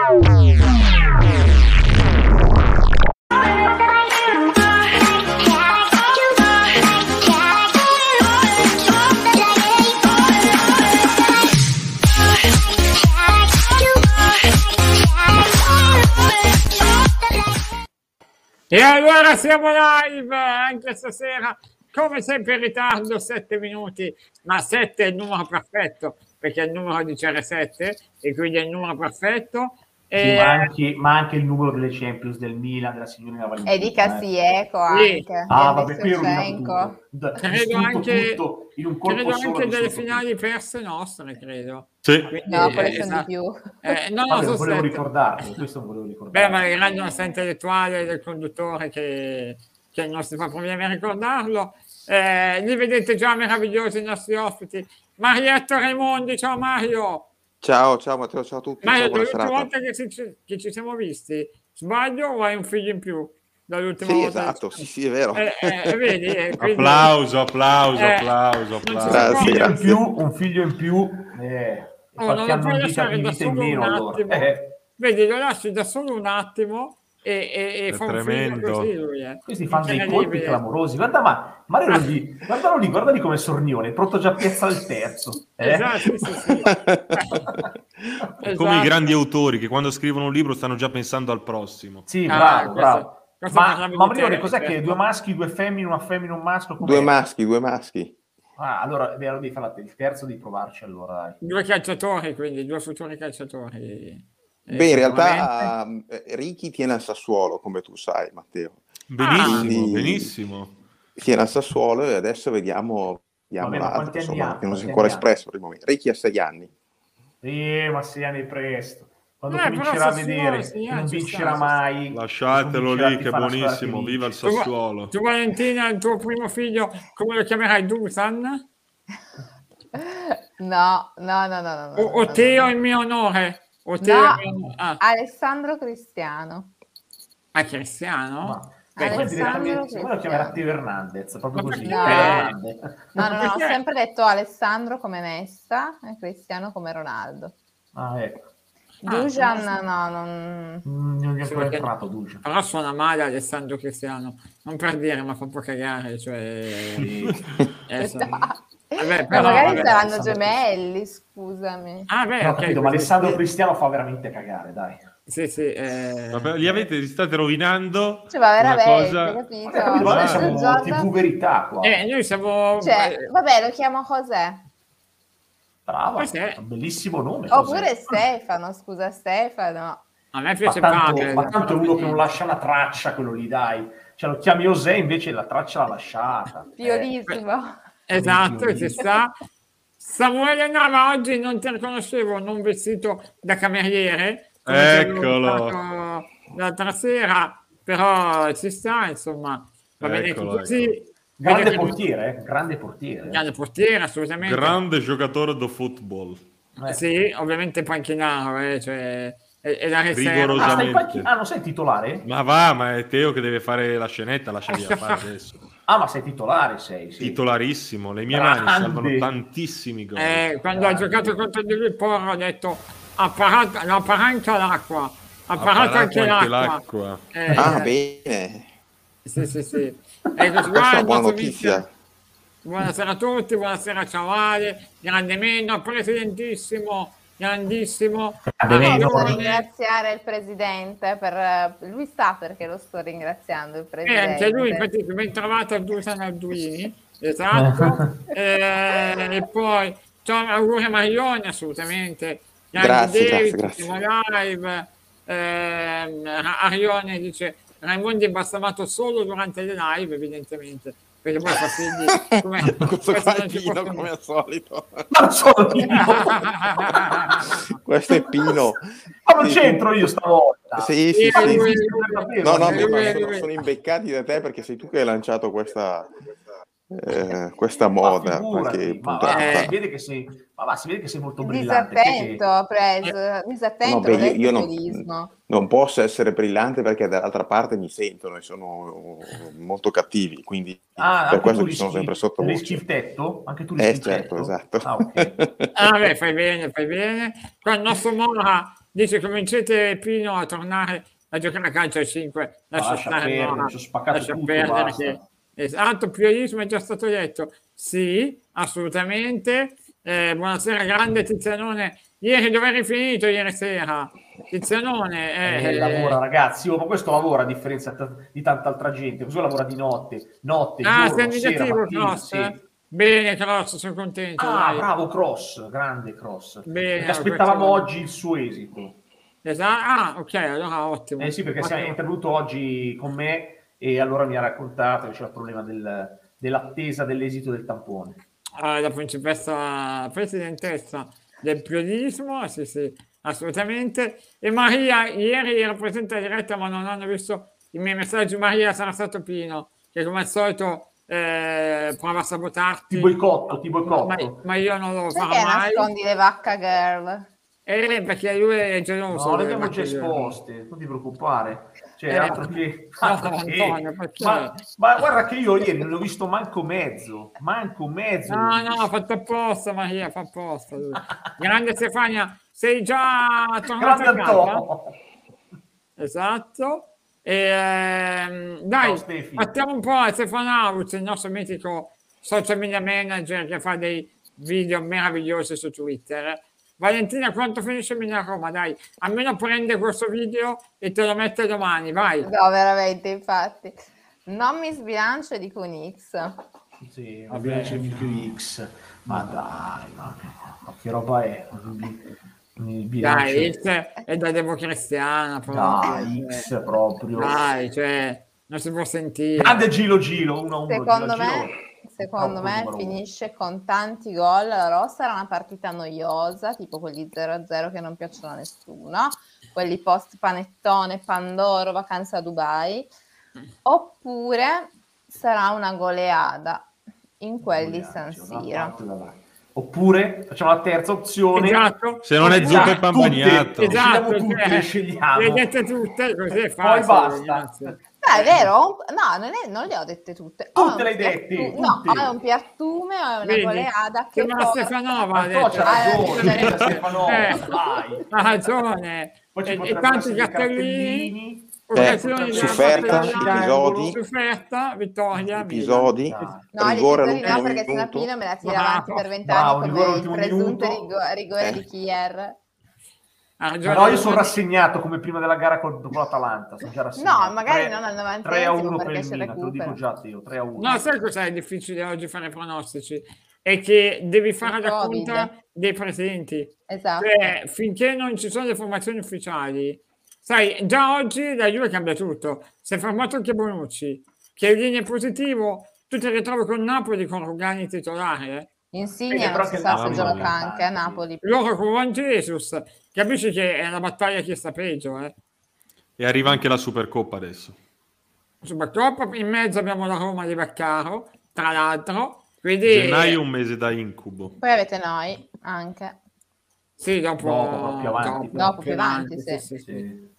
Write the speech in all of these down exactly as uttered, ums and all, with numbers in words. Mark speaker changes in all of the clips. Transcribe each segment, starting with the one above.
Speaker 1: E allora siamo live anche stasera, come sempre in ritardo, sette minuti, ma sette è il numero perfetto, perché è il numero di C R sette e quindi è il numero perfetto.
Speaker 2: Sì,
Speaker 1: e...
Speaker 2: ma, anche, ma anche il numero delle Champions, del Milan, della signorina Valentina.
Speaker 3: E di Castilleco
Speaker 1: eh.
Speaker 3: anche.
Speaker 2: Ah, vabbè, qui ho rovinato tutto.
Speaker 1: Credo anche,
Speaker 2: tutto in un colpo
Speaker 1: credo
Speaker 2: solo,
Speaker 1: anche delle
Speaker 2: tutto.
Speaker 1: finali perse nostre, credo.
Speaker 4: Sì.
Speaker 3: Quindi, no, quelle eh, sono esatto. di più.
Speaker 1: Eh, no, no,
Speaker 2: vabbè,
Speaker 1: so
Speaker 2: volevo
Speaker 1: sette.
Speaker 2: ricordarlo, questo volevo ricordarlo.
Speaker 1: Beh, ma il grande onestà intellettuale del conduttore che, che non si fa problemi a ricordarlo. Eh, li vedete già meravigliosi i nostri ospiti. Marietto Raimondi, ciao Mario.
Speaker 5: Ciao, ciao Matteo, ciao a tutti.
Speaker 1: Mario,
Speaker 5: ciao,
Speaker 1: l'ultima volta che, si, che ci siamo visti, sbaglio o hai un figlio in più? Dall'ultima
Speaker 5: sì,
Speaker 1: volta
Speaker 5: esatto, sì, sì, è vero.
Speaker 1: Eh, eh, vedi, eh, quindi...
Speaker 4: Applauso, applauso,
Speaker 1: eh,
Speaker 4: applauso, applauso.
Speaker 2: Grazie, un, figlio
Speaker 5: grazie.
Speaker 2: In più, un figlio in più, eh,
Speaker 1: oh, non lo puoi lasciare da solo
Speaker 2: meno,
Speaker 1: un
Speaker 2: allora.
Speaker 1: attimo.
Speaker 2: Eh.
Speaker 1: Vedi, lo lasci da solo un attimo e, e, e fa un figlio così lui. Eh.
Speaker 2: Questi fanno dei colpi clamorosi. Guarda, ma Mario lì, guardalo lì, guarda lì come Sornione, è pronto già a piazzare il terzo. Eh?
Speaker 1: Esatto, sì, sì.
Speaker 4: Esatto. Come i grandi autori che quando scrivono un libro stanno già pensando al prossimo.
Speaker 2: Sì, bravo,
Speaker 1: ah,
Speaker 2: bravo.
Speaker 1: Questo,
Speaker 2: ma ma Marione, cos'è
Speaker 1: certo.
Speaker 2: che due maschi, due femmine, una femmina, un maschio? Com'è?
Speaker 5: Due maschi, due maschi.
Speaker 2: Ah, allora devi fare il terzo di provarci allora. Dai.
Speaker 1: Due calciatori, quindi due futuri calciatori.
Speaker 5: Beh, in realtà eh, Ricky tiene al Sassuolo, come tu sai, Matteo.
Speaker 4: Benissimo,
Speaker 5: Quindi
Speaker 4: benissimo.
Speaker 5: Tiene al Sassuolo e adesso vediamo, vediamo
Speaker 2: Vabbè,
Speaker 5: l'altro, insomma,
Speaker 2: ha?
Speaker 5: che non si è ancora espresso per il momento. Ricky ha sei anni.
Speaker 2: Sì, ma sei anni presto. Quando
Speaker 1: eh,
Speaker 2: comincerà a vedere sì, che non vincerà mai,
Speaker 4: lasciatelo lì che è buonissimo, viva il Sassuolo.
Speaker 1: Tu, tu Valentina, il tuo primo figlio, come lo chiamerai? Dusan?
Speaker 3: No, no, no, no, no.
Speaker 1: O, o
Speaker 3: no,
Speaker 1: Teo
Speaker 3: no.
Speaker 1: in mio onore? O
Speaker 3: No,
Speaker 1: Teo mio...
Speaker 3: ah. Alessandro Cristiano.
Speaker 1: Ah, Cristiano?
Speaker 2: Ma...
Speaker 1: Beh,
Speaker 2: direttamente lo chiamerà Teo Hernandez, proprio così.
Speaker 3: No, no, no, no, ho sempre detto Alessandro come Nesta e Cristiano come Ronaldo.
Speaker 2: Ah, ecco.
Speaker 3: Dujan, ah, no, non...
Speaker 2: non gli ho ancora entrato Dujan.
Speaker 1: Però suona male Alessandro Cristiano, non per dire, ma fa un po' cagare, cioè...
Speaker 2: Sì.
Speaker 1: eh, so...
Speaker 3: vabbè, però, ma magari vabbè, saranno gemelli, scusami.
Speaker 1: Ah, beh,
Speaker 2: no,
Speaker 1: okay,
Speaker 2: capito, ma Alessandro Cristiano fa veramente cagare, dai.
Speaker 1: Sì, sì. Eh...
Speaker 4: Vabbè, li avete, li state rovinando.
Speaker 3: Cioè, ma veramente,
Speaker 4: cosa...
Speaker 3: capito?
Speaker 2: Vabbè,
Speaker 3: vabbè,
Speaker 2: siamo
Speaker 3: giorno...
Speaker 2: T V Verità qua.
Speaker 1: Eh, noi siamo...
Speaker 3: Cioè, vabbè, lo chiamo José.
Speaker 2: Brava, un bellissimo nome.
Speaker 3: Oppure José. Stefano, scusa, Stefano.
Speaker 1: A me piace
Speaker 2: ma tanto,
Speaker 1: fare,
Speaker 2: ma tanto uno che non lascia una traccia, quello lì, dai. Cioè, lo chiami José, invece la traccia l'ha lasciata.
Speaker 3: Piolissimo.
Speaker 1: Eh. Esatto, ci sta. Samuele Nava, oggi non ti riconoscevo, non vestito da cameriere.
Speaker 4: Eccolo.
Speaker 1: L'altra sera, però ci sta, insomma. Va bene così.
Speaker 4: Eccolo.
Speaker 2: Grande portiere, eh? grande portiere.
Speaker 1: Grande portiere, assolutamente.
Speaker 4: Grande giocatore di football.
Speaker 1: Eh. Sì, ovviamente panchinaro, eh, cioè... è la
Speaker 4: rigorosamente.
Speaker 2: Ah, ah, non sei titolare?
Speaker 4: Ma va, ma è Teo che deve fare la scenetta, lasciali fare adesso.
Speaker 2: Ah, ma sei titolare, sei, sì.
Speaker 4: Titolarissimo, le mie
Speaker 2: Grande.
Speaker 4: mani salvano tantissimi gol.
Speaker 1: Eh, quando ha giocato contro di lui, Porro ha detto ha parato, l'ha parato l'acqua, ha parato anche, anche l'acqua. l'acqua.
Speaker 5: Eh, ah, bene.
Speaker 1: Sì, sì, sì. Ecco,
Speaker 5: questa è buona notizia.
Speaker 1: Buonasera a tutti, buonasera, ciao Ale, grande Meno, presidentissimo. Grandissimo.
Speaker 3: Devo ringraziare il presidente per lui sa perché lo sto ringraziando il presidente.
Speaker 1: E anche lui, infatti, ben trovato a Dusan Arduini, esatto. e, e poi ciao, auguri a Marione, assolutamente.
Speaker 5: Grazie, grazie, grazie.
Speaker 1: Live. Eh, Arione dice Raimondi è bastamato solo durante le live, evidentemente. Perché poi fa figli come,
Speaker 5: questo qua è Pino come al solito.
Speaker 2: Ma sono Pino.
Speaker 5: Questo è Pino.
Speaker 2: Ma non c'entro io stavolta.
Speaker 5: Sì, sì, sì. No, no, ma sono, sono imbeccati da te perché sei tu che hai lanciato questa eh, questa moda.
Speaker 2: Ma,
Speaker 5: qualche
Speaker 2: ma va, si vede che sei, ma va, si vede che sei molto brillante.
Speaker 3: Disattento, ha preso, disattento,
Speaker 5: no, beh, io, io non, non posso essere brillante perché dall'altra parte mi sentono e sono molto cattivi, quindi
Speaker 2: ah,
Speaker 5: per questo
Speaker 2: ci
Speaker 5: sono sempre sotto voce.
Speaker 2: Rischi il tetto? Anche tu rischi
Speaker 5: eh,
Speaker 2: il
Speaker 5: certo,
Speaker 2: tetto?
Speaker 5: esatto.
Speaker 2: Ah, okay.
Speaker 1: ah, beh, fai bene, fai bene. Qua il nostro Mora dice convincete Pino a tornare a giocare a calcio a cinque, lascia,
Speaker 2: lascia
Speaker 1: stare,
Speaker 2: perdere,
Speaker 1: no,
Speaker 2: ci ho spaccato
Speaker 1: lascia
Speaker 2: tutto,
Speaker 1: perdere
Speaker 2: basta.
Speaker 1: che, esatto, pluralismo è già stato detto, sì, assolutamente. Eh, buonasera, grande Tizianone. Ieri dove eri finito ieri sera? Tizianone
Speaker 2: Eh,
Speaker 1: eh,
Speaker 2: lavora, ragazzi, oh, ma questo lavora a differenza t- di tanta altra gente, questo lavora di notte, notte,
Speaker 1: ah, sei
Speaker 2: giorno, sera,
Speaker 1: negativo,
Speaker 2: mattina,
Speaker 1: Cross?
Speaker 2: sì.
Speaker 1: Bene, Cross, sono contento.
Speaker 2: Ah,
Speaker 1: dai.
Speaker 2: bravo Cross, grande Cross.
Speaker 1: Bene,
Speaker 2: perché aspettavamo
Speaker 1: questo-
Speaker 2: oggi il suo esito.
Speaker 1: Esatto. Ah, ok, allora ottimo.
Speaker 2: Eh sì, perché
Speaker 1: Ottimo.
Speaker 2: è intervenuto oggi con me e allora mi ha raccontato che c'era il problema del- dell'attesa dell'esito del tampone.
Speaker 1: Ah, la principessa presidentessa del pluralismo, sì, sì, assolutamente. E Maria, ieri era presente in diretta, ma non hanno visto i miei messaggi. Maria, sarà stato Pino, che come al solito eh, prova a sabotarti.
Speaker 2: Ti boicotto, ti
Speaker 1: Ma,
Speaker 2: boicotto.
Speaker 1: ma io non lo farò
Speaker 3: Perché
Speaker 1: mai.
Speaker 3: nascondi le vacca girl?
Speaker 1: Eh, perché lui è geloso.
Speaker 2: No, le
Speaker 1: delle
Speaker 2: abbiamo già
Speaker 1: vacche girl.
Speaker 2: esposte, non ti preoccupare. Cioè,
Speaker 1: Eh,
Speaker 2: altro che...
Speaker 1: no,
Speaker 2: altro che-
Speaker 1: Antonio, perché?
Speaker 2: ma, ma guarda che io ieri non ho visto manco mezzo, manco mezzo.
Speaker 1: No,
Speaker 2: l'ho
Speaker 1: no,
Speaker 2: visto.
Speaker 1: ha fatto apposta Maria, fa apposta. lui. Grande Stefania, sei già tornata
Speaker 2: Grande
Speaker 1: a casa?
Speaker 2: Antonio.
Speaker 1: Esatto. E, ehm, dai,
Speaker 2: Ciao, Stefi.
Speaker 1: partiamo un po' a Stefano Auz, il nostro mitico social media manager che fa dei video meravigliosi su Twitter. Valentina, quanto finisce Milan Roma? Dai, almeno prende questo video e te lo mette domani, vai.
Speaker 3: No, veramente, infatti. Non mi sbilancio e dico un X.
Speaker 2: Sì, ma piace più X. Ma dai, ma, ma che roba è? Il bilancio.
Speaker 1: Dai, X è da democristiana proprio.
Speaker 2: Dai, X proprio.
Speaker 1: Dai, cioè, non si può sentire.
Speaker 2: Grande Gilo Gilo, uno a uno.
Speaker 3: Secondo
Speaker 2: Gilo,
Speaker 3: me,
Speaker 2: Gilo.
Speaker 3: secondo
Speaker 2: Troppo
Speaker 3: me
Speaker 2: numero uno.
Speaker 3: finisce con tanti gol. La rossa era una partita noiosa, tipo quelli zero a zero che non piacciono a nessuno, quelli post panettone, Pandoro, vacanza a Dubai. Oppure sarà una goleada in quelli San Siro.
Speaker 2: Oppure facciamo la terza opzione.
Speaker 1: Esatto.
Speaker 4: Se non è
Speaker 1: Esatto.
Speaker 4: zucca e pan
Speaker 2: Tutte.
Speaker 4: bagnato.
Speaker 1: Esatto,
Speaker 2: Scegliamo tutte,
Speaker 1: cioè,
Speaker 2: le scegliamo.
Speaker 1: le hai dette tutte, così è
Speaker 2: Poi
Speaker 1: facile.
Speaker 2: basta.
Speaker 1: ragazzi.
Speaker 3: Ah, è vero? Ho un- No, non, è- non le ho dette tutte. Ho
Speaker 2: Tutte
Speaker 3: un
Speaker 2: le hai dette,
Speaker 3: piattu- No,
Speaker 2: tutte.
Speaker 3: ho un piattume, ho una
Speaker 1: Vedi?
Speaker 3: goleada che
Speaker 1: Sembra
Speaker 3: porta-
Speaker 1: Stefanova, ha
Speaker 2: Ma no,
Speaker 1: detto.
Speaker 2: c'ha
Speaker 3: Ah,
Speaker 2: ragione,
Speaker 3: eh,
Speaker 2: Stefanova,
Speaker 1: Eh,
Speaker 2: dai.
Speaker 1: ha ragione.
Speaker 2: Poi ci
Speaker 1: E, e
Speaker 2: potrebbero
Speaker 1: tanti
Speaker 2: essere dei
Speaker 1: cartellini,
Speaker 2: cartellini.
Speaker 1: occasioni
Speaker 5: Eh,
Speaker 1: della
Speaker 5: sofferta,
Speaker 1: battaglia,
Speaker 5: episodi.
Speaker 1: sofferta, vittoria,
Speaker 5: Episodi.
Speaker 1: Milan.
Speaker 2: Dai.
Speaker 3: No, gli
Speaker 5: Rigore
Speaker 3: episodi no,
Speaker 5: all'ultimo
Speaker 3: perché sennò
Speaker 5: minuto.
Speaker 3: Pino me la tira
Speaker 1: Bravo.
Speaker 3: avanti per vent'anni
Speaker 2: Bravo, rigore
Speaker 3: come il
Speaker 2: all'ultimo
Speaker 3: presunto
Speaker 2: minuto.
Speaker 3: rigo- rigore
Speaker 5: Eh.
Speaker 3: di Kier.
Speaker 1: Ha
Speaker 2: Ma
Speaker 1: ragione.
Speaker 2: no, io sono rassegnato come prima della gara con, con l'Atalanta. Sono già rassegnato.
Speaker 3: No, magari
Speaker 2: Tre-
Speaker 3: non al novantesimo,
Speaker 2: tre a uno per
Speaker 3: perché
Speaker 2: il
Speaker 3: c'è
Speaker 2: Milan, te lo dico
Speaker 3: recupero.
Speaker 2: già Teo, tre a uno.
Speaker 1: No, sai cos'è è difficile oggi fare pronostici? È che devi fare la
Speaker 3: Covid.
Speaker 1: conta dei presenti.
Speaker 3: Esatto.
Speaker 1: Cioè, finché non ci sono le formazioni ufficiali, sai, già oggi la Juve cambia tutto. Si è fermato anche Bonucci, che è in linea positivo, tu ti ritrovi con Napoli con Rugani titolare. eh.
Speaker 3: Insigne
Speaker 2: Vedi,
Speaker 3: non
Speaker 2: però
Speaker 3: si
Speaker 2: che
Speaker 3: sa se
Speaker 2: Napoli
Speaker 3: gioca
Speaker 2: va
Speaker 3: anche a
Speaker 2: avanti.
Speaker 3: Napoli.
Speaker 1: Loro con Juan Jesus, capisci che è una battaglia che sta peggio, eh.
Speaker 4: E arriva anche la Supercoppa adesso.
Speaker 1: Supercoppa, in mezzo abbiamo la Roma di Baccaro, tra l'altro. Quindi,
Speaker 4: Gennaio è un mese da incubo.
Speaker 3: Poi avete noi anche.
Speaker 1: sì, dopo,
Speaker 2: Dopo, più avanti,
Speaker 3: dopo, più avanti, sì.
Speaker 1: sì, sì.
Speaker 2: Sì,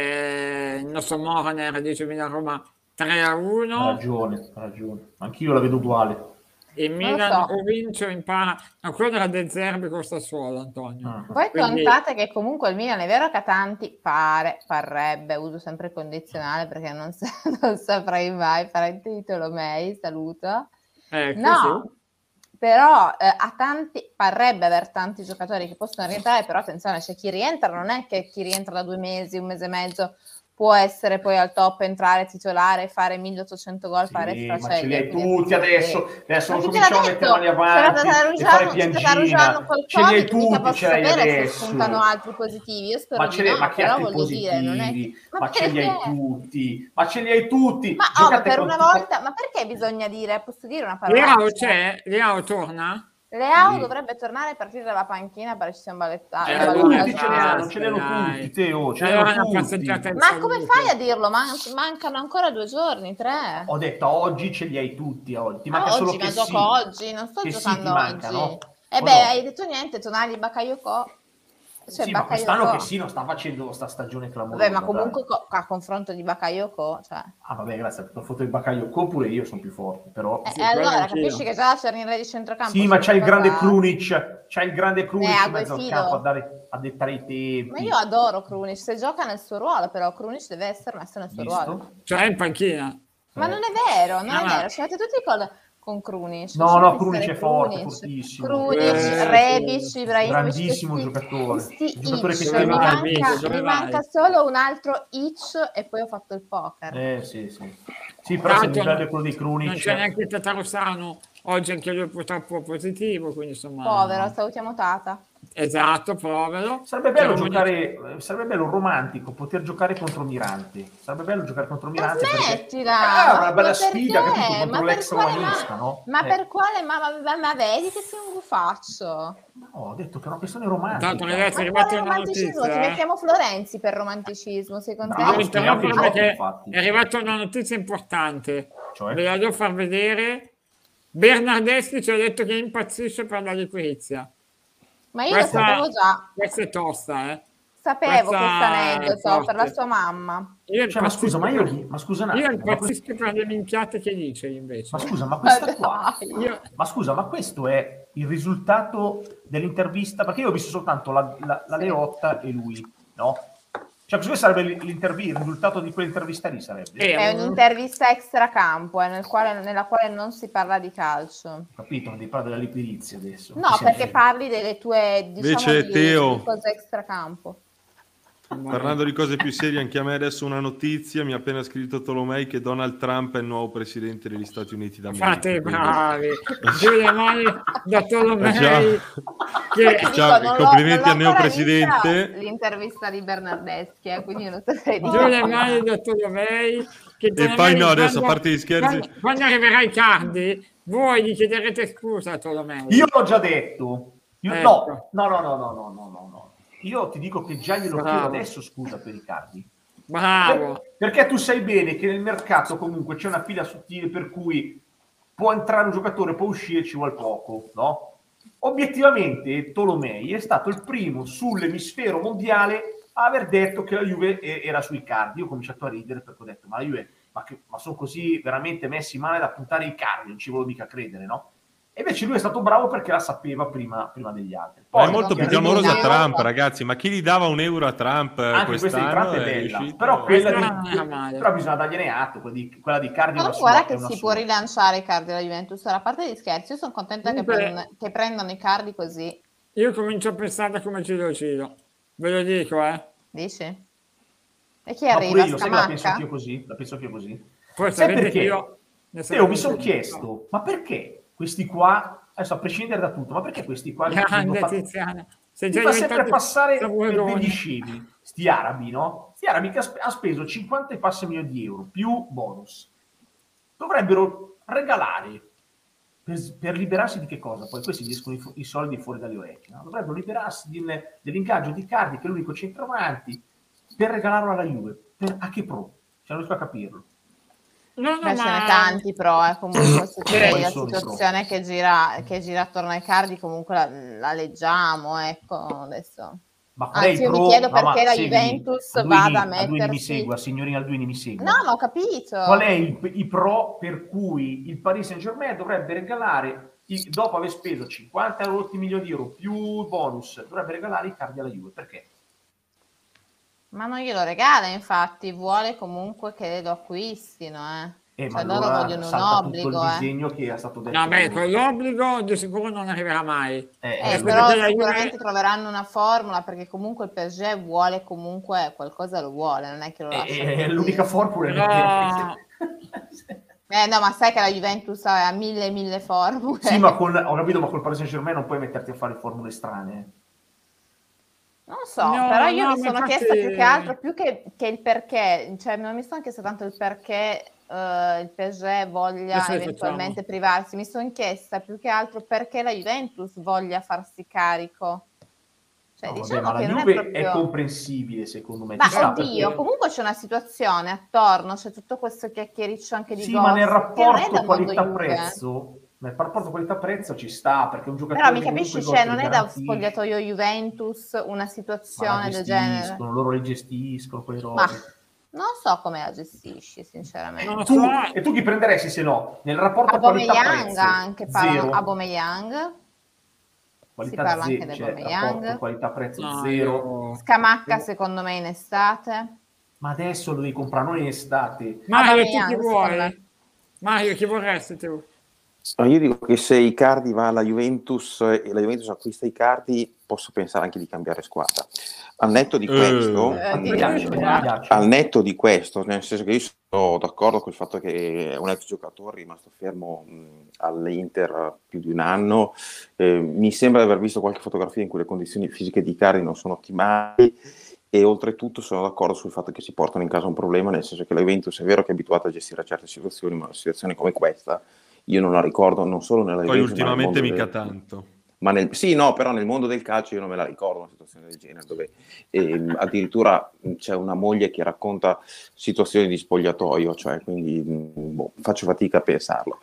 Speaker 1: Eh, il nostro Moraner dice Milan Roma tre a
Speaker 2: ha
Speaker 1: uno
Speaker 2: ragione, ha ragione. Anch'io la vedo uguale.
Speaker 1: e
Speaker 3: lo
Speaker 1: Milan
Speaker 3: so.
Speaker 1: o vince o impara. Ancora era De Zerbi con Sassuolo, Antonio.
Speaker 2: Ah.
Speaker 3: Poi
Speaker 1: Quindi-
Speaker 3: contate che comunque il Milan è vero che a tanti pare, parrebbe, uso sempre il condizionale perché non, sa- non saprei mai, fare il titolo May, saluto.
Speaker 1: Ecco,
Speaker 3: No,
Speaker 1: sì.
Speaker 3: però eh, a tanti parrebbe aver tanti giocatori che possono rientrare, però attenzione, c'è chi rientra, non è che chi rientra da due mesi, un mese e mezzo può essere poi al top, entrare titolare, fare milleottocento gol, fare
Speaker 2: Sì, ma
Speaker 3: stracelli.
Speaker 2: ce li hai
Speaker 3: quindi-
Speaker 2: tutti adesso. Adesso
Speaker 3: Ma
Speaker 2: non
Speaker 3: chi te l'ha
Speaker 2: cominciamo a mettere
Speaker 3: detto?
Speaker 2: mani avanti
Speaker 3: C'era
Speaker 2: e fare
Speaker 3: Tatarusano, c'è Tatarusano
Speaker 2: piangina.
Speaker 3: col
Speaker 2: Ce li hai
Speaker 3: Covid, mica
Speaker 2: tutti,
Speaker 3: posso
Speaker 2: ce li hai
Speaker 3: sapere se
Speaker 2: adesso.
Speaker 3: spuntano altri positivi. Io spero
Speaker 2: Ma,
Speaker 3: di
Speaker 2: ce li,
Speaker 3: no,
Speaker 2: ma che
Speaker 3: però
Speaker 2: altri
Speaker 3: voglio dire, non è...
Speaker 2: positivi? Ma, ce li hai
Speaker 3: perché?
Speaker 2: tutti, ma ce li hai tutti.
Speaker 3: Ma, oh, ma
Speaker 2: Giocate
Speaker 3: per
Speaker 2: con
Speaker 3: una
Speaker 2: tutto-
Speaker 3: volta, ma perché bisogna dire, posso dire una parola?
Speaker 1: Leao c'è? Leao torna?
Speaker 3: Leao
Speaker 2: Sì.
Speaker 3: dovrebbe tornare a partire dalla panchina per ci siamo ballettati.
Speaker 1: Eh,
Speaker 2: Ma
Speaker 1: allora,
Speaker 2: tutti ce li hanno, ce li hanno
Speaker 1: dai.
Speaker 2: tutti, Teo, ce li
Speaker 1: Allora
Speaker 2: hanno
Speaker 1: una
Speaker 2: tutti.
Speaker 1: passeggiata in
Speaker 3: Ma come
Speaker 1: salute.
Speaker 3: fai a dirlo? Man- mancano ancora due giorni, tre.
Speaker 2: Ho detto oggi ce li hai tutti, oggi. Ti
Speaker 3: Ma
Speaker 2: manca solo
Speaker 3: oggi,
Speaker 2: che
Speaker 3: ma
Speaker 2: sì.
Speaker 3: gioco oggi, non sto
Speaker 2: Che sì,
Speaker 3: giocando
Speaker 2: ti manca,
Speaker 3: oggi.
Speaker 2: no?
Speaker 3: E
Speaker 2: O
Speaker 3: beh,
Speaker 2: no?
Speaker 3: hai detto niente, Tonali Bakayoko. Cioè,
Speaker 2: sì, ma
Speaker 3: Bakayoko...
Speaker 2: quest'anno che sì, non sta facendo sta stagione clamorosa.
Speaker 3: Vabbè, ma comunque co- a confronto di Bakayoko, cioè...
Speaker 2: Ah, vabbè, grazie, per foto di Bakayoko pure io sono più forte, però...
Speaker 3: E
Speaker 1: Sì,
Speaker 3: eh, allora,
Speaker 1: anch'io.
Speaker 3: capisci che già la Cerniera di centrocampo...
Speaker 2: Sì, ma c'è il grande
Speaker 3: cosa...
Speaker 2: Krunic, c'è il grande Krunic
Speaker 3: Eh,
Speaker 2: in mezzo al
Speaker 3: Aguefilo.
Speaker 2: campo a, dare, a dettare i tempi.
Speaker 3: Ma io adoro Krunic, se gioca nel suo ruolo, però Krunic deve essere messo nel suo ruolo.
Speaker 2: Visto?
Speaker 1: Cioè in panchina.
Speaker 3: Ma
Speaker 2: Eh.
Speaker 3: non è vero, non
Speaker 1: Ah.
Speaker 3: è vero, ci avete tutti con, con Krunic.
Speaker 2: No,
Speaker 3: lasciate
Speaker 2: no,
Speaker 3: di
Speaker 2: Krunic
Speaker 3: stare
Speaker 2: è forte,
Speaker 3: Krunic.
Speaker 2: fortissimo.
Speaker 3: Krunic,
Speaker 1: Eh,
Speaker 3: Rebic,
Speaker 1: sì.
Speaker 3: Ibrahimovic,
Speaker 2: Grandissimo
Speaker 3: questi,
Speaker 2: giocatore.
Speaker 3: questi
Speaker 2: Il giocatore
Speaker 3: itch,
Speaker 2: che
Speaker 1: Dove
Speaker 3: mi
Speaker 2: tiene
Speaker 1: vai,
Speaker 2: il
Speaker 3: manca,
Speaker 1: Vito, dove
Speaker 3: mi
Speaker 1: vai?
Speaker 3: manca solo un altro itch e poi ho fatto il poker.
Speaker 2: Eh, sì, sì. Sì, però se il
Speaker 1: Tanto
Speaker 2: livello è quello di
Speaker 1: non
Speaker 2: Krunic...
Speaker 1: c'è neanche Tatarusano, oggi anche lui purtroppo positivo, quindi insomma...
Speaker 3: Povero, salutiamo Tata.
Speaker 1: Esatto, povero.
Speaker 2: Sarebbe bello
Speaker 1: C'era un-
Speaker 2: giocare, sarebbe bello romantico poter giocare contro Mirante. Sarebbe bello giocare contro
Speaker 3: Ma
Speaker 2: Mirante perché
Speaker 3: smettila!
Speaker 2: eh, è
Speaker 3: ma
Speaker 2: una bella
Speaker 3: perché?
Speaker 2: sfida, capito? Contro
Speaker 3: Ma per
Speaker 2: l'ex
Speaker 3: quale
Speaker 2: romanista,
Speaker 3: ma...
Speaker 2: no?
Speaker 3: Ma
Speaker 2: Eh.
Speaker 3: per quale? Ma, ma, ma, ma vedi che sei un gufaccio?
Speaker 2: No, ho detto che è una questione romantica.
Speaker 1: Tanto ragazzi, è
Speaker 3: Ma
Speaker 1: arrivata
Speaker 3: quale
Speaker 1: una
Speaker 3: romanticismo? Ti
Speaker 1: notizia. eh.
Speaker 3: mettiamo Florenzi per romanticismo, secondo
Speaker 2: Bravo,
Speaker 1: Devo
Speaker 3: te?
Speaker 2: speriamo che
Speaker 1: interrompere
Speaker 2: giochi,
Speaker 1: perché
Speaker 2: infatti.
Speaker 1: è arrivata una notizia importante.
Speaker 2: Cioè?
Speaker 1: Ve la devo far vedere. Bernardeschi ci ha detto che impazzisce per la liquidizia.
Speaker 3: Ma io
Speaker 1: Questa-
Speaker 3: lo sapevo già.
Speaker 1: Questa è tosta, eh.
Speaker 3: Sapevo
Speaker 1: Questa
Speaker 3: questo
Speaker 1: è
Speaker 3: aneddoto
Speaker 1: forte.
Speaker 3: per la sua mamma.
Speaker 1: Io
Speaker 2: Cioè, ma scusa, ma io,
Speaker 1: impazzisco
Speaker 2: ma scusa un
Speaker 1: per- io
Speaker 2: attimo, ma, que-
Speaker 1: impazzisco per le minchiate che dice invece.
Speaker 2: ma scusa, ma questa qua,
Speaker 3: Dai.
Speaker 1: Io-
Speaker 2: ma scusa, ma questo è il risultato dell'intervista? Perché io ho visto soltanto la, la, la Leotta e lui, no? Cioè, questo sarebbe l'intervi- il risultato di quell'intervista lì, sarebbe.
Speaker 1: Eh,
Speaker 3: È un'intervista extracampo eh, nel quale- nella quale non si parla di calcio.
Speaker 2: Ho capito, ma devi parlare della liquidizia adesso.
Speaker 3: No,
Speaker 2: Ci siamo
Speaker 3: perché
Speaker 2: finiti.
Speaker 3: parli delle tue, diciamo,
Speaker 4: Invece,
Speaker 3: di,
Speaker 4: Teo.
Speaker 3: di cose extracampo.
Speaker 4: Parlando di cose più serie, anche a me adesso una notizia. Mi ha appena scritto Tolomei che Donald Trump è il nuovo presidente degli Stati Uniti d'America.
Speaker 1: Fate i
Speaker 4: quindi-
Speaker 1: bravi. Giù le mani da Tolomei.
Speaker 4: Già.
Speaker 1: Che...
Speaker 3: Ti
Speaker 4: Ciao,
Speaker 3: non l'ho-
Speaker 4: complimenti
Speaker 3: non l'ho
Speaker 4: al
Speaker 3: ancora
Speaker 4: neopresidente.
Speaker 3: vista L'intervista di Bernardeschi, eh, quindi io non saprei
Speaker 1: Giù le
Speaker 3: dire.
Speaker 1: mani da Tolomei. Che Tolomei,
Speaker 4: poi no, adesso,
Speaker 1: quando-
Speaker 4: a parte gli scherzi-
Speaker 1: Quando, quando arriverà Icardi, voi gli chiederete scusa a Tolomei.
Speaker 2: Io l'ho già detto. Io,
Speaker 1: Ecco.
Speaker 2: no, no, no, no, no, no, no, no, no. Io ti dico che già glielo
Speaker 1: Bravo.
Speaker 2: chiedo adesso scusa per Riccardi.
Speaker 1: Bravo.
Speaker 2: Per- perché tu sai bene che nel mercato comunque c'è una fila sottile per cui può entrare un giocatore, può uscire, ci vuole poco, no? Obiettivamente Tolomei è stato il primo sull'emisfero mondiale a aver detto che la Juve e- era sui cardi. Io ho cominciato a ridere perché ho detto ma la Juve, ma, che, ma sono così veramente messi male da puntare i cardi, non ci volevo mica credere, no? E invece lui è stato bravo perché la sapeva prima, prima degli altri.
Speaker 4: Ma è
Speaker 2: Poi,
Speaker 4: molto
Speaker 3: non
Speaker 4: più
Speaker 3: arrivo
Speaker 4: clamorosa
Speaker 3: mai.
Speaker 4: Trump, ragazzi. Ma chi gli dava un euro a Trump eh,
Speaker 2: anche questa di
Speaker 4: quest'anno?
Speaker 2: Trump è
Speaker 4: è
Speaker 2: bella,
Speaker 4: riuscito?
Speaker 2: però quella
Speaker 1: Questa
Speaker 2: di,
Speaker 1: non era male.
Speaker 2: però bisogna dargliene atto, quella di, quella di Cardi è
Speaker 3: Ma
Speaker 2: una
Speaker 3: non
Speaker 2: sua,
Speaker 3: guarda
Speaker 2: è
Speaker 3: che
Speaker 2: una
Speaker 3: si
Speaker 2: sua.
Speaker 3: può rilanciare i cardi della Juventus. A parte gli scherzi, io sono contenta che,
Speaker 1: Comunque-
Speaker 3: prend- che prendano i cardi così.
Speaker 1: Io comincio a pensare come Ciro Ciro. Ve lo dico, eh.
Speaker 3: Dici? E chi
Speaker 2: Ma
Speaker 3: arriva?
Speaker 2: pure io, sai che la penso
Speaker 3: Scamacca?
Speaker 2: anch'io così, la penso anch'io così.
Speaker 1: Forse
Speaker 2: Sai
Speaker 1: sapete
Speaker 2: perché?
Speaker 1: che io... ne
Speaker 2: Teo, mi
Speaker 1: sapevo
Speaker 2: sono
Speaker 1: più.
Speaker 2: chiesto, ma perché questi qua, adesso a prescindere da tutto, ma perché questi qua li
Speaker 1: Grande
Speaker 2: fa-
Speaker 1: Tiziana. Sei
Speaker 2: ti
Speaker 1: già
Speaker 2: fa sempre
Speaker 1: diventati
Speaker 2: passare per
Speaker 1: savoroni.
Speaker 2: degli scemi, sti arabi, no? Sti arabi che ha sp- ha speso cinquanta e passa milioni di euro, più bonus. Dovrebbero regalare, per, per liberarsi di che cosa? Poi questi gli escono i, fu- i soldi fuori dalle orecchie, no? Dovrebbero liberarsi di- dell'ingaggio di Cardi, che è l'unico centravanti, per regalarlo alla Juve. Per, a che pro? Cioè, non riesco a capirlo.
Speaker 1: No, no,
Speaker 3: Beh, ce ne
Speaker 1: ma...
Speaker 3: tanti pro, eh, comunque se tu
Speaker 1: Eh,
Speaker 3: vedi
Speaker 2: quali
Speaker 3: la
Speaker 2: sono i
Speaker 3: situazione che gira, che gira attorno ai cardi, comunque la, la leggiamo, ecco, adesso.
Speaker 2: Ma qual è
Speaker 3: Anzi,
Speaker 2: il
Speaker 3: io mi
Speaker 2: pro?
Speaker 3: chiedo
Speaker 2: No, ma
Speaker 3: perché la
Speaker 2: seguimi,
Speaker 3: Juventus
Speaker 2: Alduini,
Speaker 3: vada a
Speaker 2: Alduini mi
Speaker 3: mettersi...
Speaker 2: segua, signorina Alduini mi segua.
Speaker 3: No, ma ho capito.
Speaker 2: Qual è il, i pro per cui il Paris Saint-Germain dovrebbe regalare, i- dopo aver speso cinquanta euro milioni di euro più bonus, dovrebbe regalare i cardi alla Juve? Perché?
Speaker 3: Ma non glielo regala, infatti, vuole comunque che lo acquistino, eh.
Speaker 2: Eh,
Speaker 3: Cioè,
Speaker 2: ma
Speaker 3: loro
Speaker 2: allora
Speaker 3: vogliono un
Speaker 2: salta tutto
Speaker 3: obbligo,
Speaker 2: il
Speaker 3: eh.
Speaker 2: disegno che è stato detto.
Speaker 1: No, beh,
Speaker 2: prima.
Speaker 1: con l'obbligo di sicuro non arriverà mai.
Speaker 2: Eh,
Speaker 3: Eh,
Speaker 2: eh,
Speaker 3: però
Speaker 1: perché la
Speaker 3: sicuramente
Speaker 1: Juve-
Speaker 3: troveranno una formula, perché comunque il P S G vuole comunque qualcosa, lo vuole, non è che lo
Speaker 2: eh,
Speaker 3: lascia
Speaker 2: eh,
Speaker 3: così.
Speaker 2: l'unica formula è
Speaker 1: Però-
Speaker 3: Eh no, ma sai che la Juventus ha mille mille formule.
Speaker 2: Sì, ma con, ho capito, ma col Paris Saint-Germain non puoi metterti a fare formule strane.
Speaker 3: Non lo so,
Speaker 1: No,
Speaker 3: però io
Speaker 1: no,
Speaker 3: mi
Speaker 1: ma
Speaker 3: sono
Speaker 1: infatti-
Speaker 3: chiesta più che altro, più che, che il perché, cioè non mi sono chiesta tanto il perché eh, il P S G voglia
Speaker 1: Adesso li
Speaker 3: eventualmente
Speaker 1: facciamo.
Speaker 3: privarsi, mi sono chiesta più che altro perché la Juventus voglia farsi carico. Cioè,
Speaker 2: No, vabbè,
Speaker 3: diciamo
Speaker 2: ma la
Speaker 3: che non
Speaker 2: Juve
Speaker 3: è
Speaker 2: è,
Speaker 3: proprio...
Speaker 2: comprensibile, secondo me.
Speaker 3: Ma
Speaker 2: Ci sta,
Speaker 3: oddio,
Speaker 2: perché-
Speaker 3: comunque c'è una situazione attorno, c'è tutto questo chiacchiericcio anche di
Speaker 2: Sì, ma nel
Speaker 3: gossip, che non è
Speaker 2: rapporto
Speaker 3: da mondo Juve.
Speaker 2: qualità-prezzo, nel rapporto qualità-prezzo ci sta, perché un giocatore...
Speaker 3: Però mi capisci, cioè, non è da spogliatoio Juventus una situazione del genere.
Speaker 2: Loro le gestiscono, quelle robe.
Speaker 3: Ma non so come la gestisci, sinceramente.
Speaker 2: Tu, e tu chi prenderesti se no? Nel rapporto qualità-prezzo?
Speaker 3: Anche parlano Aubameyang.
Speaker 2: Qualità
Speaker 3: si parla
Speaker 2: ze-
Speaker 3: anche di
Speaker 2: cioè,
Speaker 3: Aubameyang.
Speaker 2: Qualità-prezzo
Speaker 1: No,
Speaker 2: zero.
Speaker 1: io-
Speaker 3: Scamacca secondo me in estate.
Speaker 2: Ma adesso lo devi comprare, non in estate.
Speaker 1: Mario, tu chi
Speaker 3: Aubameyang,
Speaker 1: vuoi?
Speaker 3: secondo me.
Speaker 1: Mario, chi vorresti tu?
Speaker 5: Ma io dico che se Icardi va alla Juventus e la Juventus acquista Icardi, posso pensare anche di cambiare squadra. Al netto di questo,
Speaker 3: Eh,
Speaker 5: al,
Speaker 3: ti
Speaker 5: netto,
Speaker 3: piace,
Speaker 2: mi
Speaker 3: eh?
Speaker 2: piace.
Speaker 5: al netto di questo, nel senso che io sono d'accordo col fatto che è un ex giocatore rimasto fermo mh, all'Inter più di un anno, eh, mi sembra di aver visto qualche fotografia in cui le condizioni fisiche di Icardi non sono ottimali. E oltretutto sono d'accordo sul fatto che si portano in casa un problema, nel senso che la Juventus è vero che è abituata a gestire certe situazioni, ma una situazione come questa io non la ricordo, non solo nella
Speaker 4: Poi
Speaker 5: Juventus,
Speaker 4: ultimamente
Speaker 5: ma nel
Speaker 4: mica
Speaker 5: mondo del,
Speaker 4: tanto.
Speaker 5: ma nel, sì, no, però nel mondo del calcio io non me la ricordo una situazione del genere, dove eh, addirittura c'è una moglie che racconta situazioni di spogliatoio, cioè quindi boh, faccio fatica a pensarlo.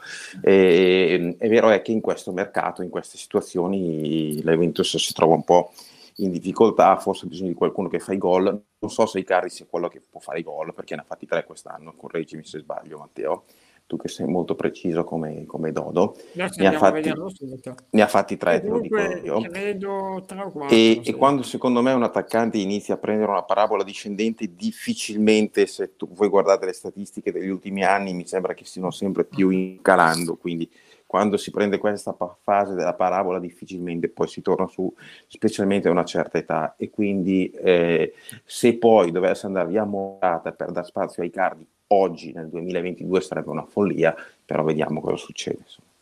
Speaker 5: E, è vero è che in questo mercato, in queste situazioni, la Juventus si trova un po' in difficoltà, forse ha bisogno di qualcuno che fa i gol. Non so se Icardi sia quello che può fare i gol, perché ne ha fatti tre quest'anno, correggimi se sbaglio Matteo, tu che sei molto preciso come, come Dodo, ne ha, fatti, ne ha fatti tre, te lo dico io.
Speaker 1: Credo tre o quattro,
Speaker 5: e,
Speaker 1: sì.
Speaker 5: e quando secondo me un attaccante inizia a prendere una parabola discendente, difficilmente, se tu, voi guardate le statistiche degli ultimi anni, mi sembra che stiano sempre più calando, quindi quando si prende questa pa- fase della parabola difficilmente poi si torna su, specialmente a una certa età, e quindi eh, se poi dovesse andare via Morata per dar spazio ai Icardi oggi nel duemilaventidue sarebbe una follia, però vediamo cosa succede.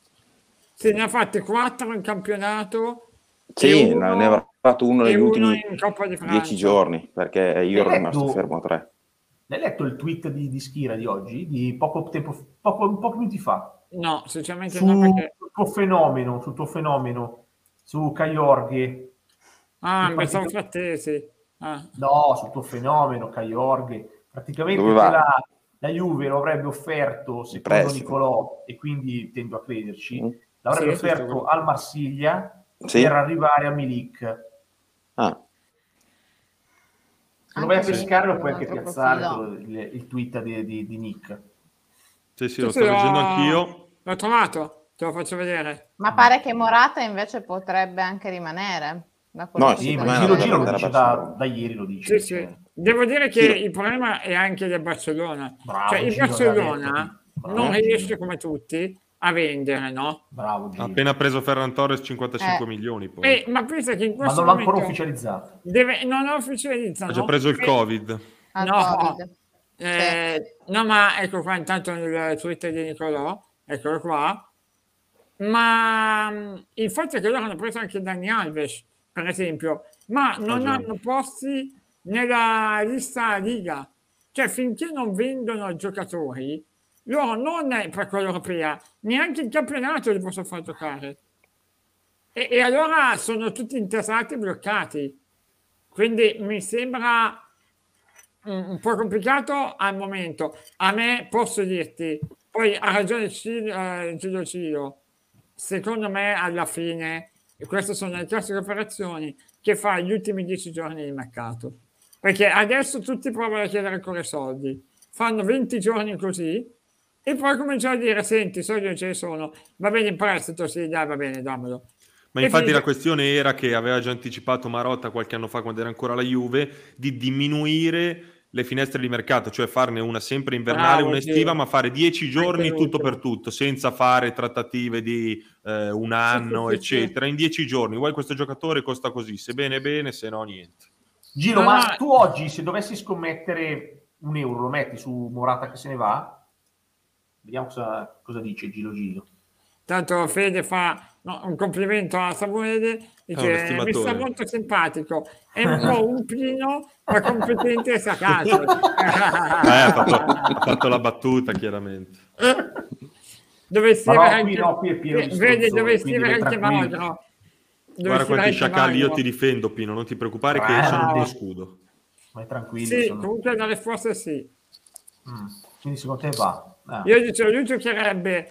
Speaker 1: Se ne ha fatte quattro in campionato.
Speaker 5: Sì,
Speaker 1: uno,
Speaker 5: ne avrà fatto uno negli
Speaker 1: uno
Speaker 5: ultimi
Speaker 1: di
Speaker 5: dieci giorni, perché io ero rimasto
Speaker 2: letto,
Speaker 5: fermo a tre.
Speaker 2: L'hai letto il tweet di, di Schira di oggi? Di poco tempo, poco, un po' minuti fa?
Speaker 1: No, sinceramente
Speaker 2: Su,
Speaker 1: no, perché...
Speaker 2: sul tuo fenomeno, sul tuo fenomeno, su Cagliorghe.
Speaker 1: Ah, pensavo frattesi. Ah.
Speaker 2: No, sul tuo fenomeno, Cagliorghe. Praticamente la, la Juve lo avrebbe offerto, secondo Nicolò, e quindi tendo a crederci, mm. l'avrebbe sì, offerto al Marsiglia sì. per arrivare a Milik.
Speaker 5: Ah.
Speaker 2: Se lo vai a pescare lo puoi anche piazzare il, il tweet di, di, di Nick.
Speaker 4: Sì, sì, lo sto leggendo anch'io.
Speaker 1: L'ho trovato, te lo faccio vedere.
Speaker 3: Ma pare che Morata invece potrebbe anche rimanere.
Speaker 2: No, sì, ma Giro Giro lo dice da, da ieri, lo dice.
Speaker 1: Sì, sì. Devo dire che sì. il problema è anche del Barcellona. Bravo, cioè il Barcellona Bravo, non riesce Giro. come tutti a vendere, no?
Speaker 2: Bravo,
Speaker 4: ha appena preso Ferran Torres cinquantacinque eh. milioni. Poi.
Speaker 1: Eh, ma pensa che in questo
Speaker 2: ma non l'ha
Speaker 1: momento
Speaker 2: ancora ufficializzato.
Speaker 1: Deve, non l'ha ufficializzato.
Speaker 4: Ha già preso il
Speaker 1: e...
Speaker 4: Covid.
Speaker 3: Ah,
Speaker 1: no,
Speaker 3: COVID.
Speaker 1: Eh, sì. no, ma ecco qua intanto il Twitter di Nicolò, eccolo qua. Ma il fatto è che loro hanno preso anche Dani Alves, per esempio, ma non ah, hanno posti nella lista Liga. Cioè, finché non vendono giocatori, loro non è per quella europea, neanche il campionato li possono far giocare. E, e allora sono tutti interessati e bloccati. Quindi mi sembra un, un po' complicato al momento. A me posso dirti, poi ha ragione Gilo Gilo, secondo me alla fine, e queste sono le classiche operazioni che fa gli ultimi dieci giorni di mercato. Perché adesso tutti provano a chiedere ancora soldi, fanno venti giorni così e poi cominciano a dire: senti, i soldi non ce ne sono, va bene in prestito, sì, dai, va bene, dammelo.
Speaker 4: Ma
Speaker 1: e
Speaker 4: infatti
Speaker 1: finito...
Speaker 4: la questione era che aveva già anticipato Marotta qualche anno fa, quando era ancora la Juve, di diminuire le finestre di mercato, cioè farne una sempre invernale, Bravo, una estiva, sì. ma fare dieci giorni tutto per tutto, senza fare trattative di eh, un anno, sì, sì, eccetera. Sì. In dieci giorni, vuoi questo giocatore costa così, se bene bene, se no niente.
Speaker 2: Gino, no, ma no. tu oggi se dovessi scommettere un euro, lo metti su Morata che se ne va? Vediamo cosa, cosa dice Gilo Gilo.
Speaker 1: Tanto Fede fa no, un complimento a Samuele, dice mi sta molto simpatico, è un po' un pino ma competente e sagace.
Speaker 4: eh, ha, fatto, ha fatto la battuta chiaramente.
Speaker 1: Dove scrivere
Speaker 2: no,
Speaker 1: anche
Speaker 2: no, qui è pieno di
Speaker 1: vede dove scrivere anche Mauro.
Speaker 4: Guarda quanti sciacalli, io ti difendo Pino, non ti preoccupare Bravo. che sono il tuo scudo.
Speaker 2: Ma è tranquillo.
Speaker 1: Sì,
Speaker 2: sono...
Speaker 1: comunque la risposta è sì.
Speaker 2: Mm. Quindi secondo te va? Ah.
Speaker 1: Io dicevo, lui giocherebbe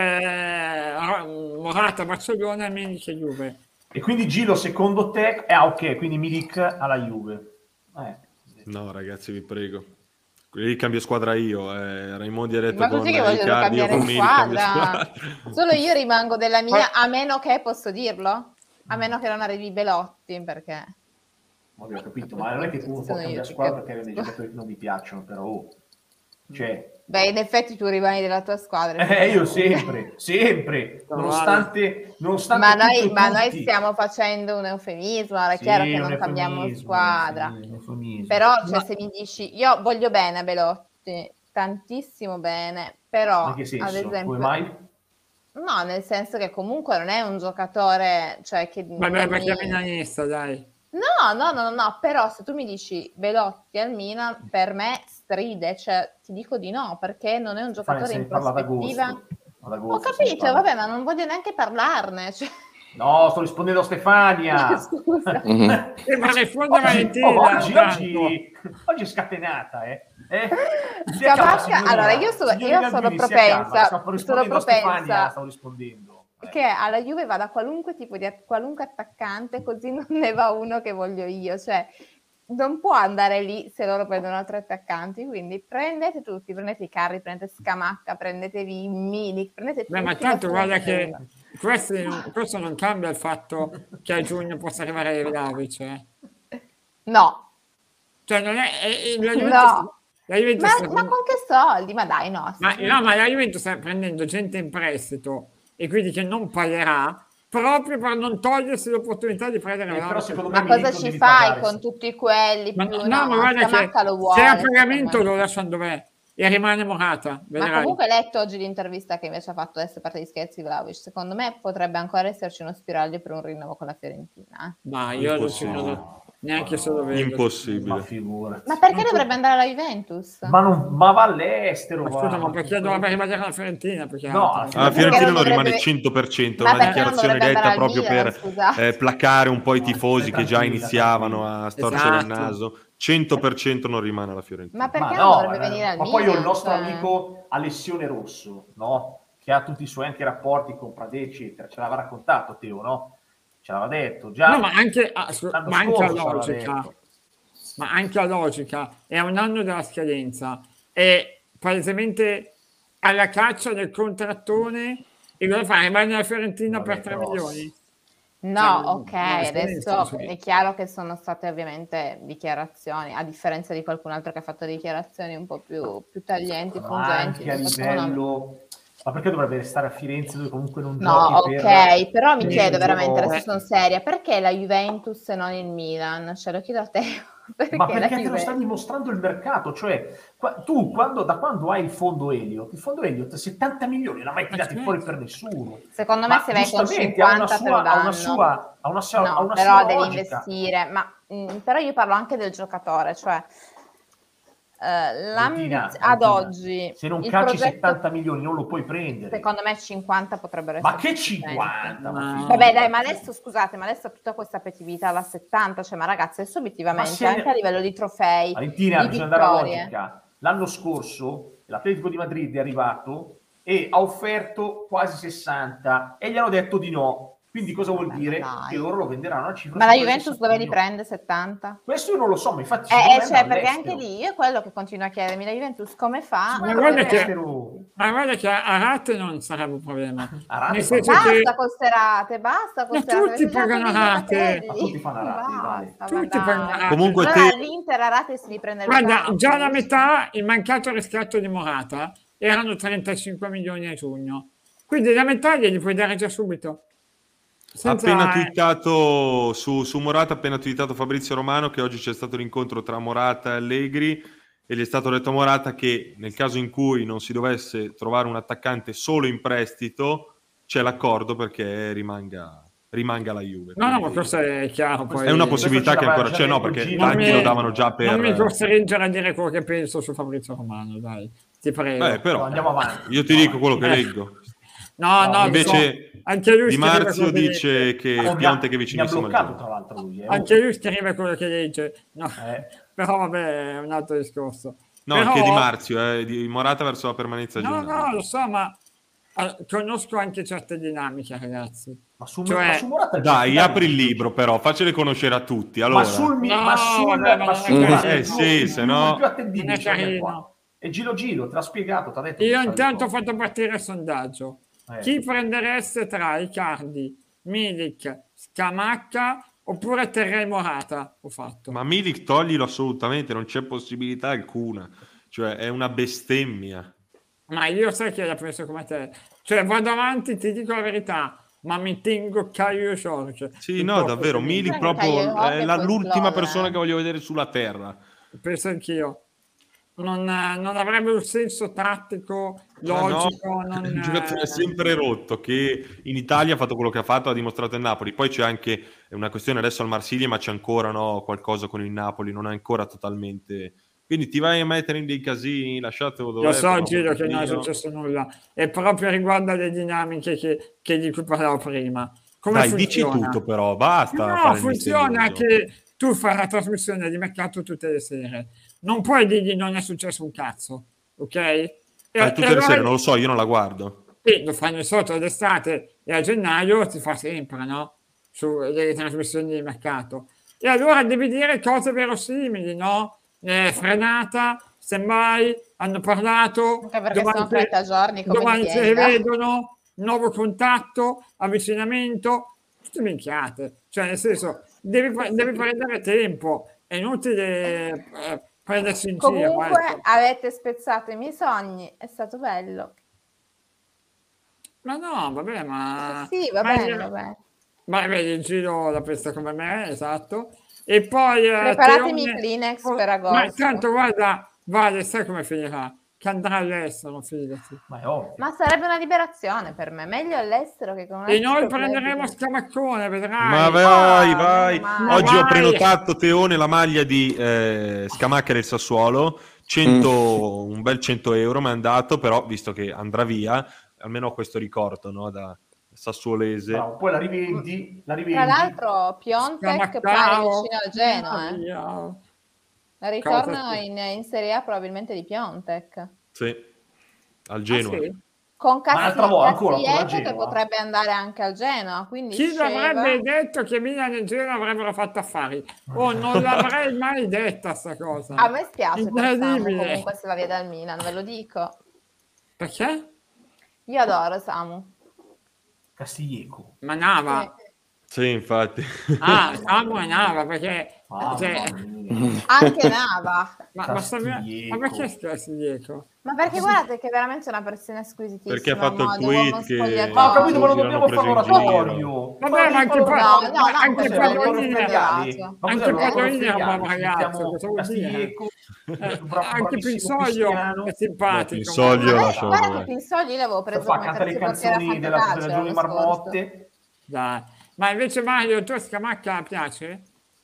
Speaker 1: eh, Morata Barcellona e Milik e Juve.
Speaker 2: E quindi Gilo, secondo te, ah ok, quindi Milik alla Juve. Eh.
Speaker 4: No, ragazzi, vi prego. Lì cambio squadra io. Eh. Raimondi ha detto
Speaker 3: Ma
Speaker 4: con
Speaker 3: tutti che vogliono
Speaker 4: Icardi, io
Speaker 3: cambiare
Speaker 4: con Milik cambio
Speaker 3: squadra.
Speaker 4: squadra.
Speaker 3: Solo io rimango della mia, a meno che, posso dirlo? A meno che non arrivi Belotti, perché...
Speaker 2: Ho capito, ma non è che tu non puoi
Speaker 3: Sono
Speaker 2: cambiare
Speaker 3: io,
Speaker 2: squadra
Speaker 3: perché-
Speaker 2: perché hai dei giocatori che non mi piacciono, però oh. Cioè,
Speaker 3: Beh, in effetti tu rimani della tua squadra.
Speaker 2: eh, io sempre, sempre, nonostante, nonostante
Speaker 3: Ma noi,
Speaker 2: tutto e
Speaker 3: ma noi
Speaker 2: tutti.
Speaker 3: stiamo facendo un eufemismo, è
Speaker 2: Sì,
Speaker 3: chiaro che
Speaker 2: un
Speaker 3: non cambiamo
Speaker 2: eufemismo,
Speaker 3: squadra.
Speaker 2: sì, un eufemismo.
Speaker 3: Però, cioè,
Speaker 1: Ma-
Speaker 3: se mi dici, io voglio bene a Belotti, tantissimo bene, però,
Speaker 2: In che senso?
Speaker 3: ad esempio...
Speaker 2: Come mai?
Speaker 3: No, nel senso che comunque non è un giocatore, cioè che...
Speaker 1: Vabbè, perché è
Speaker 3: mi-
Speaker 1: milanista, dai.
Speaker 3: No, no, no, no, no, però se tu mi dici Belotti al Milan, per me stride, cioè ti dico di no, perché non è un giocatore
Speaker 2: Se ne
Speaker 3: in
Speaker 2: parla ad
Speaker 3: prospettiva.
Speaker 2: agosto. Ad
Speaker 3: Ho
Speaker 2: agosto se ne
Speaker 3: capito,
Speaker 2: parla.
Speaker 3: vabbè, ma non voglio neanche parlarne. Cioè...
Speaker 2: No, sto rispondendo a Stefania.
Speaker 3: Scusa.
Speaker 1: E ma risponde
Speaker 2: Oggi,
Speaker 1: Valentina.
Speaker 2: oh, oggi,
Speaker 1: intanto.
Speaker 2: oggi, oggi è scatenata, eh? eh? Stia
Speaker 3: Scamacca-
Speaker 2: calma, signorina.
Speaker 3: allora, io sono-
Speaker 2: Signorina
Speaker 3: io sono
Speaker 2: Gambini, stia
Speaker 3: propensa-
Speaker 2: calma, stavo
Speaker 3: sono
Speaker 2: rispondendo a
Speaker 3: propensa-
Speaker 2: Stefania, stavo rispondendo. Eh.
Speaker 3: Che alla Juve vada qualunque tipo di qualunque attaccante, così non ne va uno che voglio io, cioè non può andare lì se loro prendono altri attaccanti, quindi prendete tutti, prendete i Carri, prendete Scamacca, prendetevi Milik, prendete
Speaker 1: Beh,
Speaker 3: tutti.
Speaker 1: ma tanto
Speaker 3: la
Speaker 1: guarda che
Speaker 3: squadra.
Speaker 1: questo non, questo non cambia il fatto che a giugno possa arrivare Vlahovic, eh.
Speaker 3: No,
Speaker 1: Cioè non è, è- è- la Juventus,
Speaker 3: no,
Speaker 1: la Juventus
Speaker 3: ma,
Speaker 1: sta
Speaker 3: ma
Speaker 1: prendendo-
Speaker 3: con che soldi? Ma dai, no.
Speaker 1: ma,
Speaker 3: sì.
Speaker 1: no, ma la Juventus sta prendendo gente in prestito e quindi che non pagherà proprio per non togliersi l'opportunità di prendere
Speaker 2: Eh, però
Speaker 1: Vlahovic.
Speaker 2: secondo me
Speaker 3: Ma cosa
Speaker 2: Milik
Speaker 3: ci
Speaker 2: devi
Speaker 3: fai
Speaker 2: pagare,
Speaker 3: con
Speaker 2: sì.
Speaker 3: tutti quelli
Speaker 1: Ma
Speaker 3: più?
Speaker 1: no,
Speaker 3: No,
Speaker 1: ma guarda che
Speaker 3: Scamacca lo vuole.
Speaker 1: se a
Speaker 3: secondo
Speaker 1: pagamento
Speaker 3: me.
Speaker 1: lo lasciano dov'è e rimane Morata,
Speaker 3: Ma
Speaker 1: vedrai.
Speaker 3: comunque hai letto oggi l'intervista che invece ha fatto, adesso a parte di scherzi, Vlahovic, secondo me potrebbe ancora esserci uno spiraglio per un rinnovo con la Fiorentina. eh.
Speaker 1: Ma io adesso
Speaker 4: Impossibile.
Speaker 1: non lo- neanche se lo vedo.
Speaker 2: Ma
Speaker 4: Impossibile.
Speaker 2: figurati.
Speaker 3: Ma perché
Speaker 2: Non-
Speaker 3: dovrebbe andare alla Juventus?
Speaker 2: Ma, non, ma va all'estero,
Speaker 1: Ma
Speaker 2: va.
Speaker 1: scusa, ma perché dovrebbe rimanere la Fiorentina? Perché
Speaker 2: No,
Speaker 1: altro?
Speaker 2: alla
Speaker 4: Alla Fiorentina
Speaker 3: non
Speaker 4: non rimane
Speaker 3: dovrebbe-
Speaker 4: cento per cento,
Speaker 3: Ma
Speaker 4: una
Speaker 3: perché non
Speaker 4: dichiarazione
Speaker 3: dovrebbe
Speaker 4: detta
Speaker 3: andare al
Speaker 4: proprio
Speaker 3: Milan,
Speaker 4: per
Speaker 3: scusate?
Speaker 4: eh, placare un po' i
Speaker 2: No,
Speaker 4: tifosi
Speaker 2: stai
Speaker 4: che già
Speaker 2: tranquilla,
Speaker 4: iniziavano
Speaker 2: tranquilla.
Speaker 4: a storcere il
Speaker 1: Esatto.
Speaker 4: naso. cento per cento non rimane alla Fiorentina.
Speaker 3: Ma perché
Speaker 2: Ma
Speaker 3: non
Speaker 2: no,
Speaker 3: dovrebbe
Speaker 2: eh,
Speaker 3: venire al
Speaker 2: ma
Speaker 3: Milan?
Speaker 2: poi ho il nostro
Speaker 3: cioè?
Speaker 2: amico Alessione Rosso, no? Che ha tutti i suoi anche rapporti con Pradè, eccetera. Ce l'aveva raccontato Teo, no? Ce l'aveva detto già.
Speaker 1: No, ma anche, ah, scu-
Speaker 2: l'anno
Speaker 1: ma anche a
Speaker 2: scorso ce l'aveva
Speaker 1: logica,
Speaker 2: detto.
Speaker 1: ma anche a logica, è un anno della scadenza, è palesemente alla caccia del contrattone e cosa fa? Rimane la Fiorentina
Speaker 2: Vabbè,
Speaker 1: per tre
Speaker 2: però-
Speaker 1: milioni?
Speaker 3: No,
Speaker 1: Cioè,
Speaker 3: ok,
Speaker 1: no,
Speaker 3: adesso
Speaker 1: sì.
Speaker 3: è chiaro che sono state ovviamente dichiarazioni, a differenza di qualcun altro che ha fatto dichiarazioni un po' più, più taglienti,
Speaker 2: Ma
Speaker 3: pungenti.
Speaker 2: anche a
Speaker 3: non facciamo nome.
Speaker 2: livello... Ma perché dovrebbe restare a Firenze dove comunque non
Speaker 3: No,
Speaker 2: giochi
Speaker 3: ok,
Speaker 2: per...
Speaker 3: però mi
Speaker 2: per
Speaker 3: chiedo
Speaker 2: il
Speaker 3: veramente,
Speaker 2: gioco?
Speaker 3: adesso sono seria, perché la Juventus e non il Milan? Ce lo chiedo a te. Perché
Speaker 2: Ma
Speaker 3: la
Speaker 2: perché te lo
Speaker 3: Juve-
Speaker 2: sta dimostrando il mercato? Cioè, qua- tu quando, da quando hai il fondo Elliott, il fondo Elliott settanta milioni non ha mai tirati
Speaker 1: certo.
Speaker 2: fuori per nessuno.
Speaker 3: Secondo me
Speaker 2: Ma
Speaker 3: se vai con
Speaker 2: giustamente ha una
Speaker 3: cinquanta te lo
Speaker 2: sua, ha una
Speaker 3: danno.
Speaker 2: sua, ha una sua, ha
Speaker 3: No,
Speaker 2: una
Speaker 3: però
Speaker 2: sua
Speaker 3: devi
Speaker 2: logica.
Speaker 3: investire, ma mh, però io parlo anche del giocatore, cioè eh,
Speaker 2: Valentina,
Speaker 3: l'ambiz- ad
Speaker 2: Valentina,
Speaker 3: oggi
Speaker 2: se non
Speaker 3: il
Speaker 2: calci
Speaker 3: progetto-
Speaker 2: settanta milioni non lo puoi prendere.
Speaker 3: secondo me cinquanta potrebbero
Speaker 2: Ma
Speaker 3: essere
Speaker 2: che cinquanta? Ma
Speaker 1: No.
Speaker 2: figurati.
Speaker 3: Vabbè dai, ma adesso scusate, ma adesso tutta questa appetibilità alla settanta, cioè ma ragazzi adesso obiettivamente
Speaker 2: Ma se-
Speaker 3: anche a livello di trofei,
Speaker 2: Valentina,
Speaker 3: di
Speaker 2: bisogna andare alla
Speaker 3: vittorie.
Speaker 2: logica. L'anno scorso l'Atletico di Madrid è arrivato e ha offerto quasi sessanta e gli hanno detto di no. Quindi cosa vuol
Speaker 3: Vabbè,
Speaker 2: dire?
Speaker 3: dai.
Speaker 2: Che loro lo venderanno a cifra
Speaker 3: Ma la
Speaker 2: superiore ai
Speaker 3: Juventus
Speaker 2: sessanta
Speaker 3: dove li
Speaker 2: milioni.
Speaker 3: prende? settanta?
Speaker 2: Questo io non lo so, ma infatti
Speaker 3: Eh,
Speaker 2: secondo
Speaker 3: eh,
Speaker 2: me
Speaker 3: cioè,
Speaker 2: andrà
Speaker 3: perché anche
Speaker 2: all'estero.
Speaker 3: lì io è quello che continuo a chiedermi, la Juventus come fa?
Speaker 2: Ma
Speaker 1: Ma
Speaker 2: andrà
Speaker 1: guarda che-
Speaker 2: all'estero.
Speaker 1: Ma guarda che a Rate non sarebbe un problema.
Speaker 2: Arate
Speaker 1: Nel
Speaker 2: fa-
Speaker 1: senso
Speaker 3: Basta
Speaker 1: che
Speaker 3: con ste rate, basta con
Speaker 1: Ma
Speaker 3: ste rate.
Speaker 1: tutti
Speaker 3: avete già
Speaker 1: pagano
Speaker 3: finito i
Speaker 1: rate.
Speaker 3: capelli.
Speaker 2: Ma tutti fanno a rate, dai.
Speaker 3: Basta,
Speaker 1: Tutti
Speaker 3: ma
Speaker 1: pagano
Speaker 3: dai.
Speaker 1: rate.
Speaker 4: Comunque
Speaker 3: Allora
Speaker 4: te-
Speaker 3: l'Inter a rate si riprende il
Speaker 1: guarda,
Speaker 3: campo.
Speaker 1: già la metà, il mancato riscatto di Morata erano trentacinque milioni a giugno. Quindi la metà glieli puoi dare già subito.
Speaker 4: Ha
Speaker 1: Senza-
Speaker 4: appena twittato su, su Morata, ha appena twittato Fabrizio Romano che oggi c'è stato l'incontro tra Morata e Allegri e gli è stato detto a Morata che nel caso in cui non si dovesse trovare un attaccante solo in prestito c'è l'accordo perché rimanga, rimanga la Juve.
Speaker 1: No, no, ma
Speaker 4: Quindi
Speaker 1: questo è chiaro. Poi
Speaker 4: è una
Speaker 2: Questo
Speaker 4: possibilità
Speaker 2: ce
Speaker 4: che
Speaker 2: l'aveva
Speaker 4: ancora
Speaker 2: già
Speaker 4: c'è, no,
Speaker 2: detto
Speaker 4: perché
Speaker 2: Gino.
Speaker 4: tanti
Speaker 1: Non
Speaker 4: lo
Speaker 1: mi-
Speaker 4: davano già per...
Speaker 1: Non mi costringere a dire quello che penso su Fabrizio Romano, dai, ti prego.
Speaker 4: Eh, però,
Speaker 2: No, andiamo avanti.
Speaker 4: io ti
Speaker 2: Andiamo
Speaker 4: dico quello che
Speaker 1: Eh.
Speaker 4: leggo.
Speaker 1: No,
Speaker 2: No,
Speaker 1: no,
Speaker 4: Invece
Speaker 1: so, anche lui
Speaker 4: Di
Speaker 1: scrive
Speaker 4: Marzio
Speaker 1: quello che
Speaker 4: dice
Speaker 1: legge.
Speaker 4: che
Speaker 2: Oh, mi ha-
Speaker 4: Piontek è
Speaker 2: mi ha
Speaker 4: vicinissimo al
Speaker 2: bloccato
Speaker 4: gioco.
Speaker 2: tra l'altro lui. eh.
Speaker 1: Anche lui scrive quello che legge. No,
Speaker 2: Eh.
Speaker 1: però vabbè, è un altro discorso.
Speaker 4: No,
Speaker 1: Però...
Speaker 4: anche Di Marzio, eh, di Morata verso la permanenza
Speaker 1: No,
Speaker 4: generale.
Speaker 1: no, lo so, ma eh, conosco anche certe dinamiche, ragazzi.
Speaker 2: Ma su,
Speaker 1: Cioè...
Speaker 2: ma su Morata
Speaker 4: Dai, apri il libro però, faccele conoscere a tutti. Allora.
Speaker 2: Ma sul,
Speaker 1: No,
Speaker 2: ma sul,
Speaker 1: vabbè, ma
Speaker 2: ma
Speaker 1: non
Speaker 2: sul
Speaker 1: è
Speaker 2: Morata,
Speaker 1: carino.
Speaker 4: Eh,
Speaker 2: il,
Speaker 4: sì,
Speaker 2: il
Speaker 4: se
Speaker 2: più,
Speaker 4: no-
Speaker 2: il più attendibile
Speaker 1: Non è
Speaker 2: ce l'abbiamo
Speaker 1: carino.
Speaker 2: qua. E Gilo Gilo, te l'ha spiegato, ti ha detto.
Speaker 1: Io
Speaker 2: che
Speaker 1: intanto ho
Speaker 2: sta
Speaker 1: fatto partire il sondaggio.
Speaker 2: Eh.
Speaker 1: Chi prendereste tra Icardi, Milik, Scamacca oppure terrei Morata? Ho fatto.
Speaker 4: Ma Milik toglilo assolutamente, non c'è possibilità alcuna. Cioè, è una bestemmia.
Speaker 1: Ma io sai che la penso come te. Cioè vado avanti, ti dico la verità, ma mi tengo Caio Giorgio.
Speaker 4: Sì, no, davvero, Milik proprio è la- l'ultima persona che voglio vedere sulla terra.
Speaker 1: Penso anch'io. Non, non avrebbe un senso tattico,
Speaker 4: Ma no,
Speaker 1: logico.
Speaker 4: è
Speaker 1: non,
Speaker 4: un giocatore
Speaker 1: eh,
Speaker 4: sempre rotto che in Italia ha fatto quello che ha fatto, ha dimostrato il Napoli. Poi c'è anche una questione adesso al Marsiglia, ma c'è ancora no, qualcosa con il Napoli, non è ancora totalmente. Quindi ti vai a mettere in dei casini, lasciatelo dove
Speaker 1: Lo
Speaker 4: è,
Speaker 1: so,
Speaker 4: per
Speaker 1: Giro,
Speaker 4: l'amor
Speaker 1: che
Speaker 4: di
Speaker 1: non è
Speaker 4: Dio.
Speaker 1: successo nulla. E proprio riguardo alle dinamiche che, che di cui parlavo prima. Come
Speaker 4: Dai,
Speaker 1: funziona?
Speaker 4: dici tutto però, basta
Speaker 1: No,
Speaker 4: fare il
Speaker 1: funziona
Speaker 4: misterioso.
Speaker 1: che tu fai la trasmissione di mercato tutte le sere. Non puoi dirgli non è successo un cazzo, ok? E,
Speaker 4: Fai
Speaker 1: e
Speaker 4: tutte le
Speaker 1: allora-
Speaker 4: sere, non lo so, io non la guardo.
Speaker 1: Sì, lo fanno sotto d'estate e a gennaio si fa sempre, no? Sulle trasmissioni di mercato. E allora devi dire cose verosimili, no? Eh, frenata, semmai, hanno parlato,
Speaker 3: Anche perché
Speaker 1: domani,
Speaker 3: sono trenta giorni, come
Speaker 1: domani
Speaker 3: ti
Speaker 1: si
Speaker 3: viene,
Speaker 1: rivedono, nuovo contatto, avvicinamento, tutte minchiate. Cioè, nel senso, devi, devi prendere tempo, è inutile eh, prendersi in giro.
Speaker 3: Comunque
Speaker 1: ecco.
Speaker 3: avete spezzato i miei sogni, è stato bello.
Speaker 1: Ma no, vabbè, ma...
Speaker 3: Sì, va
Speaker 1: ma
Speaker 3: bene,
Speaker 1: io-
Speaker 3: va bene.
Speaker 1: Ma vedi, il giro la pensa come me, esatto. E poi... eh,
Speaker 3: Preparatemi
Speaker 1: Teone-
Speaker 3: i Kleenex
Speaker 1: oh,
Speaker 3: per
Speaker 1: Ma
Speaker 3: agosto.
Speaker 1: tanto guarda, Vale, sai come finirà? Che andrà all'estero, fidati.
Speaker 2: Ma è ovvio.
Speaker 3: Ma sarebbe una liberazione per me, meglio all'estero che con un
Speaker 1: E noi
Speaker 3: altro
Speaker 1: prenderemo
Speaker 3: club.
Speaker 1: Scamaccone, vedrai.
Speaker 4: Ma vai,
Speaker 3: Ah,
Speaker 4: vai.
Speaker 3: meno male.
Speaker 4: Oggi
Speaker 1: Ma
Speaker 4: ho
Speaker 1: vai.
Speaker 4: prenotato, Teone, la maglia di eh, Scamacca del Sassuolo, cento, un bel cento euro mi è andato, però visto che andrà via, almeno ho questo ricordo, no, da sassuolese.
Speaker 2: Bravo, poi la rivendi, la rivendi.
Speaker 3: Tra l'altro Piontek pare
Speaker 1: Scamaccao.
Speaker 3: vicino al Genoa, eh.
Speaker 1: Via.
Speaker 3: Ritorno
Speaker 1: Cosa?
Speaker 3: in, in Serie A probabilmente di Piontek.
Speaker 4: Sì, al
Speaker 1: Ah,
Speaker 4: Genoa.
Speaker 1: sì?
Speaker 3: Con
Speaker 2: Ma un'altra volta, ancora, ancora
Speaker 3: Cassieto che
Speaker 2: Genoa?
Speaker 3: potrebbe andare anche al Genoa, quindi
Speaker 1: Chi
Speaker 3: Sceva-
Speaker 1: l'avrebbe detto che Milan e Genoa avrebbero fatto affari? Oh, non l'avrei mai detta sta cosa.
Speaker 3: A me spiace per Samu
Speaker 1: Incredibile.
Speaker 3: comunque se va via dal Milan, ve lo dico.
Speaker 1: Perché?
Speaker 3: Io adoro Samu.
Speaker 2: Castiglieco.
Speaker 1: Manava.
Speaker 4: Sì, infatti.
Speaker 1: Ah, Samu e Nava, perché...
Speaker 2: Mamma
Speaker 1: cioè,
Speaker 2: mia.
Speaker 3: Anche Nava.
Speaker 1: ma, ma, sta-
Speaker 2: Castiglieco.
Speaker 1: ma perché scherzi dietro?
Speaker 3: Ma perché guardate che è veramente una persona squisitissima.
Speaker 4: Perché ha fatto il
Speaker 3: modo,
Speaker 4: tweet
Speaker 3: uomo
Speaker 4: che-
Speaker 3: spogliatoio.
Speaker 2: Ma ho capito, ma non
Speaker 4: Sì,
Speaker 2: dobbiamo
Speaker 4: l'hanno
Speaker 2: fare
Speaker 4: preso in
Speaker 2: oratorio.
Speaker 1: Vabbè, ma anche poi-
Speaker 3: No, no, no,
Speaker 1: anche
Speaker 3: questo
Speaker 1: poi
Speaker 3: è
Speaker 1: non
Speaker 3: un
Speaker 1: dire-
Speaker 3: freghiato.
Speaker 2: Ma
Speaker 1: Anche
Speaker 2: cos'è,
Speaker 1: Paolini era un bravo
Speaker 2: Freghiani?
Speaker 1: ragazzo,
Speaker 2: Mettiamo
Speaker 1: cosa vuol dire?
Speaker 2: Castiglieco,
Speaker 1: Eh,
Speaker 2: bra-
Speaker 1: anche
Speaker 2: bravissimo
Speaker 1: Pinsoglio
Speaker 2: Cristiano.
Speaker 1: è simpatico.
Speaker 4: No, Pinsoglio
Speaker 3: Ma
Speaker 4: lascia-
Speaker 3: guarda, guarda
Speaker 4: vabbè.
Speaker 3: che Pinsoglio io l'avevo preso
Speaker 2: Fa
Speaker 3: come
Speaker 2: canta le
Speaker 3: terzo portiere a
Speaker 2: canzoni della,
Speaker 3: fantacalcio
Speaker 2: della Giovani
Speaker 3: l'anno scorso.
Speaker 2: Marmotte.
Speaker 1: Dai. Ma invece Mario, tu a Scamacca piace?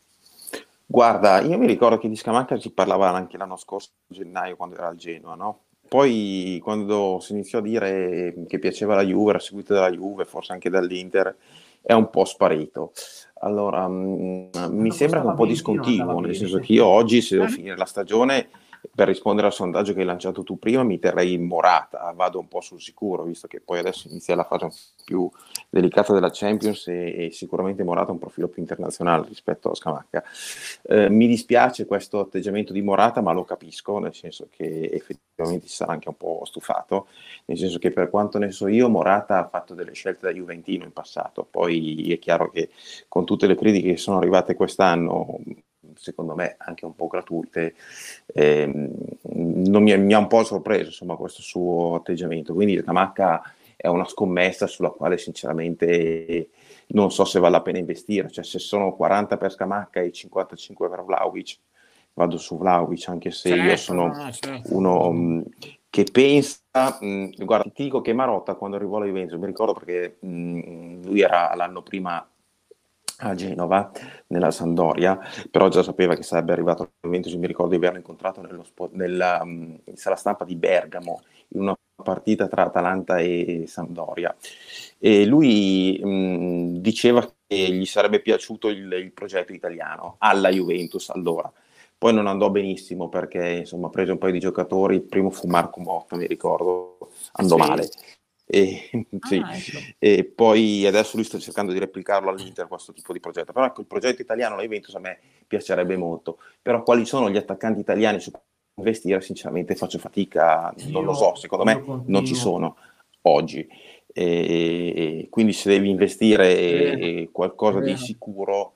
Speaker 5: Guarda, io mi ricordo che di Scamacca si parlava anche l'anno scorso, a gennaio, quando era al Genoa, no? Poi quando si iniziò a dire che piaceva la Juve, era seguito dalla Juve, forse anche dall'Inter, è un po' sparito. Allora, mh, mi sembra che un po' discontinuo, nel senso che io oggi, se devo finire la stagione, per rispondere al sondaggio che hai lanciato tu prima, mi terrei in Morata, vado un po' sul sicuro, visto che poi adesso inizia la fase più delicata della Champions e, e sicuramente Morata ha un profilo più internazionale rispetto a Scamacca. Eh, mi dispiace questo atteggiamento di Morata, ma lo capisco, nel senso che effettivamente si sarà anche un po' stufato, nel senso che per quanto ne so io, Morata ha fatto delle scelte da juventino in passato, poi è chiaro che con tutte le critiche che sono arrivate quest'anno, secondo me anche un po' gratuite, ehm, non mi, mi ha un po' sorpreso insomma questo suo atteggiamento, quindi Scamacca è una scommessa sulla quale sinceramente non so se vale la pena investire, cioè se sono quaranta per Scamacca e cinquantacinque per Vlahovic, vado su Vlahovic, anche se
Speaker 1: Certo,
Speaker 5: io sono
Speaker 1: no, certo.
Speaker 5: uno mh, che pensa, mh, guarda, ti dico che Marotta quando arrivò alla Juventus, mi ricordo perché mh, lui era l'anno prima a Genova, nella Sampdoria, però già sapeva che sarebbe arrivato alla Juventus, mi ricordo di averlo incontrato nello spot, nella um, sala stampa di Bergamo, in una partita tra Atalanta e Sampdoria, e lui mh, diceva che gli sarebbe piaciuto il, il progetto italiano alla Juventus allora, poi non andò benissimo perché insomma ha preso un paio di giocatori, il primo fu Marco Motta, mi ricordo, andò
Speaker 1: Sì.
Speaker 5: male. E, sì.
Speaker 1: Ah, ecco.
Speaker 5: E poi adesso lui sta cercando di replicarlo all'Inter questo tipo di progetto, però ecco, il progetto italiano alla Juventus a me piacerebbe molto, però quali sono gli attaccanti italiani su cui investire sinceramente faccio fatica, non
Speaker 2: Io-
Speaker 5: lo so, secondo
Speaker 2: io
Speaker 5: me
Speaker 2: continuo.
Speaker 5: non ci sono oggi. E, e quindi se devi investire
Speaker 1: È
Speaker 5: e- qualcosa
Speaker 1: è
Speaker 5: di
Speaker 1: vero.
Speaker 5: sicuro,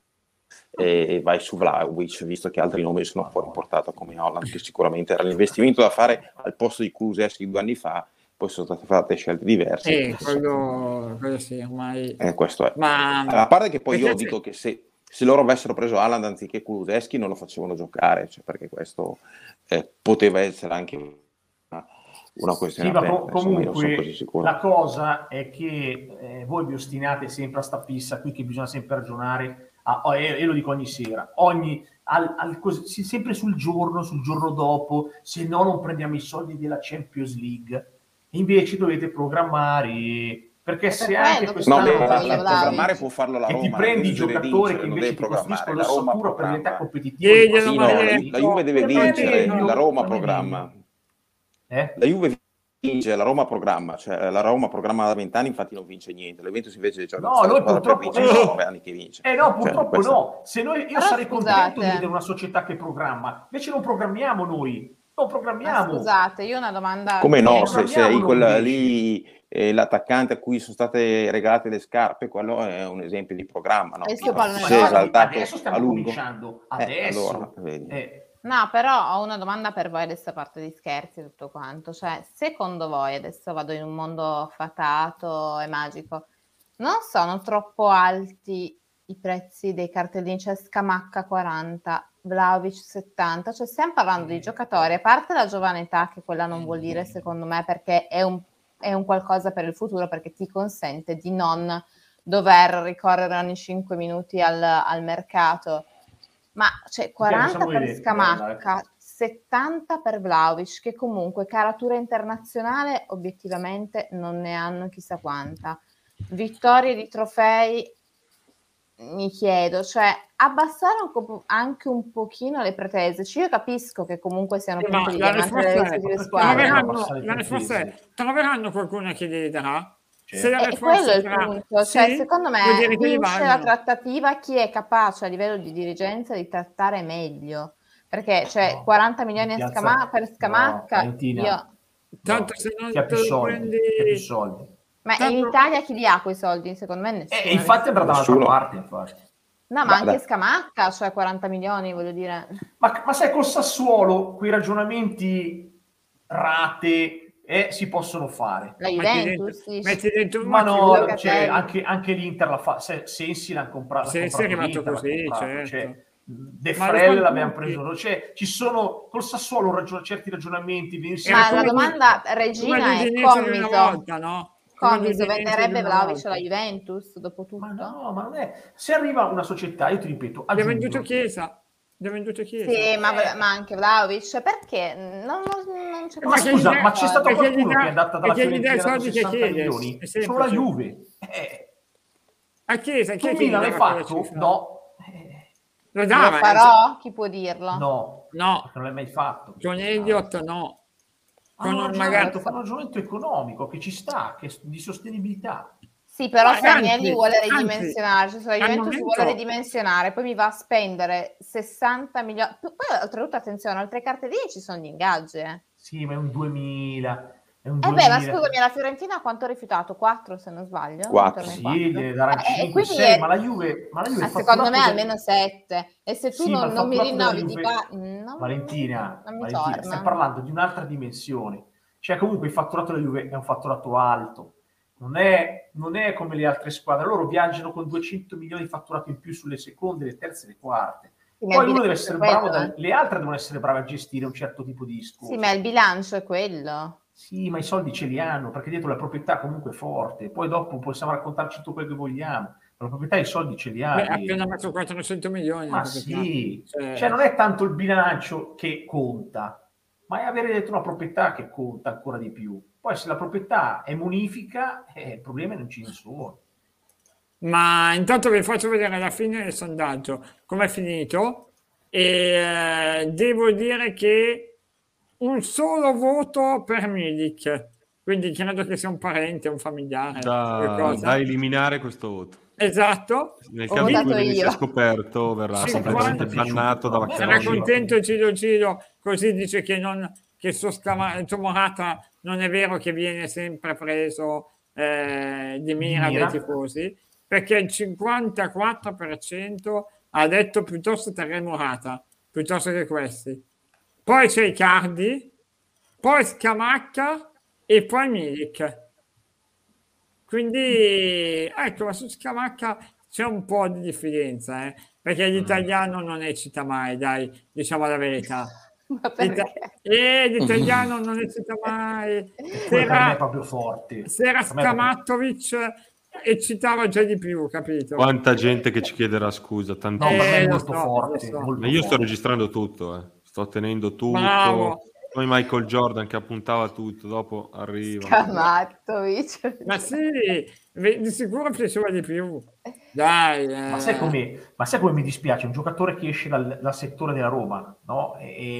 Speaker 5: e vai su Vlahovic, visto che altri nomi sono fuori portata come Holland, che sicuramente era l'investimento da fare al posto di Kulusevski due anni fa, poi sono state fatte scelte diverse.
Speaker 1: Eh, quello, quello sì, ormai.
Speaker 5: Eh, questo è.
Speaker 1: Ma
Speaker 5: A parte che poi io
Speaker 1: perché
Speaker 5: dico che se, se loro avessero preso Haaland anziché Kulusevski non lo facevano giocare, cioè, perché questo eh, poteva essere anche una, una questione
Speaker 2: Sì, ma
Speaker 5: aperta,
Speaker 2: co-
Speaker 5: insomma, io non sono così
Speaker 2: comunque
Speaker 5: sicuro.
Speaker 2: la cosa è che eh, voi vi ostinate sempre a sta pissa qui che bisogna sempre ragionare, a, oh, e, e lo dico ogni sera, ogni, al, al, così, sì, sempre sul giorno, sul giorno dopo, se no non prendiamo i soldi della Champions League. Invece dovete programmare, perché
Speaker 3: È
Speaker 2: se
Speaker 3: per
Speaker 2: anche
Speaker 3: quello che
Speaker 2: quest'anno
Speaker 5: No,
Speaker 3: stanno
Speaker 5: ma
Speaker 2: fai
Speaker 3: facendo
Speaker 5: la,
Speaker 2: la
Speaker 3: Vlahovic.
Speaker 5: programmare può farlo la
Speaker 2: e ti
Speaker 5: Roma,
Speaker 2: prendi i
Speaker 5: la Juve deve
Speaker 2: giocatori
Speaker 5: vincere,
Speaker 2: che
Speaker 5: non
Speaker 2: invece
Speaker 5: devi
Speaker 2: ti costruiscono
Speaker 5: programmare, la Roma
Speaker 2: l'ossatura per diventare
Speaker 5: programma.
Speaker 2: competitivo nei
Speaker 1: Diglielo,
Speaker 2: prossimi
Speaker 5: Sì, no, la,
Speaker 2: anni.
Speaker 5: la Juve deve
Speaker 2: Per me è
Speaker 5: vincere,
Speaker 2: meglio,
Speaker 5: la Roma
Speaker 2: per me è
Speaker 5: programma.
Speaker 2: meglio. Eh?
Speaker 5: La Juve vince, la Roma programma, cioè la Roma programma da vent'anni, infatti non vince niente. La Juventus invece cioè,
Speaker 2: No,
Speaker 5: sta
Speaker 2: noi
Speaker 5: squadra per
Speaker 2: purtroppo
Speaker 5: vincere
Speaker 2: eh,
Speaker 5: sono
Speaker 2: no.
Speaker 5: nove anni che vince.
Speaker 2: Eh no,
Speaker 5: Cioè,
Speaker 2: purtroppo
Speaker 5: questa-
Speaker 2: no. Se noi, io
Speaker 3: Però
Speaker 2: sarei
Speaker 3: scusate.
Speaker 2: contento di vedere una società che programma, invece non programmiamo noi, non
Speaker 3: Ma
Speaker 2: programmiamo.
Speaker 3: scusate, io ho una domanda.
Speaker 5: Come no,
Speaker 3: che-
Speaker 5: se
Speaker 2: programmiamo
Speaker 5: sei
Speaker 2: noi
Speaker 5: quella
Speaker 2: invece.
Speaker 5: lì, eh, l'attaccante a cui sono state regalate le scarpe, quello è un esempio di programma, no?
Speaker 3: E il suo
Speaker 5: Infatti,
Speaker 3: pallone
Speaker 5: si è
Speaker 3: d'oro.
Speaker 5: esaltato
Speaker 2: Adesso
Speaker 5: a
Speaker 2: stiamo
Speaker 5: lungo.
Speaker 2: cominciando,
Speaker 5: Eh,
Speaker 2: adesso.
Speaker 5: allora, vedi.
Speaker 2: Eh,
Speaker 3: No, però ho una domanda per voi adesso, a parte di scherzi e tutto quanto. Cioè, secondo voi, adesso vado in un mondo fatato e magico, non sono troppo alti i prezzi dei cartellini? Cioè, Scamacca quaranta, Vlahovic settanta, cioè stiamo parlando di giocatori, a parte la giovane età, che quella non vuol dire secondo me, perché è un, è un qualcosa per il futuro, perché ti consente di non dover ricorrere ogni cinque minuti al, al mercato. Ma cioè quaranta
Speaker 2: possiamo
Speaker 3: per
Speaker 2: vedere,
Speaker 3: Scamacca, settanta per Vlahovic, che comunque caratura internazionale obiettivamente non ne hanno chissà quanta. Vittorie di trofei, mi chiedo, cioè abbassare un po', anche un pochino le pretese. Cioè, io capisco che comunque siano
Speaker 1: Sì, ma
Speaker 3: punti di
Speaker 1: la
Speaker 3: diamante delle
Speaker 1: risposta è,
Speaker 3: rispettive
Speaker 2: perché
Speaker 3: squadre.
Speaker 2: troveranno-
Speaker 1: troveranno,
Speaker 2: abbassare
Speaker 1: la risposta è,
Speaker 2: pretese.
Speaker 1: troveranno qualcuno che li darà?
Speaker 2: Cioè.
Speaker 1: Se la
Speaker 3: E
Speaker 1: risposta
Speaker 3: quello è il
Speaker 1: sarà
Speaker 3: punto, cioè
Speaker 1: sì,
Speaker 3: secondo
Speaker 1: vuol
Speaker 3: me
Speaker 1: dire che li
Speaker 3: vince la
Speaker 1: valgono.
Speaker 3: trattativa chi è capace a livello di dirigenza di trattare meglio, perché cioè
Speaker 2: No,
Speaker 3: quaranta milioni a
Speaker 2: piazza-
Speaker 3: Scama- per
Speaker 2: no,
Speaker 3: Scamacca,
Speaker 2: Valentina,
Speaker 3: io...
Speaker 1: Tanto
Speaker 2: no,
Speaker 1: se non
Speaker 2: chi ha più
Speaker 1: te lo
Speaker 2: soldi,
Speaker 1: prendi...
Speaker 2: chi ha più soldi.
Speaker 3: Ma
Speaker 1: Tanto-
Speaker 3: in Italia chi li ha quei soldi? Secondo me nessuno.
Speaker 2: E infatti andrà dall'altra
Speaker 5: Nessuno.
Speaker 2: parte, infatti.
Speaker 3: No, ma
Speaker 5: Ma
Speaker 3: anche
Speaker 5: dai.
Speaker 3: Scamacca, cioè quaranta milioni, voglio dire.
Speaker 2: Ma, ma sai, col Sassuolo quei ragionamenti rate eh, si possono fare.
Speaker 3: La
Speaker 1: Metti
Speaker 3: Juventus,
Speaker 1: dentro,
Speaker 3: dici?
Speaker 1: metti dentro un
Speaker 2: Ma
Speaker 1: occhio,
Speaker 2: no,
Speaker 3: Locatelli.
Speaker 2: cioè, anche, anche l'Inter la fa. Se, Sensi l'ha comprato,
Speaker 1: Se-
Speaker 2: l'ha
Speaker 1: se è
Speaker 2: comprato
Speaker 1: arrivato
Speaker 2: l'Inter, l'ha
Speaker 1: così,
Speaker 2: comprato,
Speaker 1: certo.
Speaker 2: cioè, De
Speaker 1: Ma
Speaker 2: Frel
Speaker 1: lo
Speaker 2: l'abbiamo
Speaker 1: fanno tutti.
Speaker 2: preso, cioè, ci sono col Sassuolo ragion- certi ragionamenti. venirsi
Speaker 1: Era
Speaker 3: Ma
Speaker 1: come
Speaker 3: la
Speaker 1: di-
Speaker 3: domanda,
Speaker 1: come
Speaker 3: Regina, è
Speaker 1: l'Udinese di una
Speaker 3: Comiso.
Speaker 1: volta, no? Come
Speaker 3: Comiso
Speaker 1: l'Udinese di
Speaker 3: venderebbe
Speaker 1: una
Speaker 3: Vlahovic
Speaker 1: volta.
Speaker 3: alla Juventus, dopo tutto?
Speaker 2: Ma no, ma non è. Se arriva una società, io ti ripeto, a
Speaker 1: Gli ha
Speaker 2: giugno,
Speaker 1: venduto Chiesa. Gli ha venduto Chiesa.
Speaker 3: Sì, ma,
Speaker 2: Eh.
Speaker 3: ma anche Vlahovic, cioè, perché non, non, non c'è
Speaker 1: Ma
Speaker 2: Ma
Speaker 1: che
Speaker 2: scusa,
Speaker 1: gli dà-
Speaker 2: ma c'è stato
Speaker 1: perché gli
Speaker 2: qualcuno
Speaker 1: dà-
Speaker 2: che è andata dalla
Speaker 1: perché gli dà
Speaker 2: Fiorentina
Speaker 1: i
Speaker 2: e ha dato
Speaker 1: soldi che
Speaker 2: sessanta
Speaker 1: chiede.
Speaker 2: milioni?
Speaker 1: È
Speaker 2: Solo la
Speaker 1: semplice.
Speaker 2: Juve. Eh,
Speaker 1: A Chiesa, chi
Speaker 2: tu
Speaker 1: è che gli
Speaker 2: Milan l'hai
Speaker 1: dava quella
Speaker 2: fatto?
Speaker 1: cifra?
Speaker 2: No. Eh,
Speaker 1: Lo
Speaker 3: Lo
Speaker 1: dava, eh,
Speaker 3: farò? Chi può dirlo?
Speaker 2: no.
Speaker 1: No.
Speaker 2: Perché non l'hai mai fatto.
Speaker 1: con Elliott no.
Speaker 2: Ah,
Speaker 1: Con
Speaker 2: un
Speaker 1: un
Speaker 2: ragionamento,
Speaker 1: magari...
Speaker 2: fa un ragionamento economico che ci sta, che è di sostenibilità.
Speaker 3: Sì, però
Speaker 1: Ma
Speaker 3: se Agnelli
Speaker 1: anzi,
Speaker 3: vuole
Speaker 1: anzi,
Speaker 3: ridimensionare, cioè se la
Speaker 1: al
Speaker 3: Juventus
Speaker 1: momento-
Speaker 3: vuole ridimensionare, poi mi va a spendere sessanta milioni. Poi oltretutto, attenzione, oltre ai cartellini ci sono gli ingaggi. Eh,
Speaker 2: Sì, ma è un duemila. È un
Speaker 3: eh beh, ma
Speaker 2: duemila.
Speaker 3: scusami, la Fiorentina quanto ha rifiutato? quattro se non sbaglio?
Speaker 5: Quattro.
Speaker 3: Intorno ai
Speaker 2: Sì,
Speaker 3: quattro.
Speaker 2: gliene darà
Speaker 3: Eh, e
Speaker 2: cinque,
Speaker 3: quindi
Speaker 2: sei,
Speaker 3: è-
Speaker 2: ma la Juve, ma la Juve
Speaker 3: ma
Speaker 2: il
Speaker 3: secondo me
Speaker 2: fatturato del-
Speaker 3: almeno sette. E se tu
Speaker 2: Sì, ma
Speaker 3: non,
Speaker 2: il
Speaker 3: non mi
Speaker 2: fatturato della
Speaker 3: rinnovi di
Speaker 2: Juve-
Speaker 3: qua, non,
Speaker 2: Valentina,
Speaker 3: non mi
Speaker 2: Valentina,
Speaker 3: torna.
Speaker 2: stiamo parlando di un'altra dimensione. Cioè, comunque il fatturato della Juve è un fatturato alto. Non è, non è come le altre squadre. Loro viaggiano con duecento milioni di fatturato in più sulle seconde, le terze e le quarte.
Speaker 3: Sì, ma
Speaker 2: Poi
Speaker 3: il
Speaker 2: uno deve
Speaker 3: bilancio
Speaker 2: essere
Speaker 3: è quello,
Speaker 2: bravo, da-
Speaker 3: eh.
Speaker 2: le altre devono essere brave a gestire un certo tipo di discorso.
Speaker 3: Sì, ma il bilancio è quello.
Speaker 2: Sì, ma i soldi ce li hanno, perché dietro la proprietà comunque è forte. Poi dopo possiamo raccontarci tutto quello che vogliamo. Ma la proprietà i soldi ce li ha.
Speaker 1: Beh, ha
Speaker 2: dietro.
Speaker 1: appena messo quattrocento milioni.
Speaker 2: Ma
Speaker 1: la proprietà.
Speaker 2: sì,
Speaker 1: Cioè,
Speaker 2: cioè non è tanto il bilancio che conta, ma è avere dentro una proprietà che conta ancora di più. Poi se la proprietà è munifica, eh, problemi non ce ne sono.
Speaker 1: Ma intanto vi faccio vedere la fine del sondaggio, com'è finito. e eh, devo dire che un solo voto per Milik, quindi credo che sia un parente, un familiare,
Speaker 4: Da,
Speaker 1: qualcosa.
Speaker 4: da eliminare questo voto.
Speaker 1: Esatto.
Speaker 4: Nel
Speaker 3: Ho
Speaker 4: caso in cui
Speaker 3: votato
Speaker 4: venisse
Speaker 3: io.
Speaker 4: scoperto, verrà
Speaker 1: cinquanta
Speaker 4: completamente bannato da
Speaker 2: Era
Speaker 1: Era
Speaker 4: Vaccaroni.
Speaker 1: contento Giro Giro, così dice che, non, che suo, scama, suo Morata non è vero che viene sempre preso eh, di mira
Speaker 2: mira.
Speaker 1: dai tifosi, perché il cinquantaquattro per cento ha detto piuttosto Terry Morata, piuttosto che questi. Poi c'è Icardi, poi Scamacca e poi Milik. Quindi, ecco, ma su Scamacca c'è un po' di diffidenza, eh, perché l'italiano non eccita mai, dai, diciamo la verità.
Speaker 3: Ma
Speaker 1: L'ita-
Speaker 3: perché?
Speaker 1: e l'italiano non eccita mai.
Speaker 2: Poi per me è
Speaker 1: Sera,
Speaker 2: proprio forte.
Speaker 1: sera
Speaker 2: Per me è proprio-
Speaker 1: Skamatovic eccitava già di più, capito?
Speaker 4: Quanta gente che ci chiederà scusa,
Speaker 2: No, per me
Speaker 4: tantissimo.
Speaker 2: è
Speaker 1: Eh, lo
Speaker 2: molto
Speaker 1: so,
Speaker 2: forte.
Speaker 1: lo so.
Speaker 2: molto
Speaker 4: Ma io sto
Speaker 2: forte.
Speaker 4: registrando tutto, eh. Sto tenendo tutto.
Speaker 1: Bravo.
Speaker 4: Poi Michael Jordan che appuntava tutto, dopo arriva.
Speaker 3: Scamatovic.
Speaker 1: Ma sì, ve- di sicuro piaceva di più. Dai, eh.
Speaker 2: Ma sai, come, ma sai come mi dispiace? Un giocatore che esce dal, dal settore della Roma, no?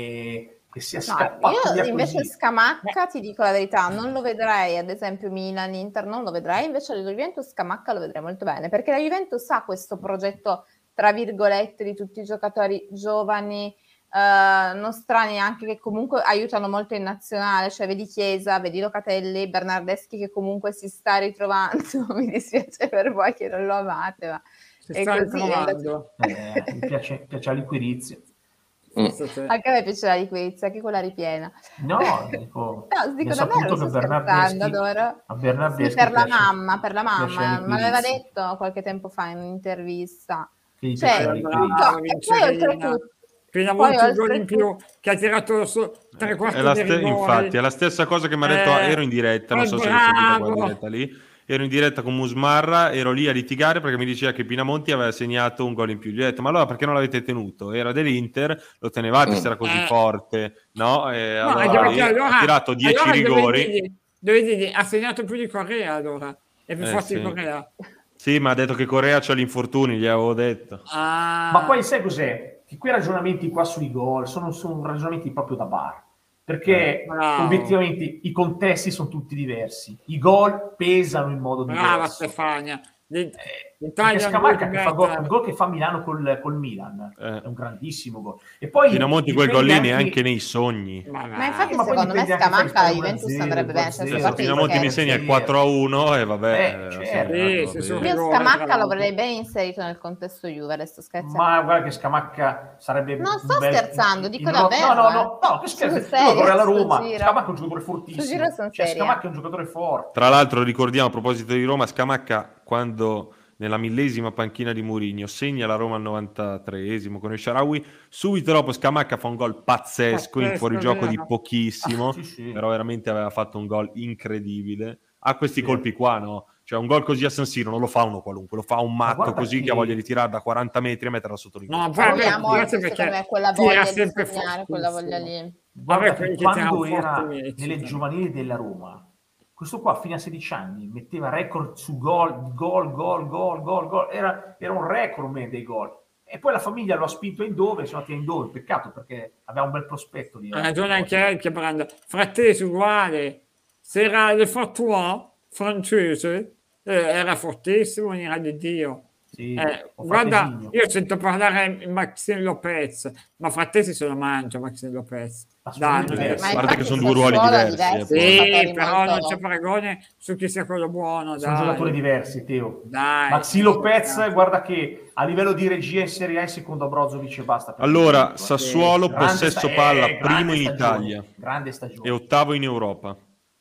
Speaker 2: E che sia
Speaker 3: No,
Speaker 2: scappato
Speaker 3: io
Speaker 2: via
Speaker 3: invece
Speaker 2: così.
Speaker 3: Scamacca, ti dico la verità, non lo vedrei, ad esempio Milan, Inter, non lo vedrei, invece la Juventus Scamacca lo vedrei molto bene, perché la Juventus ha questo progetto, tra virgolette, di tutti i giocatori giovani, eh, nostrani anche, che comunque aiutano molto in nazionale, cioè vedi Chiesa, vedi Locatelli, Bernardeschi che comunque si sta ritrovando, mi dispiace per voi che non lo amate, ma
Speaker 1: Si
Speaker 3: è
Speaker 1: sta
Speaker 3: così, è andato-
Speaker 1: ritrovando.
Speaker 2: Eh, mi piace, piace la liquirizia.
Speaker 1: Forse sì.
Speaker 3: anche a me piace la liquirizia, anche quella ripiena.
Speaker 2: No, dico,
Speaker 3: No,
Speaker 2: mi
Speaker 3: dico
Speaker 2: è saputo
Speaker 3: davvero, non
Speaker 2: che
Speaker 3: sto
Speaker 2: Bernardeschi,
Speaker 3: scherzando, adoro.
Speaker 2: a Bernardeschi
Speaker 3: Sì, per la
Speaker 2: piace-
Speaker 3: mamma, per la
Speaker 2: piace
Speaker 3: mamma,
Speaker 2: la
Speaker 3: me l'aveva
Speaker 2: liquirizia.
Speaker 3: detto qualche tempo fa in un'intervista.
Speaker 2: Che gli
Speaker 3: Cioè,
Speaker 2: piace la
Speaker 1: Eh,
Speaker 2: liquirizia.
Speaker 1: bravo,
Speaker 3: no, e poi
Speaker 1: Vincerina.
Speaker 3: oltretutto,
Speaker 1: Appena
Speaker 3: poi
Speaker 1: avuto un gol in
Speaker 3: oltretutto-
Speaker 1: più che ha tirato su tre quarti
Speaker 4: È la
Speaker 1: di
Speaker 4: ste-
Speaker 1: rigori.
Speaker 4: infatti, è la stessa cosa che mi ha detto.
Speaker 1: Eh,
Speaker 4: Ero in diretta, non
Speaker 1: eh,
Speaker 4: so se l'hai sentita quella
Speaker 1: bravo.
Speaker 4: diretta lì. Ero in diretta con Musmarra, ero lì a litigare perché mi diceva che Pinamonti aveva segnato un gol in più. Gli ho detto, ma allora perché non l'avete tenuto? Era dell'Inter, lo tenevate
Speaker 5: Mm.
Speaker 4: se era così
Speaker 1: Eh.
Speaker 4: forte, no? E
Speaker 1: No,
Speaker 4: allora,
Speaker 1: anche perché
Speaker 4: lì
Speaker 1: allora,
Speaker 4: ha tirato dieci
Speaker 1: allora
Speaker 4: rigori.
Speaker 1: Dovevi dirgli, dovevi dirgli, ha segnato più di Correa allora. È più
Speaker 4: Eh,
Speaker 1: forte
Speaker 4: sì.
Speaker 1: di Correa.
Speaker 4: Sì, ma ha detto che Correa c'ha gli infortuni, gli avevo detto.
Speaker 1: Ah,
Speaker 2: Ma poi sai cos'è? Che quei ragionamenti qua sui gol sono, sono ragionamenti proprio da bar. Perché
Speaker 1: Bravo.
Speaker 2: obiettivamente i contesti sono tutti diversi. I gol pesano in modo
Speaker 1: brava
Speaker 2: diverso.
Speaker 1: Stefania. Di-
Speaker 2: Eh,
Speaker 1: l'Italia
Speaker 2: perché
Speaker 1: non
Speaker 2: Scamacca
Speaker 1: deve
Speaker 2: che fa gol,
Speaker 1: mettere-
Speaker 2: il gol che fa a Milano col, col Milan
Speaker 4: Eh.
Speaker 2: è un grandissimo gol. E poi
Speaker 4: Pinamonti quel gol
Speaker 2: dipende
Speaker 4: lì
Speaker 2: anche-
Speaker 4: neanche nei sogni.
Speaker 1: Ma,
Speaker 3: Ma infatti
Speaker 2: Eh, ma poi
Speaker 3: secondo me
Speaker 2: dipende anche,
Speaker 3: Scamacca
Speaker 2: fai
Speaker 3: la
Speaker 2: uno a
Speaker 3: Juventus
Speaker 2: zero,
Speaker 3: andrebbe bene,
Speaker 2: due a
Speaker 3: senza
Speaker 2: zero,
Speaker 4: Se
Speaker 3: parte gli
Speaker 4: Pinamonti mi
Speaker 3: scherzi.
Speaker 4: segna quattro a uno e vabbè.
Speaker 2: Eh,
Speaker 4: eh,
Speaker 2: certo.
Speaker 4: segnato,
Speaker 1: Sì,
Speaker 4: va
Speaker 1: sì,
Speaker 4: bene.
Speaker 1: sono
Speaker 3: Io
Speaker 1: rigore,
Speaker 3: Scamacca
Speaker 1: tra
Speaker 3: lo
Speaker 1: l'altro.
Speaker 3: vorrei bene inserito nel contesto Juve, resto scherzando.
Speaker 2: Ma guarda che Scamacca sarebbe
Speaker 3: Non
Speaker 2: un
Speaker 3: sto
Speaker 2: bel-
Speaker 3: scherzando, dico
Speaker 2: il ro-
Speaker 3: davvero,
Speaker 2: No, no,
Speaker 3: eh.
Speaker 2: no, no, che
Speaker 3: Sono
Speaker 2: scherzo.
Speaker 3: seria,
Speaker 2: Io vorrei alla
Speaker 3: sto
Speaker 2: Roma.
Speaker 3: giro.
Speaker 2: Scamacca è un giocatore
Speaker 3: Sto
Speaker 2: fortissimo.
Speaker 3: giro sono
Speaker 2: Cioè,
Speaker 3: seria.
Speaker 2: Scamacca è un giocatore forte.
Speaker 4: Tra l'altro ricordiamo a proposito di Roma, Scamacca quando nella millesima panchina di Mourinho segna la Roma al novantatreesimo con il Shaarawy, subito dopo Scamacca fa un gol pazzesco in
Speaker 1: Pazzesco,
Speaker 4: fuorigioco di
Speaker 1: vero.
Speaker 4: pochissimo,
Speaker 2: Sì, sì.
Speaker 4: però veramente aveva fatto un gol incredibile. Ha questi
Speaker 2: Sì.
Speaker 4: colpi qua, no? Cioè un gol così a San Siro non lo fa uno qualunque, lo fa un matto
Speaker 2: guarda
Speaker 4: così che...
Speaker 2: che-
Speaker 4: ha voglia di tirare da quaranta metri e metterla sotto il
Speaker 1: No,
Speaker 4: gol.
Speaker 1: poi
Speaker 3: Poi
Speaker 1: vabbè,
Speaker 3: ha molto,
Speaker 1: grazie
Speaker 3: secondo
Speaker 1: perché
Speaker 3: me, quella
Speaker 1: tira
Speaker 3: voglia di
Speaker 1: sempre
Speaker 3: segnare, quella
Speaker 1: fortissimo.
Speaker 3: voglia lì.
Speaker 2: Guarda
Speaker 1: Vabbè,
Speaker 2: che
Speaker 1: quelli che
Speaker 2: quando
Speaker 1: tirano
Speaker 2: era
Speaker 1: forti mi eccitano.
Speaker 2: nelle giovanili della Roma, questo qua fino a sedici anni metteva record su gol, gol, gol, gol, gol, gol. Era, era un record man dei gol. E poi la famiglia lo ha spinto in dove, sono andati in dove, peccato perché aveva un bel prospetto lì.
Speaker 1: Ha ragione anche lei che prende. Frattesi uguale. Se era le Fortuà francese, eh, era fortissimo in ira di Dio.
Speaker 2: Sì,
Speaker 1: Eh,
Speaker 2: o
Speaker 1: guarda,
Speaker 2: Fratesino.
Speaker 1: io sento parlare Maxime Lopez, ma Frattesi se lo mangia Maxime Lopez.
Speaker 2: Assolutamente
Speaker 1: Dai,
Speaker 2: diverso.
Speaker 3: Ma
Speaker 4: A parte che
Speaker 3: infatti
Speaker 4: sono due ruoli
Speaker 3: Sassuolo
Speaker 4: diversi, eh,
Speaker 3: diversi,
Speaker 4: poi.
Speaker 1: sì,
Speaker 3: giocatori
Speaker 1: però
Speaker 3: molto-
Speaker 1: non c'è paragone su chi sia quello buono.
Speaker 2: Sono
Speaker 1: dai.
Speaker 2: giocatori diversi, Teo.
Speaker 1: Dai,
Speaker 2: Maxi
Speaker 1: sì,
Speaker 2: Lopez,
Speaker 1: sì.
Speaker 2: guarda che a livello di regia in Serie A è secondo a Brozovic e basta. per
Speaker 4: Allora,
Speaker 2: il momento, eh.
Speaker 4: Sassuolo,
Speaker 2: Grande
Speaker 4: possesso
Speaker 2: sta-
Speaker 4: palla,
Speaker 2: eh, grande
Speaker 4: primo in
Speaker 2: stagione,
Speaker 4: Italia
Speaker 2: Grande stagione.
Speaker 4: e ottavo in Europa.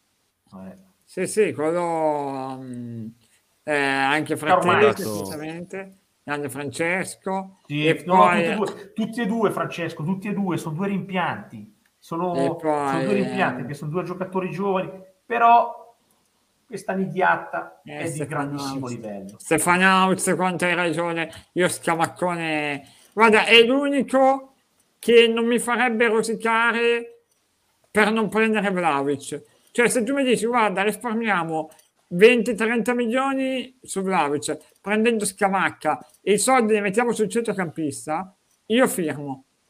Speaker 2: Eh.
Speaker 1: Sì, sì, quello mm, eh, anche
Speaker 2: Ormai-
Speaker 1: Frattesi, assolutamente, grande Francesco.
Speaker 2: Sì,
Speaker 1: e
Speaker 2: no,
Speaker 1: poi,
Speaker 2: tutti, e due, tutti e due, Francesco, tutti e due, sono due rimpianti. Sono,
Speaker 1: E poi,
Speaker 2: sono due rimpianti,
Speaker 1: eh,
Speaker 2: perché sono due giocatori giovani, però questa nidiata
Speaker 1: Eh,
Speaker 2: è di
Speaker 1: Stefano
Speaker 2: grandissimo
Speaker 1: Auz.
Speaker 2: livello.
Speaker 1: Stefano Auz, quanto hai ragione, io Scamaccone, guarda, è l'unico che non mi farebbe rosicare per non prendere Vlahovic. Cioè, se tu mi dici, guarda, risparmiamo venti trenta milioni su Vlahovic, prendendo Scamacca e i soldi li mettiamo sul centrocampista, io firmo.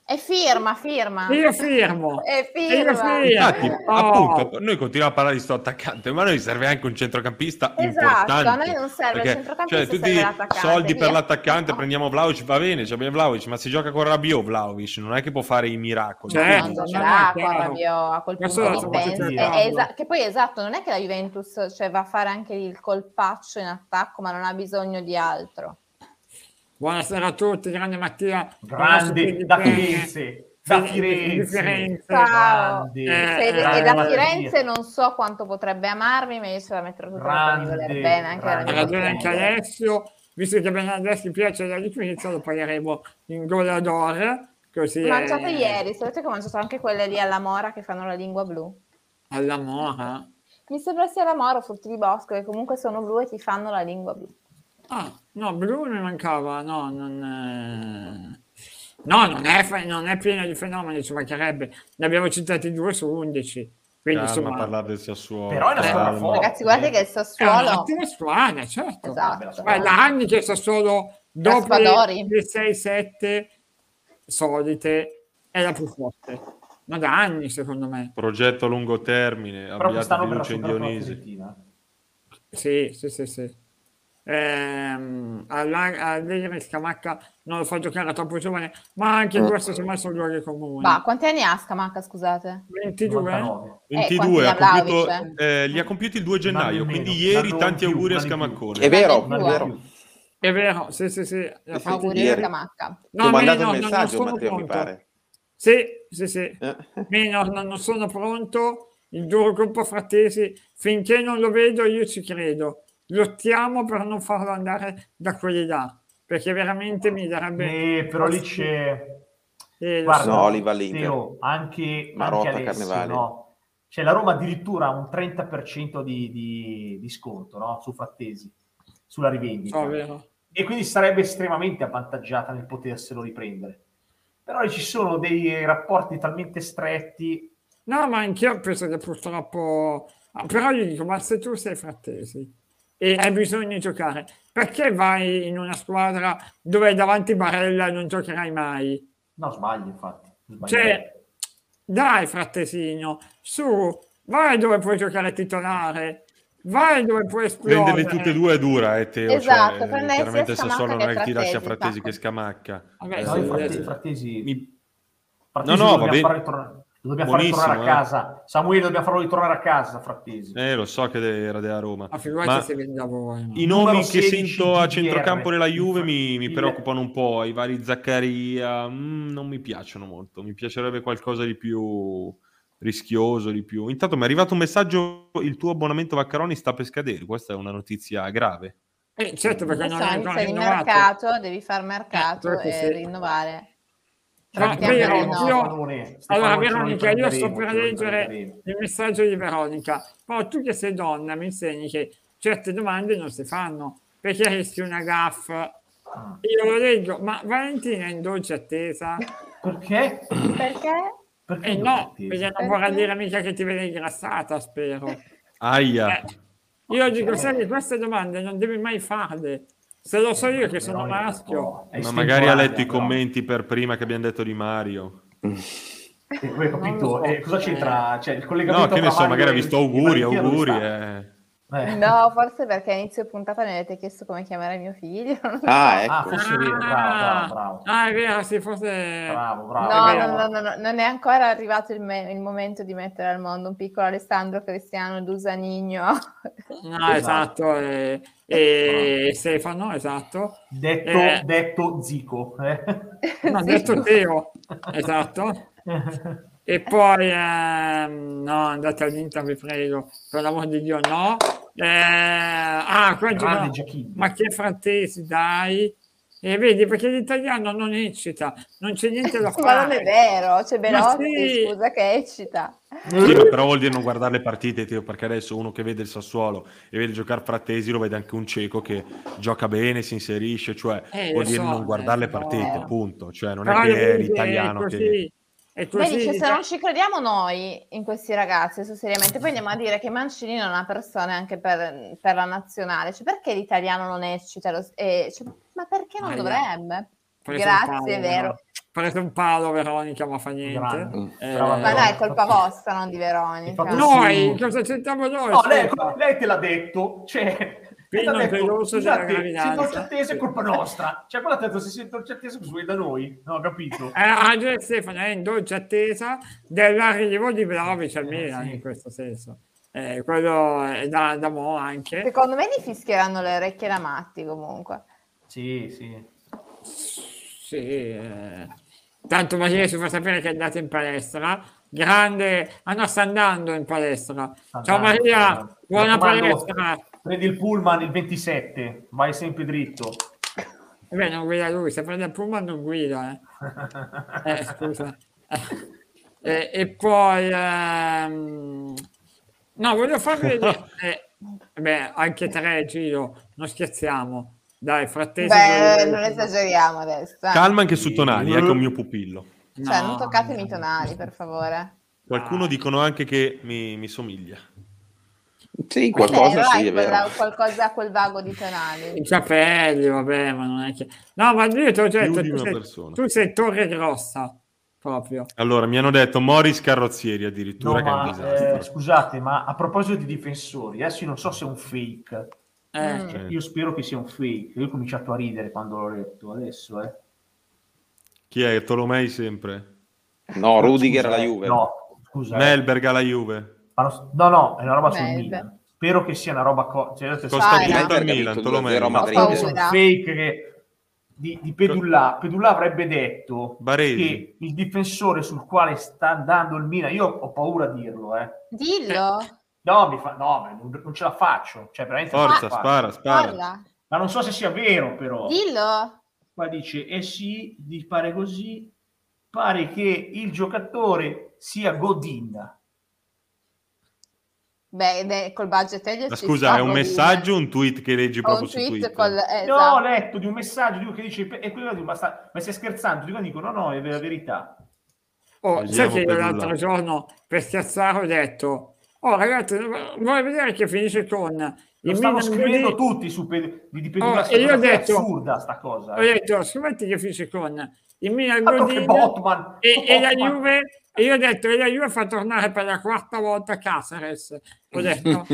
Speaker 3: E firma, firma.
Speaker 1: Io firmo.
Speaker 3: E
Speaker 1: Io
Speaker 3: firma.
Speaker 1: firmo.
Speaker 4: Infatti,
Speaker 1: Oh.
Speaker 4: appunto, noi continuiamo a parlare di sto attaccante, ma a noi serve anche un centrocampista
Speaker 3: Esatto,
Speaker 4: importante.
Speaker 3: a noi non serve il
Speaker 4: perché,
Speaker 3: centrocampista,
Speaker 4: cioè, tutti
Speaker 3: serve l'attaccante,
Speaker 4: soldi per
Speaker 3: via.
Speaker 4: l'attaccante,
Speaker 3: No.
Speaker 4: prendiamo Vlahovic, va bene, c'è Vlahovic, ma si gioca con Rabiot Vlahovic, non è che può fare i miracoli.
Speaker 1: Certo.
Speaker 3: non
Speaker 1: no,
Speaker 3: giocherà
Speaker 1: no,
Speaker 3: con
Speaker 1: chiaro.
Speaker 3: Rabiot, a quel
Speaker 1: Questo
Speaker 3: punto
Speaker 1: lo so
Speaker 3: dipende.
Speaker 1: tutti,
Speaker 3: È- è
Speaker 1: Carlo.
Speaker 3: esa- che poi esatto, non è che la Juventus cioè, va a fare anche il colpaccio in attacco, ma non ha bisogno di altro.
Speaker 1: Buonasera a tutti, grande Mattia.
Speaker 2: Grande da Firenze. Da Firenze.
Speaker 1: Di Firenze.
Speaker 3: Ciao.
Speaker 2: Grande,
Speaker 3: Se-
Speaker 1: eh,
Speaker 3: e da
Speaker 2: grande.
Speaker 3: Firenze non so quanto potrebbe amarmi, ma io ce la metterò tutta per mi voler
Speaker 2: Grande,
Speaker 3: bene anche
Speaker 2: grande.
Speaker 3: alla
Speaker 1: Ha
Speaker 3: mia
Speaker 1: ragione anche
Speaker 3: Firenze.
Speaker 1: Alessio, visto che Bernardeschi piace da Liquizia, lo pagheremo in goleador, così
Speaker 3: Ho mangiato
Speaker 1: è-
Speaker 3: ieri, sapete che ho mangiato anche quelle lì alla Mora che fanno la lingua blu.
Speaker 1: alla Mora.
Speaker 3: Mi sembra sia la Mora o Frutti di Bosco, che comunque sono blu e ti fanno la lingua blu.
Speaker 1: Ah, no, blu mi mancava, no, non è... No, non è, fe- non è pieno di fenomeni, ci mancherebbe. Ne abbiamo citati due su undici. Quindi,
Speaker 4: Calma a
Speaker 1: insomma,
Speaker 4: parlare del Sassuolo.
Speaker 2: Però è una squadra
Speaker 4: calma.
Speaker 2: forte.
Speaker 3: Ragazzi, guardate che il
Speaker 1: è
Speaker 3: Sassuolo...
Speaker 1: un'ottima squadra, certo.
Speaker 3: Esatto.
Speaker 1: Ma da anni che Sassuolo, dopo
Speaker 3: Raspadori.
Speaker 1: le sei sette solite, è la più forte. Ma da anni, secondo me.
Speaker 4: Progetto a lungo termine,
Speaker 2: Però
Speaker 4: abbiate
Speaker 2: quest'anno verrà
Speaker 4: fiducia in
Speaker 2: superato la
Speaker 4: Dionisi.
Speaker 2: Fiorentina.
Speaker 1: Sì, sì, sì, sì. Ehm, alla- Allegri Scamacca non lo fa giocare troppo giovane, ma anche questo secondo me sono luoghi comuni.
Speaker 3: Bah, quanti anni ha Scamacca, scusate?
Speaker 1: ventidue?
Speaker 2: novantanove.
Speaker 4: ventidue,
Speaker 3: Eh,
Speaker 4: ha
Speaker 3: quanti ne ha
Speaker 4: compiuto,
Speaker 3: Vlahovic?
Speaker 4: eh, li ha compiuti il due gennaio,
Speaker 2: Un anno in
Speaker 4: quindi
Speaker 2: meno,
Speaker 4: ieri
Speaker 2: un anno
Speaker 4: tanti
Speaker 2: in più,
Speaker 4: auguri a
Speaker 2: un anno in più.
Speaker 4: Scamaccone.
Speaker 5: È vero,
Speaker 3: Un
Speaker 5: è
Speaker 3: anno in
Speaker 5: vero.
Speaker 3: più.
Speaker 1: È vero, sì, sì, sì. Ha fatto
Speaker 3: Auguri a
Speaker 5: ieri.
Speaker 3: Scamacca.
Speaker 5: Ti ho
Speaker 1: No,
Speaker 5: mandato
Speaker 1: Menor,
Speaker 5: un
Speaker 1: non-
Speaker 5: messaggio,
Speaker 1: non sono
Speaker 5: Matteo, mi
Speaker 1: pronto.
Speaker 5: pare.
Speaker 1: Sì, sì, sì.
Speaker 5: Eh.
Speaker 1: Menor, non, non sono pronto. Il duro gruppo Frattesi, finché non lo vedo, io ci credo. Lottiamo per non farlo andare da quelli là, perché veramente mi darebbe...
Speaker 2: Eh, però lì c'è...
Speaker 1: Eh, lo
Speaker 2: Guarda,
Speaker 1: so.
Speaker 5: No, Oliva all'Inter.
Speaker 2: Teo, anche,
Speaker 5: Marotta,
Speaker 2: anche Alessio,
Speaker 5: Carnevale.
Speaker 2: no? Cioè la Roma addirittura ha un trenta per cento di, di, di sconto, no? Su Frattesi, sulla rivendita.
Speaker 1: So, vero.
Speaker 2: E quindi sarebbe estremamente avvantaggiata nel poterselo riprendere. Però lì ci sono dei rapporti talmente stretti.
Speaker 1: No, ma anch'io penso che purtroppo... ah, però gli dico, ma se tu sei Frattesi e hai bisogno di giocare, perché vai in una squadra dove davanti Barella non giocherai mai?
Speaker 2: No, sbaglio, infatti. Sbaglio.
Speaker 1: Cioè, dai Frattesino, su, vai dove puoi giocare titolare, vai dove puoi esplodere.
Speaker 4: Prenderli tutte e due è dura, eh, Teo.
Speaker 3: Esatto,
Speaker 4: cioè,
Speaker 3: prendere
Speaker 4: chiaramente
Speaker 3: sia
Speaker 4: il Sassuolo
Speaker 3: Scamacca
Speaker 4: non è che
Speaker 3: che
Speaker 4: ti dà sia
Speaker 3: Frattesi,
Speaker 4: Frattesi
Speaker 3: Paco.
Speaker 4: che Scamacca.
Speaker 1: Vabbè,
Speaker 4: Eh,
Speaker 2: No,
Speaker 1: sì,
Speaker 2: io Frattesi,
Speaker 1: sì.
Speaker 2: Frattesi,
Speaker 4: mi-
Speaker 2: Frattesi
Speaker 4: No, no,
Speaker 2: lo
Speaker 4: va
Speaker 2: dobbiamo
Speaker 4: bene.
Speaker 2: fare ritornare, lo dobbiamo fare
Speaker 4: Buonissimo,
Speaker 2: ritornare a
Speaker 4: eh.
Speaker 2: casa. Samuele, dobbiamo farlo ritornare a casa, Frattesi.
Speaker 4: Eh, lo so che era della Roma.
Speaker 1: Ma figurati
Speaker 4: Ma
Speaker 1: se vende a voi. ma-
Speaker 4: i
Speaker 2: Numero
Speaker 4: nomi che
Speaker 2: sedici
Speaker 4: sento a
Speaker 2: G D R.
Speaker 4: centrocampo nella Juve mi, mi
Speaker 2: Il-
Speaker 4: preoccupano un po'. I vari Zaccaria mm, non mi piacciono molto. Mi piacerebbe qualcosa di più rischioso, di più. Intanto mi è arrivato un messaggio: il tuo abbonamento Vaccaroni sta per scadere. Questa è una notizia grave.
Speaker 1: Eh, certo, perché non
Speaker 3: Adesso
Speaker 1: è
Speaker 3: inizia
Speaker 1: ancora
Speaker 3: di
Speaker 1: rinnovato.
Speaker 3: mercato, devi far mercato
Speaker 1: Eh, certo
Speaker 3: e
Speaker 1: che sì.
Speaker 3: rinnovare.
Speaker 1: Ma
Speaker 3: Partiamo
Speaker 1: vero,
Speaker 3: dal
Speaker 1: anch'io-
Speaker 3: rinnovo.
Speaker 2: Stefano, Stefano
Speaker 1: Allora,
Speaker 2: ce lo
Speaker 1: Veronica, io sto
Speaker 2: riprenderemo,
Speaker 1: per
Speaker 2: ce lo
Speaker 1: leggere
Speaker 2: riprenderemo.
Speaker 1: il messaggio di Veronica. Poi tu che sei donna mi insegni che certe domande non si fanno, perché rischi una gaffa. Io lo leggo, ma Valentina è in dolce attesa?
Speaker 2: Perché?
Speaker 3: Perché?
Speaker 2: Perché
Speaker 1: Eh
Speaker 2: non
Speaker 1: no,
Speaker 2: attesi?
Speaker 1: perché non
Speaker 3: Perché?
Speaker 1: vorrà dire mica che ti vede ingrassata, spero.
Speaker 4: Aia.
Speaker 1: Eh, io dico, sai che queste domande non devi mai farle. Se lo so io che sono
Speaker 2: Veronica, un
Speaker 1: maschio.
Speaker 2: po'. È
Speaker 4: Ma magari ha letto i
Speaker 2: estemporanea, però.
Speaker 4: commenti per prima che abbiamo detto di Mario.
Speaker 2: E come hai capito?
Speaker 1: Non lo so.
Speaker 2: Eh, cosa c'entra? Cioè, il collegamento
Speaker 4: No, che ne
Speaker 2: tra
Speaker 4: so,
Speaker 2: Mario
Speaker 4: magari ha
Speaker 2: e-
Speaker 4: visto
Speaker 2: e
Speaker 4: auguri,
Speaker 2: Valentina dove
Speaker 4: auguri.
Speaker 2: sta?
Speaker 4: eh.
Speaker 2: Eh.
Speaker 3: No, forse perché a inizio puntata mi avete chiesto come chiamare mio figlio. non lo
Speaker 5: Ah,
Speaker 3: so.
Speaker 5: ecco.
Speaker 2: Ah, forse è vero, bravo, bravo, bravo.
Speaker 1: Ah, è vero, sì, forse...
Speaker 2: Bravo, bravo.
Speaker 3: No,
Speaker 1: è vero.
Speaker 3: no, no, no, no, non è ancora arrivato il, me- il momento di mettere al mondo un piccolo Alessandro Cristiano Dusanigno.
Speaker 1: No, esatto, e, e Stefano, esatto.
Speaker 2: Detto,
Speaker 1: Eh.
Speaker 2: detto Zico. eh.
Speaker 1: No,
Speaker 3: Sì.
Speaker 1: detto Teo, esatto. E poi, ehm, no, andate all'Inter, vi prego, per l'amor di Dio, no. Eh, ah, qua
Speaker 2: Grande
Speaker 1: dicono,
Speaker 2: Giacchini.
Speaker 1: ma che Frattesi, dai. E vedi, perché l'italiano non eccita, non c'è niente da fare.
Speaker 3: Ma non è vero, c'è
Speaker 1: Ma
Speaker 3: Belotti,
Speaker 1: sì.
Speaker 3: scusa, che eccita.
Speaker 4: Sì, ma però vuol dire non guardare le partite, Teo, perché adesso uno che vede il Sassuolo e vede giocare Frattesi lo vede anche un cieco che gioca bene, si inserisce, cioè
Speaker 1: Eh,
Speaker 4: vuol
Speaker 1: lo
Speaker 4: dire
Speaker 1: so,
Speaker 4: non guardare le
Speaker 1: eh,
Speaker 4: partite,
Speaker 1: però-
Speaker 4: appunto, cioè non
Speaker 1: Però
Speaker 4: è che è
Speaker 1: vedi,
Speaker 4: l'italiano
Speaker 1: è
Speaker 4: che...
Speaker 1: così, è così,
Speaker 3: Vedi, cioè, se
Speaker 1: dice-
Speaker 3: non ci crediamo noi in questi ragazzi, adesso seriamente, poi andiamo a dire che Mancini non è una persona anche per, per la nazionale, cioè perché l'italiano non eccita? Lo- eh, cioè, ma perché non
Speaker 1: Aia.
Speaker 3: dovrebbe?
Speaker 1: Preso un
Speaker 3: Grazie,
Speaker 1: palo,
Speaker 3: è vero.
Speaker 1: no? preso un palo Veronica, ma fa niente.
Speaker 2: Grande.
Speaker 1: Eh,
Speaker 2: Brava
Speaker 3: Ma no,
Speaker 2: Veronica.
Speaker 3: è colpa vostra, non di Veronica.
Speaker 2: Infatti-
Speaker 1: noi, cosa c'entriamo noi?
Speaker 2: No, lei,
Speaker 1: scusa?
Speaker 2: lei te l'ha detto, cioè,
Speaker 1: Pino
Speaker 2: t'ha detto,
Speaker 1: peloso della
Speaker 2: scusate, se
Speaker 1: gravidanza.
Speaker 2: dolce attesa è colpa nostra. Cioè, quella ha detto, se sei dolce attesa, vuoi da noi? No, ho capito.
Speaker 1: Eh, Angelo Stefano è in dolce attesa dell'arrivo di Vlahovic al
Speaker 2: Eh,
Speaker 1: Milan,
Speaker 2: sì.
Speaker 1: in questo senso. Eh, quello è da, da mo' anche.
Speaker 3: Secondo me gli fischieranno le orecchie da matti comunque.
Speaker 2: Sì, sì.
Speaker 1: Sì, eh. Tanto Maria ci fa sapere che è andata in palestra. Grande, ah no, sta andando in palestra. Ciao
Speaker 2: Andando,
Speaker 1: Maria,
Speaker 2: andando.
Speaker 1: buona
Speaker 2: Mi raccomando,
Speaker 1: palestra.
Speaker 2: Prendi il pullman il ventisette, vai sempre dritto.
Speaker 1: Beh, non guida lui, se prende il pullman non guida. Eh, eh scusa. Eh, e poi... ehm, no, voglio farvi vedere... eh, beh, anche tre, Giro, non scherziamo. Dai, frattesi...
Speaker 3: Beh, non esageriamo adesso. eh.
Speaker 4: Calma anche su Tonali, eh, che è un mio pupillo.
Speaker 3: Cioè,
Speaker 1: No,
Speaker 3: non toccatemi i tonali, per favore.
Speaker 4: Qualcuno dicono anche che mi, mi somiglia.
Speaker 5: Sì,
Speaker 3: È
Speaker 5: qualcosa
Speaker 3: vero,
Speaker 5: sì,
Speaker 3: hai
Speaker 5: è vero.
Speaker 3: quella- qualcosa a quel vago di tonali.
Speaker 1: i capelli, vabbè, ma non è che... No, ma io ti ho detto,
Speaker 4: di
Speaker 1: tu
Speaker 4: una
Speaker 1: sei,
Speaker 4: persona.
Speaker 1: tu sei Torre Grossa, proprio.
Speaker 4: Allora, mi hanno detto Morris Carrozzieri addirittura,
Speaker 2: No,
Speaker 4: che è un
Speaker 2: ma
Speaker 4: disastro.
Speaker 2: eh, scusate, ma a proposito di difensori, adesso io non so se è un fake.
Speaker 1: Eh,
Speaker 3: Mm.
Speaker 4: Cioè,
Speaker 2: Io spero che sia un fake. Io ho cominciato a ridere quando l'ho letto adesso, eh.
Speaker 4: chi è? Tolomei sempre.
Speaker 5: No, Rudiger
Speaker 2: Scusa,
Speaker 5: alla
Speaker 2: eh,
Speaker 5: Juve.
Speaker 2: No, scusa. eh.
Speaker 4: Melberg alla Juve.
Speaker 2: Ma non- No, no, è una roba sul
Speaker 3: Melberg.
Speaker 2: Milan. Spero che sia una roba... Co- cioè, adesso-
Speaker 4: Costa
Speaker 3: Dai,
Speaker 4: tutto
Speaker 5: Melberg
Speaker 4: al
Speaker 5: ha
Speaker 4: Milan,
Speaker 5: vinto due a
Speaker 4: Tolomei.
Speaker 5: zero a
Speaker 3: Ho
Speaker 5: Madrid.
Speaker 2: Pensavo sia un
Speaker 3: paura.
Speaker 2: fake che... di, di Pedulla. Pedulla avrebbe detto
Speaker 4: Baresi.
Speaker 2: che il difensore sul quale sta andando il Milan, io ho paura a dirlo, eh.
Speaker 3: Dillo.
Speaker 2: No, mi fa... no, ma non, non ce la faccio. Cioè, veramente non ce
Speaker 4: Forza,
Speaker 2: la faccio.
Speaker 4: spara, spara.
Speaker 3: Parla.
Speaker 2: Ma non so se sia vero, però.
Speaker 3: Dillo.
Speaker 2: Qua dice, eh sì, di pare così, pare che il giocatore sia Godin.
Speaker 3: Beh, beh, col budget Elliott
Speaker 4: Ma
Speaker 3: ci
Speaker 4: scusa,
Speaker 3: sta
Speaker 4: è un
Speaker 3: Godin.
Speaker 4: messaggio o un tweet che leggi
Speaker 3: O
Speaker 4: proprio
Speaker 3: un
Speaker 4: su
Speaker 3: tweet
Speaker 4: Twitter?
Speaker 3: col... eh,
Speaker 2: No, ho
Speaker 3: esatto.
Speaker 2: letto di un messaggio di uno che dice, e quello dico, ma, sta, ma stai scherzando? Dico, dico, no, no, è la verità.
Speaker 1: oh,
Speaker 4: Vediamo
Speaker 1: sai che io
Speaker 4: per
Speaker 1: l'altro
Speaker 4: là.
Speaker 1: giorno, per scherzare, ho detto, oh ragazzi, vuoi vedere che finisce con
Speaker 2: Lo
Speaker 1: il
Speaker 2: stanno
Speaker 1: Milan
Speaker 2: scrivendo
Speaker 1: Godin?
Speaker 2: tutti su Pe- di, di
Speaker 1: Oh,
Speaker 2: Pedulla,
Speaker 1: e io ho
Speaker 2: sta cosa qui è
Speaker 1: detto-
Speaker 2: assurda sta cosa.
Speaker 1: Ho
Speaker 2: eh.
Speaker 1: detto, scommetti che finisce con il Milan
Speaker 2: Altro che
Speaker 1: Godin
Speaker 2: Botman,
Speaker 1: e, e la
Speaker 2: Botman.
Speaker 1: Juve, e io ho detto, e la Juve fa tornare per la quarta volta Caceres. Ho detto,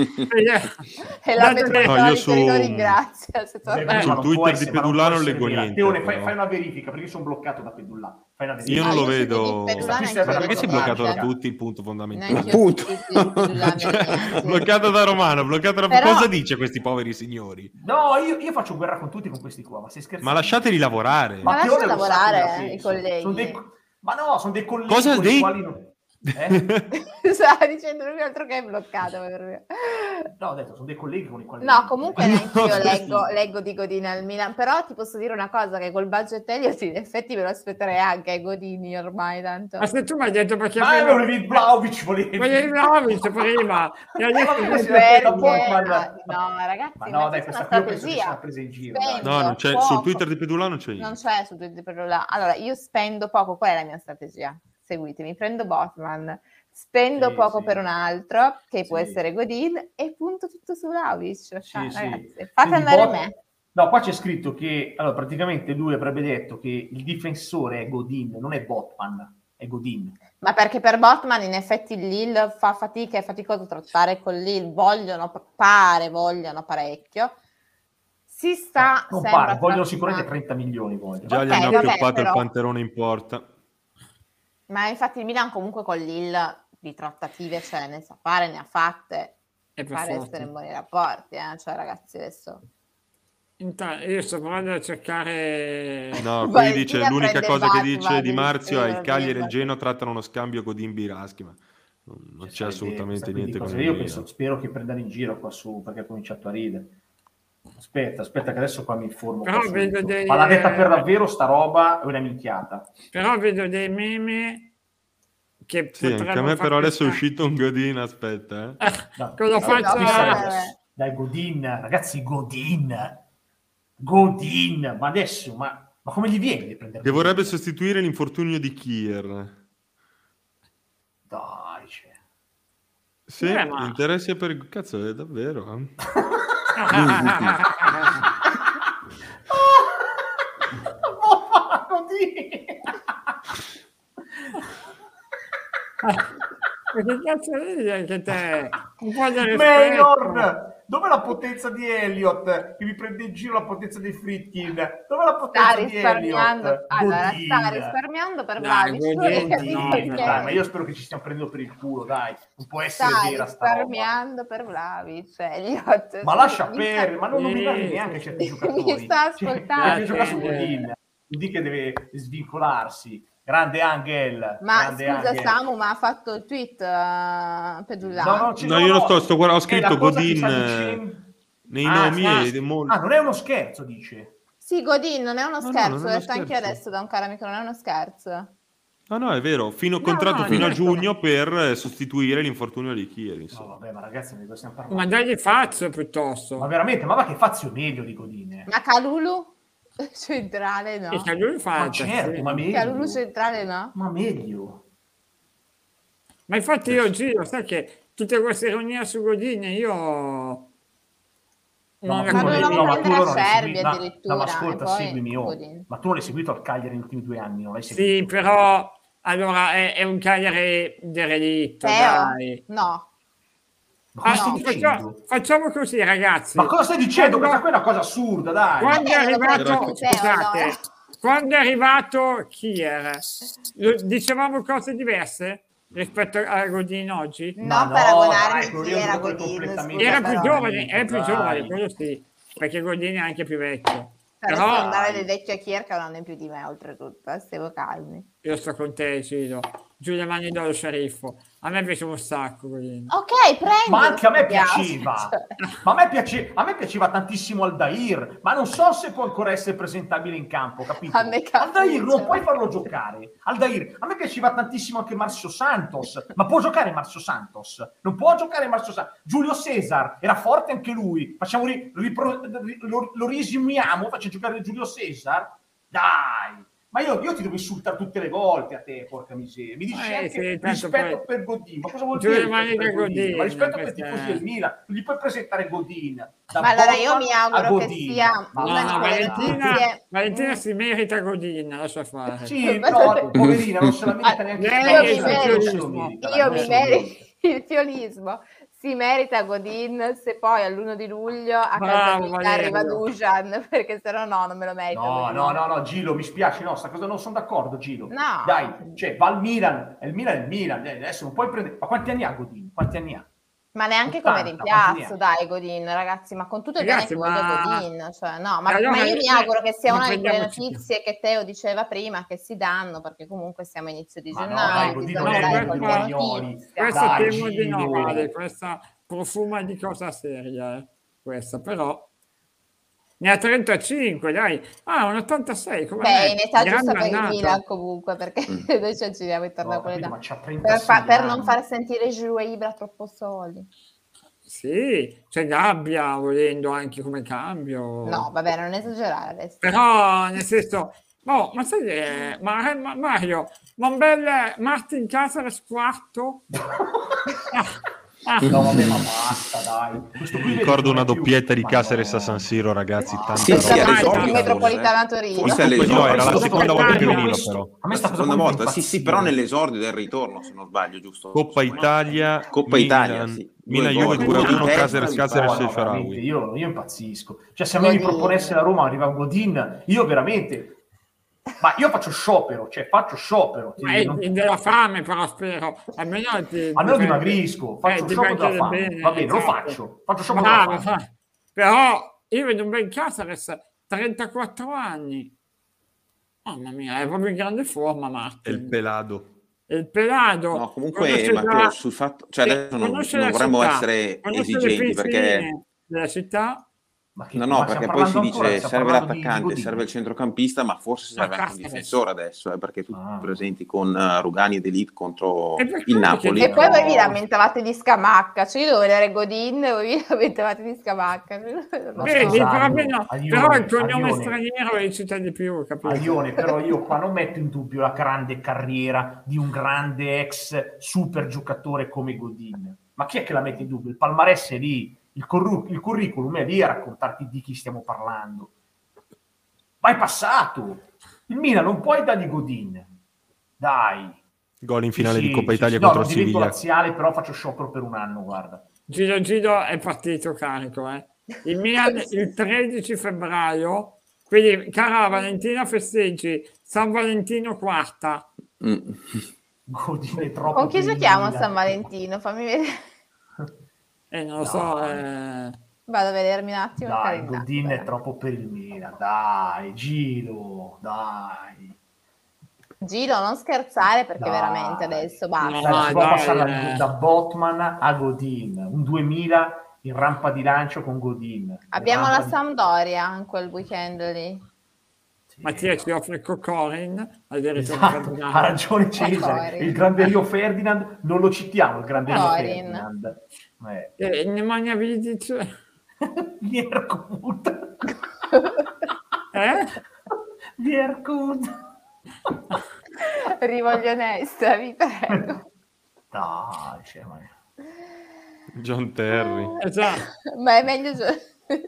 Speaker 3: E la
Speaker 1: dato che-
Speaker 3: Petroli
Speaker 4: No, io su-
Speaker 3: lo ringrazia. Se torna-
Speaker 2: Vabbè,
Speaker 1: Eh,
Speaker 2: ma
Speaker 4: sul
Speaker 2: non
Speaker 4: Twitter
Speaker 2: può
Speaker 4: di
Speaker 2: essere- ma
Speaker 4: Pedulla
Speaker 2: può
Speaker 4: non
Speaker 2: essere
Speaker 4: leggo
Speaker 2: vera.
Speaker 4: niente,
Speaker 2: Teone, fai,
Speaker 4: però.
Speaker 2: fai una verifica, perché io sono bloccato da Pedulla. Fai una verifica.
Speaker 4: Io non
Speaker 3: Ah,
Speaker 4: lo
Speaker 3: io su
Speaker 4: vedo.
Speaker 3: Pedulà
Speaker 2: Questa qui
Speaker 3: neanche
Speaker 2: serve
Speaker 3: io
Speaker 2: per
Speaker 4: Perché sei
Speaker 3: lo
Speaker 4: bloccato da
Speaker 3: guardo.
Speaker 4: tutti? Il punto fondamentale.
Speaker 3: Neanche io su
Speaker 5: Appunto.
Speaker 3: tutti i Pedulà neanche.
Speaker 4: bloccato da Romano, bloccato da...
Speaker 3: Però-
Speaker 4: Cosa dice questi poveri signori?
Speaker 2: No, io, io faccio guerra con tutti con questi qua, ma sei scherzando?
Speaker 4: Ma lasciateli lavorare.
Speaker 3: Ma
Speaker 2: Teone
Speaker 3: lascia
Speaker 2: lo sa
Speaker 3: lavorare,
Speaker 2: cosa
Speaker 3: eh,
Speaker 2: penso.
Speaker 3: i colleghi.
Speaker 2: Sono dei- ma no, sono dei colleghi
Speaker 4: Cosa
Speaker 2: con
Speaker 4: dei-
Speaker 2: i quali non... Eh?
Speaker 3: Stava dicendo lui altro che è bloccato. Per...
Speaker 2: No, ho detto, sono dei colleghi con i quali...
Speaker 3: No, comunque
Speaker 2: Eh.
Speaker 3: neanche io
Speaker 4: No,
Speaker 3: leggo, leggo di Godin al Milan, però ti posso dire una cosa, che col budget Elliott in effetti me lo aspetterei anche ai Godini ormai tanto.
Speaker 1: ma se tu mi hai detto perché
Speaker 2: Ma
Speaker 1: prima-
Speaker 2: volevi Vlahovic, volevi...
Speaker 1: volevi Vlahovic prima, e hai detto
Speaker 2: Ma come
Speaker 1: che-
Speaker 2: si
Speaker 3: Perché?
Speaker 2: da Botman?
Speaker 3: No, ragazzi,
Speaker 2: Ma
Speaker 3: ma
Speaker 2: no,
Speaker 3: c'è
Speaker 2: dai,
Speaker 3: una
Speaker 2: questa qui io penso che sia
Speaker 3: strategia.
Speaker 2: una presa in giro.
Speaker 3: Spendo.
Speaker 2: dai.
Speaker 4: No, non c'è,
Speaker 3: poco.
Speaker 4: sul Twitter di Pedulla non c'è
Speaker 3: Non
Speaker 4: niente.
Speaker 3: c'è su Twitter per là. Allora, io spendo poco, qual è la mia strategia? Seguitemi, prendo Botman, spendo
Speaker 2: Sì,
Speaker 3: poco
Speaker 2: sì.
Speaker 3: per un altro, che può
Speaker 2: Sì.
Speaker 3: essere Godin, e punto tutto su Vlahovic. Cioè,
Speaker 2: Sì,
Speaker 3: ragazzi,
Speaker 2: sì.
Speaker 3: fate
Speaker 2: Quindi
Speaker 3: andare
Speaker 2: Bot-
Speaker 3: me.
Speaker 2: No, qua c'è scritto che allora praticamente lui avrebbe detto che il difensore è Godin, non è Botman, è Godin.
Speaker 3: Ma perché per Botman in effetti il Lille fa fatica, è faticoso trattare con Lille, vogliono, pare vogliono parecchio. Si sta
Speaker 2: non
Speaker 3: sempre
Speaker 2: pare,
Speaker 3: trattando-
Speaker 2: vogliono sicuramente trenta milioni. Vogliono.
Speaker 4: Già gli
Speaker 3: Ok,
Speaker 4: hanno
Speaker 3: vabbè,
Speaker 4: appioppato
Speaker 3: però-
Speaker 4: il panterone in porta.
Speaker 3: Ma infatti il Milan comunque con Lille di trattative ce ne sa fare, ne ha fatte,
Speaker 1: è per
Speaker 3: pare
Speaker 1: forza.
Speaker 3: essere in buoni rapporti, eh? Cioè ragazzi adesso...
Speaker 1: Intanto, io sto provando a cercare
Speaker 4: No, qui
Speaker 3: Vai,
Speaker 4: dice
Speaker 3: Tina
Speaker 4: l'unica
Speaker 3: prende
Speaker 4: cosa che
Speaker 3: Batman,
Speaker 4: dice Di
Speaker 3: devi
Speaker 4: Marzio è il
Speaker 3: scrivere,
Speaker 4: Cagliari e il
Speaker 3: Batman.
Speaker 4: Genoa trattano uno scambio Godin Biraschi, ma non, non c'è
Speaker 2: Sarebbe-
Speaker 4: assolutamente
Speaker 2: questa qui
Speaker 4: niente
Speaker 2: di
Speaker 4: con
Speaker 2: cose.
Speaker 4: il
Speaker 2: Io
Speaker 4: Milan.
Speaker 2: penso, spero che prendano in giro qua su, perché ho cominciato a ridere. Aspetta, aspetta che adesso qua mi informo.
Speaker 1: Però
Speaker 2: qua
Speaker 1: vedo
Speaker 2: subito.
Speaker 1: dei-
Speaker 2: Ma l'ha detta per davvero sta roba è una minchiata.
Speaker 1: però vedo dei meme che
Speaker 4: Sì, anche a
Speaker 1: potrebbero
Speaker 4: me
Speaker 1: far
Speaker 4: però adesso è
Speaker 1: pensare-
Speaker 4: uscito un Godin, aspetta. Eh.
Speaker 2: No,
Speaker 1: Cosa
Speaker 2: no,
Speaker 1: faccio?
Speaker 2: qui sarebbe-
Speaker 3: Eh.
Speaker 2: Dai, Godin, ragazzi, Godin. Godin, ma adesso, ma, ma come gli viene di prendere
Speaker 4: Che vorrebbe
Speaker 2: Godin?
Speaker 4: sostituire l'infortunio di Kier.
Speaker 2: Dai, cioè.
Speaker 4: Sì,
Speaker 1: Eh, ma-
Speaker 4: interessi per... Cazzo, è davvero. eh.
Speaker 2: Oh, Godin.
Speaker 1: Ma che cazzo vedi anche te? Un po' di rispetto.
Speaker 2: Maynard! Dov'è la potenza di Elliott? Che mi prende in giro la potenza dei Fritkin? Dov'è la potenza
Speaker 3: Sta
Speaker 2: di
Speaker 3: risparmiando,
Speaker 2: Elliott?
Speaker 3: allora
Speaker 2: Godin.
Speaker 3: sta risparmiando per
Speaker 1: Dai,
Speaker 3: Vlahovic. tu
Speaker 1: Godin,
Speaker 3: hai capito
Speaker 1: no,
Speaker 3: che-
Speaker 2: Dai, ma io spero che ci stiamo prendendo per il culo, dai. Non può essere
Speaker 3: sta
Speaker 2: vera sta roba.
Speaker 3: risparmiando per Vlahovic, Elliott.
Speaker 2: Ma
Speaker 3: Sì,
Speaker 2: lascia
Speaker 3: mi
Speaker 2: perdere, ma non
Speaker 1: Sì,
Speaker 2: nominare
Speaker 1: sì,
Speaker 2: neanche
Speaker 1: sì.
Speaker 2: certi
Speaker 3: Mi
Speaker 2: giocatori.
Speaker 3: sta ascoltando.
Speaker 2: Cioè, deve giocare su
Speaker 1: Eh,
Speaker 2: Godin. Vuol dire che deve svincolarsi. Grande Angel.
Speaker 3: Ma
Speaker 2: grande
Speaker 3: scusa
Speaker 2: Angel.
Speaker 3: Samu, ma ha fatto il tweet uh, Pedulà?
Speaker 2: No, no, ci-
Speaker 4: No, io non sto, sto guarda- ho
Speaker 2: è
Speaker 4: scritto
Speaker 2: la cosa che
Speaker 4: Godin
Speaker 2: sta
Speaker 4: eh,
Speaker 2: dicendo-
Speaker 4: nei
Speaker 2: Ah,
Speaker 4: nomi
Speaker 2: sì.
Speaker 4: e mo-
Speaker 2: Ah, non è uno scherzo, dice.
Speaker 3: Sì, Godin, non è uno
Speaker 4: No, no,
Speaker 3: scherzo,
Speaker 4: non è
Speaker 3: l'ho
Speaker 4: uno
Speaker 3: detto anche
Speaker 4: scherzo.
Speaker 3: adesso da un caro amico, non è uno scherzo.
Speaker 4: Ah no, è vero, fino,
Speaker 1: No,
Speaker 4: contratto
Speaker 1: no,
Speaker 4: fino a
Speaker 1: certo.
Speaker 4: giugno per eh,
Speaker 1: Oh.
Speaker 4: sostituire l'infortunio di Kier,
Speaker 2: No,
Speaker 4: insomma.
Speaker 2: vabbè, ma ragazzi, di cosa stiamo parlando?
Speaker 1: Ma dagli Fazio piuttosto.
Speaker 2: Ma veramente, ma va che Fazio meglio di Godin. eh.
Speaker 3: Ma Calulu? Centrale no.
Speaker 1: E che lui fa
Speaker 2: Ma
Speaker 1: il
Speaker 2: certo,
Speaker 1: terzino.
Speaker 2: ma meglio.
Speaker 3: Calulu centrale no.
Speaker 2: Ma meglio.
Speaker 1: Ma infatti io Giro, sai che tutte queste ironie su Godin io non
Speaker 2: No,
Speaker 1: le
Speaker 2: ma tu
Speaker 3: Ma
Speaker 2: non-
Speaker 1: condivido.
Speaker 3: dovevamo
Speaker 2: no, ma tu
Speaker 3: prendere
Speaker 2: non
Speaker 3: a
Speaker 2: l'hai
Speaker 3: Cerbi
Speaker 2: seguito. No,
Speaker 3: addirittura,
Speaker 2: no, ma ascolta,
Speaker 3: e poi
Speaker 2: seguimi, oh.
Speaker 3: Godin.
Speaker 2: Ma tu non l'hai seguito al Cagliari negli ultimi due anni, non l'hai seguito.
Speaker 1: Sì, però allora è, è un Cagliari di relitto,
Speaker 3: Teo?
Speaker 1: dai.
Speaker 3: No.
Speaker 2: Ma cosa
Speaker 1: Ah,
Speaker 2: stai
Speaker 3: no,
Speaker 2: dicendo?
Speaker 1: facciamo, facciamo così, ragazzi.
Speaker 2: Ma cosa stai dicendo?
Speaker 1: Quando-
Speaker 2: Questa qua è una cosa assurda, dai.
Speaker 1: Quando è
Speaker 3: Vabbè, lo
Speaker 1: arrivato,
Speaker 3: prendi Teo,
Speaker 1: scusate,
Speaker 3: allora.
Speaker 1: quando è arrivato Kier, lo- dicevamo cose diverse rispetto a Godin oggi?
Speaker 3: Non
Speaker 2: Ma no,
Speaker 3: paragonarmi
Speaker 2: dai, quello lì
Speaker 3: chi
Speaker 2: è un
Speaker 3: era
Speaker 2: giocatore
Speaker 3: Godin,
Speaker 2: completamente
Speaker 3: scusa,
Speaker 1: Era più
Speaker 3: però.
Speaker 1: giovane, è più
Speaker 2: Dai.
Speaker 1: giovane, quello sì, perché Godin è anche più vecchio.
Speaker 3: Saresti
Speaker 1: Però
Speaker 3: andare del vecchio a Kier che ha un anno in più di me, oltretutto, eh, stiamo calmi.
Speaker 1: io sto con te, Cido. Giù le mani dallo sceriffo. A me piace un sacco Godin.
Speaker 3: Ok, prendi.
Speaker 2: Ma anche a me
Speaker 3: mi piace,
Speaker 2: piaceva.
Speaker 3: cioè.
Speaker 2: Ma a me, piace- a me piaceva tantissimo Aldair, ma non so se può ancora essere presentabile in campo, capito?
Speaker 3: A me capita.
Speaker 2: Aldair non puoi farlo giocare. Aldair, a me piaceva tantissimo anche Marcio Santos, ma può giocare Marcio Santos? Non può giocare Marcio Santos. Giulio Cesar era forte anche lui. Facciamo ri- ripro- ri- lo, lo risumiamo, facciamo giocare Giulio Cesar? Dai! Ma io, io ti devo insultare tutte le volte a te, porca miseria. Mi dici
Speaker 1: Eh,
Speaker 2: anche
Speaker 1: sì, tanto
Speaker 2: rispetto
Speaker 1: poi-
Speaker 2: per Godin. Ma cosa vuol
Speaker 1: Giù
Speaker 2: dire
Speaker 1: le mani
Speaker 2: rispetto per
Speaker 1: da
Speaker 2: Godin?
Speaker 1: Godin,
Speaker 2: Ma rispetto per i
Speaker 1: questa
Speaker 2: tifosi
Speaker 1: è-
Speaker 2: del Milan, non gli puoi presentare Godin. Da
Speaker 3: Ma allora io
Speaker 2: Botman
Speaker 3: mi
Speaker 2: a
Speaker 3: auguro che
Speaker 2: Godin.
Speaker 3: sia
Speaker 2: Ma
Speaker 1: No,
Speaker 3: una
Speaker 1: no,
Speaker 3: di quelle
Speaker 1: Valentina,
Speaker 3: notizie-
Speaker 1: Valentina
Speaker 3: Mm.
Speaker 1: si merita Godin, lascia fare.
Speaker 2: Sì, no, poverina, non se la merita
Speaker 3: Ah,
Speaker 2: neanche
Speaker 1: lei
Speaker 2: non
Speaker 1: è
Speaker 2: se
Speaker 1: il
Speaker 2: la- non se lo
Speaker 1: fiolismo.
Speaker 2: merita, dai,
Speaker 3: Io
Speaker 2: non
Speaker 3: mi
Speaker 2: se lo
Speaker 3: merito il fiolismo. Si merita Godin se poi all'uno di luglio a casa
Speaker 1: Bravo,
Speaker 3: mia
Speaker 1: Valerio.
Speaker 3: arriva Dusan, perché se no no, non me lo merita.
Speaker 2: No,
Speaker 3: Godin.
Speaker 2: no, no, no, Gilo, mi spiace, no, sta cosa non sono d'accordo, Gilo.
Speaker 3: No.
Speaker 2: Dai, cioè, va al Milan, è il Milan è il Milan, eh, adesso non puoi prendere... Ma quanti anni ha Godin? Quanti anni ha?
Speaker 3: Ma neanche come
Speaker 2: ottanta,
Speaker 3: rimpiazzo,
Speaker 2: quanti ne
Speaker 3: dai, Godin, ragazzi, ma con tutto il
Speaker 1: Ragazzi,
Speaker 3: bene che
Speaker 1: ma-
Speaker 3: voglio Godin, cioè, no, ma,
Speaker 1: E allora
Speaker 3: ma io
Speaker 1: io-
Speaker 3: mi auguro che sia
Speaker 1: ma
Speaker 3: una di quelle
Speaker 1: prendiamoci-
Speaker 3: notizie che Teo diceva prima, che si danno, perché comunque siamo a inizio di
Speaker 2: Ma no,
Speaker 3: gennaio,
Speaker 2: dai, Godin
Speaker 3: bisogna
Speaker 1: non è
Speaker 3: dare
Speaker 1: quello
Speaker 3: qualche
Speaker 1: dei
Speaker 2: Romagnoli.
Speaker 3: notizia.
Speaker 1: Questa
Speaker 2: Dai,
Speaker 1: temo di no,
Speaker 2: Gino.
Speaker 1: Vale, questa profuma di cosa seria, eh. Questa, però ne ha trentacinque, dai. Ah, un ottantasei, come
Speaker 3: Beh,
Speaker 1: me.
Speaker 3: in età
Speaker 1: Grande
Speaker 3: giusta per il
Speaker 1: annata.
Speaker 3: Milan comunque, perché noi ci aggiriamo intorno
Speaker 2: No,
Speaker 3: a quelle
Speaker 2: capito,
Speaker 3: età.
Speaker 2: ma c'ha
Speaker 3: Per,
Speaker 2: trentasei
Speaker 3: fa- per non
Speaker 2: anni.
Speaker 3: far sentire Giroud e Ibra troppo soli.
Speaker 1: Sì, c'è Gabbia volendo anche come cambio.
Speaker 3: No, vabbè, non esagerare adesso.
Speaker 1: Però, nel senso, oh, ma sai che, ma, ma- Mario, ma un bel Martin Caceres quarto? Ah, ah,
Speaker 2: No, vabbè, ma basta, dai. Questo qui
Speaker 4: Ricordo
Speaker 2: vedi,
Speaker 4: una
Speaker 2: non è più-
Speaker 4: doppietta di
Speaker 2: Ma
Speaker 4: Caceres
Speaker 2: no.
Speaker 4: a San Siro, ragazzi,
Speaker 2: Ah.
Speaker 4: tanta
Speaker 5: Sì,
Speaker 4: roba.
Speaker 5: sì, era
Speaker 1: Dai,
Speaker 5: esordio,
Speaker 1: dai,
Speaker 3: Metropolitana
Speaker 5: forse.
Speaker 3: Torino.
Speaker 5: Forse alle
Speaker 4: No, era la
Speaker 5: esordio.
Speaker 4: seconda volta che
Speaker 1: Italia,
Speaker 4: veniva,
Speaker 2: questo-
Speaker 4: però.
Speaker 2: A me
Speaker 5: La
Speaker 2: sta cosa
Speaker 5: seconda
Speaker 2: molto
Speaker 5: volta, sì, sì,
Speaker 2: impazzire.
Speaker 5: però nell'esordio del ritorno, se non sbaglio, giusto?
Speaker 4: Coppa Italia,
Speaker 5: Coppa
Speaker 4: Milan,
Speaker 5: Italia, sì.
Speaker 4: Milan
Speaker 5: Due
Speaker 4: Juve
Speaker 5: gol,
Speaker 4: due a
Speaker 5: uno di
Speaker 4: uno,
Speaker 5: testa,
Speaker 4: Caceres,
Speaker 5: mi
Speaker 4: Caceres
Speaker 5: pare.
Speaker 4: e
Speaker 2: No, no, veramente,
Speaker 4: Shaarawy.
Speaker 2: io, io impazzisco. Cioè, se a me mi
Speaker 3: Godin.
Speaker 2: proponesse la Roma arriva Godin, io veramente... Ma io faccio sciopero, cioè faccio sciopero. ti
Speaker 1: ma è
Speaker 2: non-
Speaker 1: della fame, però spero. Almeno ti,
Speaker 2: Almeno
Speaker 1: ti-
Speaker 2: dimagrisco, faccio
Speaker 1: eh, ti
Speaker 2: sciopero
Speaker 1: prende
Speaker 2: della fame.
Speaker 1: bene,
Speaker 2: Va bene, lo
Speaker 1: esatto.
Speaker 2: faccio. Faccio sciopero della
Speaker 1: Bravo,
Speaker 2: fame.
Speaker 1: fa- però io vedo un bel Caceres, trentaquattro anni. Mamma mia, è proprio in grande forma,
Speaker 4: E
Speaker 1: Martin.
Speaker 4: il pelado.
Speaker 1: E il pelado.
Speaker 5: No, comunque,
Speaker 1: conosce
Speaker 5: Matteo,
Speaker 1: già-
Speaker 5: sul fatto... Cioè,
Speaker 1: sì,
Speaker 5: adesso non,
Speaker 1: conosce
Speaker 5: non
Speaker 1: la
Speaker 5: vorremmo
Speaker 1: città,
Speaker 5: essere
Speaker 1: conosce le
Speaker 5: esigenti, perché...
Speaker 1: pensiline della città.
Speaker 2: Ma che-
Speaker 5: No,
Speaker 2: ma
Speaker 5: no,
Speaker 2: stiamo
Speaker 5: perché poi si
Speaker 2: parlando ancora,
Speaker 5: dice
Speaker 2: stiamo
Speaker 5: serve
Speaker 2: parlando di- di
Speaker 5: l'attaccante,
Speaker 2: Godin.
Speaker 5: serve il centrocampista, ma forse serve anche un
Speaker 1: Caceres.
Speaker 5: difensore adesso, eh, perché tutti
Speaker 2: Ah.
Speaker 5: presenti con eh, Rugani ed Elite contro
Speaker 1: E perché
Speaker 5: il
Speaker 1: che
Speaker 5: Napoli.
Speaker 3: E poi voi vi
Speaker 2: No.
Speaker 3: lamentavate di Scamacca, cioè io devo vedere Godin e voi vi lamentavate di Scamacca.
Speaker 2: Ma
Speaker 1: Vedi,
Speaker 2: scusate,
Speaker 1: però, almeno-
Speaker 2: Aglione,
Speaker 1: però il cognome
Speaker 2: Aglione.
Speaker 1: straniero recita di più, capito?
Speaker 2: Aglione, però io qua non metto in dubbio la grande carriera di un grande ex super giocatore come Godin. Ma chi è che la mette in dubbio? Il palmarès è lì, il, curru- il curriculum è lì a raccontarti di chi stiamo parlando. Ma è passato. Il Milan non puoi dargli Godin. Dai.
Speaker 4: Gol in finale
Speaker 2: Sì,
Speaker 4: di Coppa
Speaker 2: sì,
Speaker 4: Italia
Speaker 2: sì. No,
Speaker 4: contro
Speaker 2: non
Speaker 4: il
Speaker 2: divento
Speaker 4: Siviglia.
Speaker 2: laziale, però faccio sciopero per un anno, guarda.
Speaker 1: Giro Giro è partito carico, eh. Il Milan il tredici febbraio, quindi cara Valentina festeggi, San Valentino quarta.
Speaker 5: Mm.
Speaker 2: Godine è troppo
Speaker 3: Con chi
Speaker 2: per il
Speaker 3: giochiamo a
Speaker 2: Milan.
Speaker 3: San Valentino? Fammi vedere.
Speaker 1: E non lo so,
Speaker 2: Dai.
Speaker 1: eh,
Speaker 3: Vado a vedermi un attimo il
Speaker 2: Dai,
Speaker 3: calendario.
Speaker 2: Godin è troppo per il Milan. Dai, Giro, dai.
Speaker 3: Giro, non scherzare perché
Speaker 2: Dai.
Speaker 3: veramente adesso basta.
Speaker 1: No,
Speaker 2: Dai, si può
Speaker 1: dai,
Speaker 2: passare da,
Speaker 1: eh.
Speaker 2: da Botman a Godin. Un duemila in rampa di lancio con Godin.
Speaker 3: Abbiamo
Speaker 2: Rampa
Speaker 3: la
Speaker 2: di-
Speaker 3: Sampdoria in quel weekend lì.
Speaker 2: Sì.
Speaker 1: Mattia ci offre Cocorin, addirittura
Speaker 2: Esatto,
Speaker 1: Ferdinand.
Speaker 2: ha ragione Cesare.
Speaker 3: Cocorin.
Speaker 2: Il grande Rio Ferdinand non lo citiamo, il grande Rio
Speaker 3: Cocorin.
Speaker 2: Ferdinand. Eh.
Speaker 1: E Nemanja Vidic,
Speaker 2: Vierkut.
Speaker 1: eh?
Speaker 2: Vierkut.
Speaker 3: Rivoglio onesta, vi prego.
Speaker 2: Dai, cioè, ma...
Speaker 4: John Terry.
Speaker 1: Esatto.
Speaker 3: Ma è meglio gio-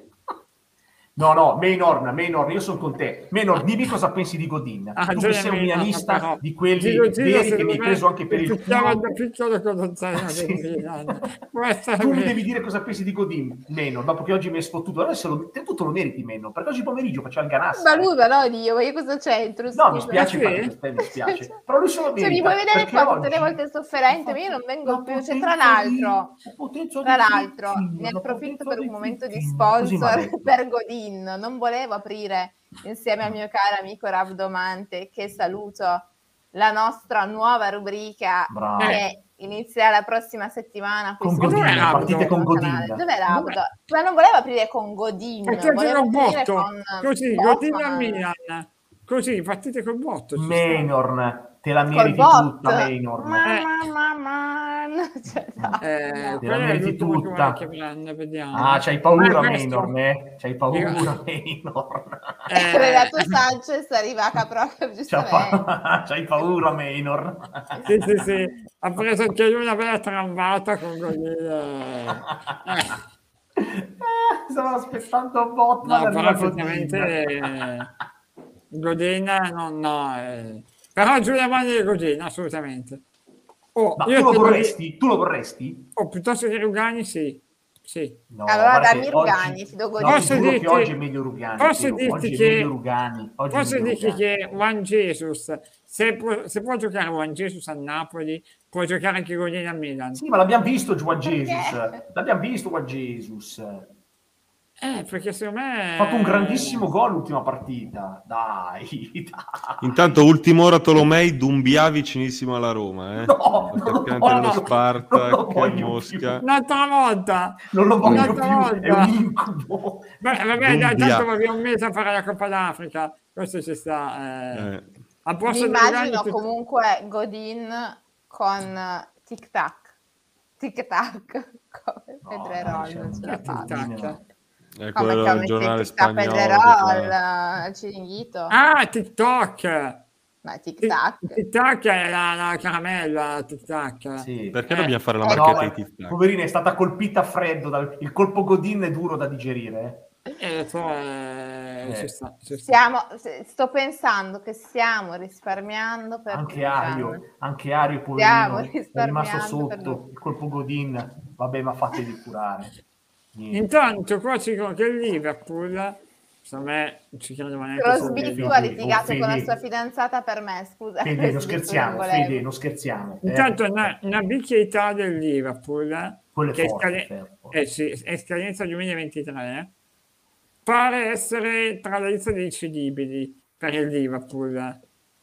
Speaker 2: No, no, Maynor, Maynor, io sono con te. Maynor, dimmi cosa pensi di Godin.
Speaker 1: Ah,
Speaker 2: tu
Speaker 1: già
Speaker 2: che sei un
Speaker 1: Maynor,
Speaker 2: milanista
Speaker 1: però.
Speaker 2: di quelli
Speaker 1: Giro Giro,
Speaker 2: veri che
Speaker 1: secondo
Speaker 2: mi hai
Speaker 1: me,
Speaker 2: preso anche per il
Speaker 1: picchiava
Speaker 2: culo.
Speaker 1: da piccolo con lo zaino
Speaker 2: Sì.
Speaker 1: del Milan. Può essere
Speaker 2: Tu mi
Speaker 1: vero.
Speaker 2: devi dire cosa pensi di Godin, Maynor, dopo che oggi mi hai sfottuto. Adesso lo, te tutto lo meriti, Maynor, perché oggi pomeriggio facciamo il ganassa.
Speaker 3: Ma lui, ma no, Dio, ma io cosa c'entro?
Speaker 2: No, mi
Speaker 3: scusa?
Speaker 2: spiace,
Speaker 1: Ah, sì?
Speaker 2: infatti, per te mi spiace. Però lui se lo merita.
Speaker 3: Cioè, mi puoi vedere
Speaker 2: perché
Speaker 3: qua tutte
Speaker 2: oggi
Speaker 3: le volte sofferente, ma io non vengo più. Cioè, tra l'altro, tra l'altro, ne approfitto per un momento di sponsor per Godin. Non volevo aprire insieme al mio caro amico Ravdomante, che saluto, la nostra nuova rubrica
Speaker 2: Bravo.
Speaker 3: che inizierà la prossima settimana. qui
Speaker 2: Con
Speaker 3: su
Speaker 2: Godin,
Speaker 3: questo
Speaker 1: partite
Speaker 2: con
Speaker 3: canale.
Speaker 2: Godin.
Speaker 3: Dov'è Ravdo? Ma non volevo aprire con Godin,
Speaker 1: Partite
Speaker 3: volevo
Speaker 1: col
Speaker 3: aprire
Speaker 1: botto,
Speaker 3: con
Speaker 1: così,
Speaker 3: Botman.
Speaker 1: Godin a Milan. Così, partite col botto. ci sta.
Speaker 2: Maynor, te la
Speaker 3: Col
Speaker 2: meriti
Speaker 3: bot.
Speaker 2: tutta, Maynor.
Speaker 3: Mamma, mamma, cioè, dai,
Speaker 1: Eh,
Speaker 3: no.
Speaker 1: qual è
Speaker 2: meriti
Speaker 1: l'ultimo che
Speaker 2: tutta.
Speaker 1: vuoi che prenda? Vediamo.
Speaker 2: Ah, c'hai paura,
Speaker 1: Ah, questo.
Speaker 2: Maynor, eh? C'hai paura,
Speaker 1: Dico-
Speaker 2: Maynor.
Speaker 1: Eh,
Speaker 3: Renato Sanchez arrivata proprio
Speaker 2: C'ha
Speaker 3: giustamente.
Speaker 2: pa- C'hai paura, Maynor.
Speaker 1: sì, sì, sì. Ha preso anche lui una bella trambata con Godin. eh. Eh.
Speaker 2: Eh, stavo aspettando Botman.
Speaker 1: No,
Speaker 2: arriva
Speaker 1: però
Speaker 2: Godin.
Speaker 1: effettivamente eh, Godin no, no eh. Però giù le mani di Godin, assolutamente. Oh,
Speaker 2: Ma
Speaker 1: io
Speaker 2: tu lo
Speaker 1: te lo
Speaker 2: vorresti? Tu lo vorresti?
Speaker 1: Oh, piuttosto che Rugani, sì. Sì.
Speaker 2: No,
Speaker 3: Allora
Speaker 2: guarda
Speaker 3: dammi
Speaker 2: che
Speaker 3: Rugani,
Speaker 2: oggi-
Speaker 3: ti do
Speaker 2: No,
Speaker 3: Godin.
Speaker 2: ti
Speaker 1: Posso
Speaker 2: giuro che
Speaker 1: dirti-
Speaker 2: oggi è meglio Rugani.
Speaker 1: posso
Speaker 2: Teo.
Speaker 1: dirti
Speaker 2: oggi
Speaker 1: che-
Speaker 2: è meglio Rugani. Oggi è
Speaker 1: Posso
Speaker 2: meglio
Speaker 1: dirti
Speaker 2: Rugani.
Speaker 1: che Juan Jesus, se può, se può giocare Juan Jesus a Napoli, può giocare anche Godin a Milan.
Speaker 2: Sì, ma l'abbiamo visto Juan
Speaker 3: Perché?
Speaker 2: Jesus. L'abbiamo visto Juan Jesus. Ha
Speaker 1: Eh, perché secondo me...
Speaker 2: fatto un grandissimo gol l'ultima partita. Dai, dai.
Speaker 4: Intanto, ultima ora Tolomei, Dumbia vicinissimo alla Roma. Eh?
Speaker 2: No, non lo
Speaker 4: Attaccante
Speaker 2: voglio
Speaker 4: dello
Speaker 2: più.
Speaker 4: Sparta,
Speaker 2: Non lo
Speaker 4: che
Speaker 2: voglio
Speaker 4: Mosca.
Speaker 1: Un'altra volta!
Speaker 2: Non lo voglio
Speaker 1: Un'altra
Speaker 2: più,
Speaker 1: volta.
Speaker 2: è un incubo.
Speaker 1: Beh, vabbè, dai,
Speaker 4: Dumbia.
Speaker 1: tanto va via un mese a fare la Coppa d'Africa. Questo ci sta. Eh.
Speaker 4: Eh.
Speaker 1: A
Speaker 3: Mi
Speaker 1: posto di
Speaker 3: immagino
Speaker 1: Rugani, tu-
Speaker 3: comunque Godin con tic tac, tic tac, come
Speaker 2: No,
Speaker 3: Pedrerol,
Speaker 2: dai,
Speaker 3: non ce
Speaker 2: c'è
Speaker 3: la
Speaker 2: un
Speaker 3: fa.
Speaker 2: Godin.
Speaker 1: Tac.
Speaker 4: È
Speaker 3: Come
Speaker 4: quello
Speaker 3: che
Speaker 4: del giornale
Speaker 3: mette tic tac
Speaker 4: spagnolo.
Speaker 3: Pedrerol
Speaker 4: che fa-
Speaker 3: al ciringhito?
Speaker 1: Ah, TikTok!
Speaker 3: Ma tic tac.
Speaker 1: TikTok è la, la caramella, TikTok.
Speaker 2: Sì.
Speaker 4: Perché
Speaker 1: Eh.
Speaker 4: dobbiamo fare la
Speaker 3: Eh,
Speaker 2: No,
Speaker 4: marchetta
Speaker 2: ma-
Speaker 4: di Tic Tac?
Speaker 2: poverina, è stata colpita a freddo. Dal... Il colpo Godin è duro da digerire. eh.
Speaker 1: Eh, so, eh,
Speaker 2: Eh.
Speaker 1: ci sta, ci sta.
Speaker 3: Stiamo, sto pensando che stiamo risparmiando per
Speaker 2: Anche
Speaker 3: Dusan.
Speaker 2: Ario, anche Ario,
Speaker 3: Stiamo
Speaker 2: poverino, è
Speaker 3: risparmiando
Speaker 2: rimasto
Speaker 3: per
Speaker 2: sotto. Il colpo Godin, vabbè, ma fatevi curare. Niente.
Speaker 1: Intanto qua ci dicono che il Liverpool, secondo me ci credo neanche
Speaker 3: Crosby
Speaker 1: se-
Speaker 3: più ha
Speaker 2: Fede,
Speaker 3: litigato
Speaker 2: oh,
Speaker 3: con la
Speaker 2: Fede.
Speaker 3: sua fidanzata per me, scusa.
Speaker 2: Fede,
Speaker 3: Crosby,
Speaker 2: non scherziamo,
Speaker 3: non volevo.
Speaker 2: Fede, non scherziamo. eh.
Speaker 1: Intanto una, una bicchietà del Liverpool,
Speaker 2: Quello è
Speaker 1: che è,
Speaker 2: forte,
Speaker 1: scade-
Speaker 2: Ferro.
Speaker 1: eh sì, è scadenza duemilaventitré, pare essere tra le liste dei cedibili per il Liverpool.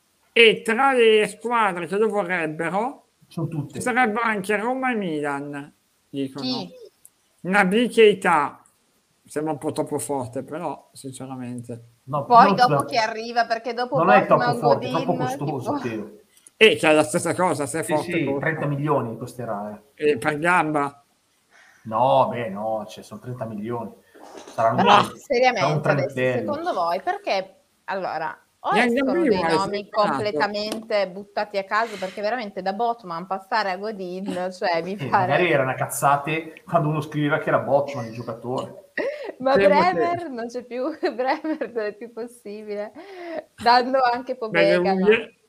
Speaker 1: E tra le squadre che lo vorrebbero
Speaker 2: Sono tutte.
Speaker 1: ci sarebbero anche Roma e Milan, dicono.
Speaker 3: Chi?
Speaker 1: Una bicchietà. Sembra un po' troppo forte, però, sinceramente.
Speaker 2: No,
Speaker 3: Poi
Speaker 2: non-
Speaker 3: dopo che arriva, perché dopo
Speaker 2: Non è
Speaker 3: Botman,
Speaker 2: troppo forte, è
Speaker 3: Godin,
Speaker 2: troppo costoso,
Speaker 3: tipo-
Speaker 2: Teo.
Speaker 1: E che è la stessa cosa, se è
Speaker 2: Sì,
Speaker 1: forte
Speaker 2: sì,
Speaker 1: costa.
Speaker 2: trenta milioni costerà. eh.
Speaker 1: E per gamba.
Speaker 2: No, beh, no, cioè, sono trenta milioni. Saranno
Speaker 3: Però
Speaker 2: un- sarà un
Speaker 3: seriamente adesso,
Speaker 2: trentello.
Speaker 3: secondo voi, perché allora o
Speaker 1: Gli
Speaker 3: escono
Speaker 1: Angry
Speaker 3: dei
Speaker 1: Birds,
Speaker 3: nomi
Speaker 1: esatto.
Speaker 3: completamente buttati a caso, perché veramente da Botman passare a Godin, cioè mi
Speaker 2: Eh,
Speaker 3: pare...
Speaker 2: magari erano cazzate quando uno scriveva che era Botman il giocatore.
Speaker 3: Ma
Speaker 1: Sì,
Speaker 3: Bremer non c'è più, Bremer non è più possibile, dando anche
Speaker 1: Belle
Speaker 3: Pobega, no?
Speaker 1: unghie.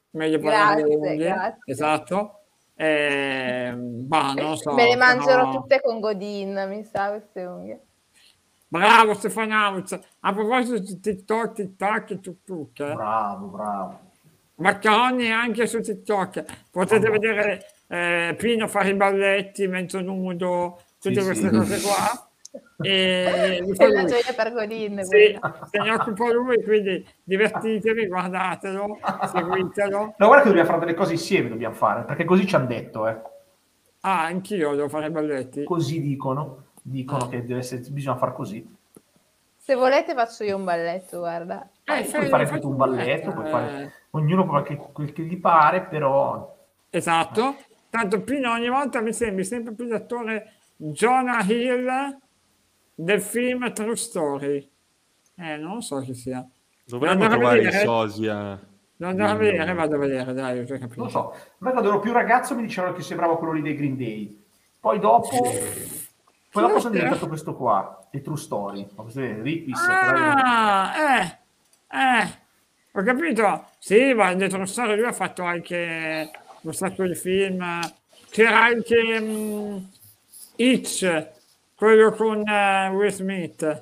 Speaker 1: meglio parlare delle
Speaker 3: Grazie,
Speaker 1: unghie,
Speaker 3: grazie.
Speaker 1: esatto. Eh, bah, non lo so,
Speaker 3: Me le mangerò
Speaker 1: però-
Speaker 3: tutte con Godin, mi sa, queste unghie.
Speaker 1: Bravo Stefanowicz. A proposito di TikTok, TikTok e TikTok, eh,
Speaker 2: Bravo, bravo.
Speaker 1: Maccaroni anche su TikTok. Potete
Speaker 2: Ah, no.
Speaker 1: vedere eh, Pino fare i balletti, mezzo nudo, tutte
Speaker 2: Sì,
Speaker 1: queste
Speaker 2: sì.
Speaker 1: cose qua. E li fa
Speaker 3: È la
Speaker 1: lui.
Speaker 3: gioia per Godin,
Speaker 1: Sì,
Speaker 3: quella.
Speaker 1: se ne occupa lui, quindi divertitevi, guardatelo, seguitelo.
Speaker 2: No, guarda che dobbiamo fare delle cose insieme, dobbiamo fare, perché così ci hanno detto, eh.
Speaker 1: Ah, anch'io devo fare i balletti.
Speaker 2: Così dicono, dicono
Speaker 1: Ah.
Speaker 2: che deve essere, bisogna fare così.
Speaker 3: Se volete faccio io un balletto, guarda.
Speaker 1: Eh,
Speaker 2: puoi
Speaker 1: fai-
Speaker 2: fare
Speaker 1: fai
Speaker 2: anche tu un
Speaker 1: un
Speaker 2: balletto,
Speaker 1: balletto,
Speaker 2: puoi
Speaker 1: eh.
Speaker 2: fare, ognuno fa quel che, quel che gli pare, però
Speaker 1: Esatto. Tanto Pino ogni volta mi sembri sempre più l'attore Jonah Hill del film True Story. Eh, non lo so chi sia.
Speaker 4: Dovremmo
Speaker 1: Lo andrò a
Speaker 4: trovare il
Speaker 1: vedere?
Speaker 4: sosia.
Speaker 1: Lo andrò a
Speaker 4: di-
Speaker 1: vedere, vado a vedere, dai, ho già capito.
Speaker 2: non lo so. A me quando ero più ragazzo mi dicevano che sembrava quello lì dei Green Day. Poi dopo, poi dopo sono diventato questo qua, le True Story. Ma questo è Rippis,
Speaker 1: Ah, eh, eh, ho capito. Sì, ma dentro storia lui ha fatto anche un sacco di film. C'era anche mm, Hitch, quello con eh, Will Smith.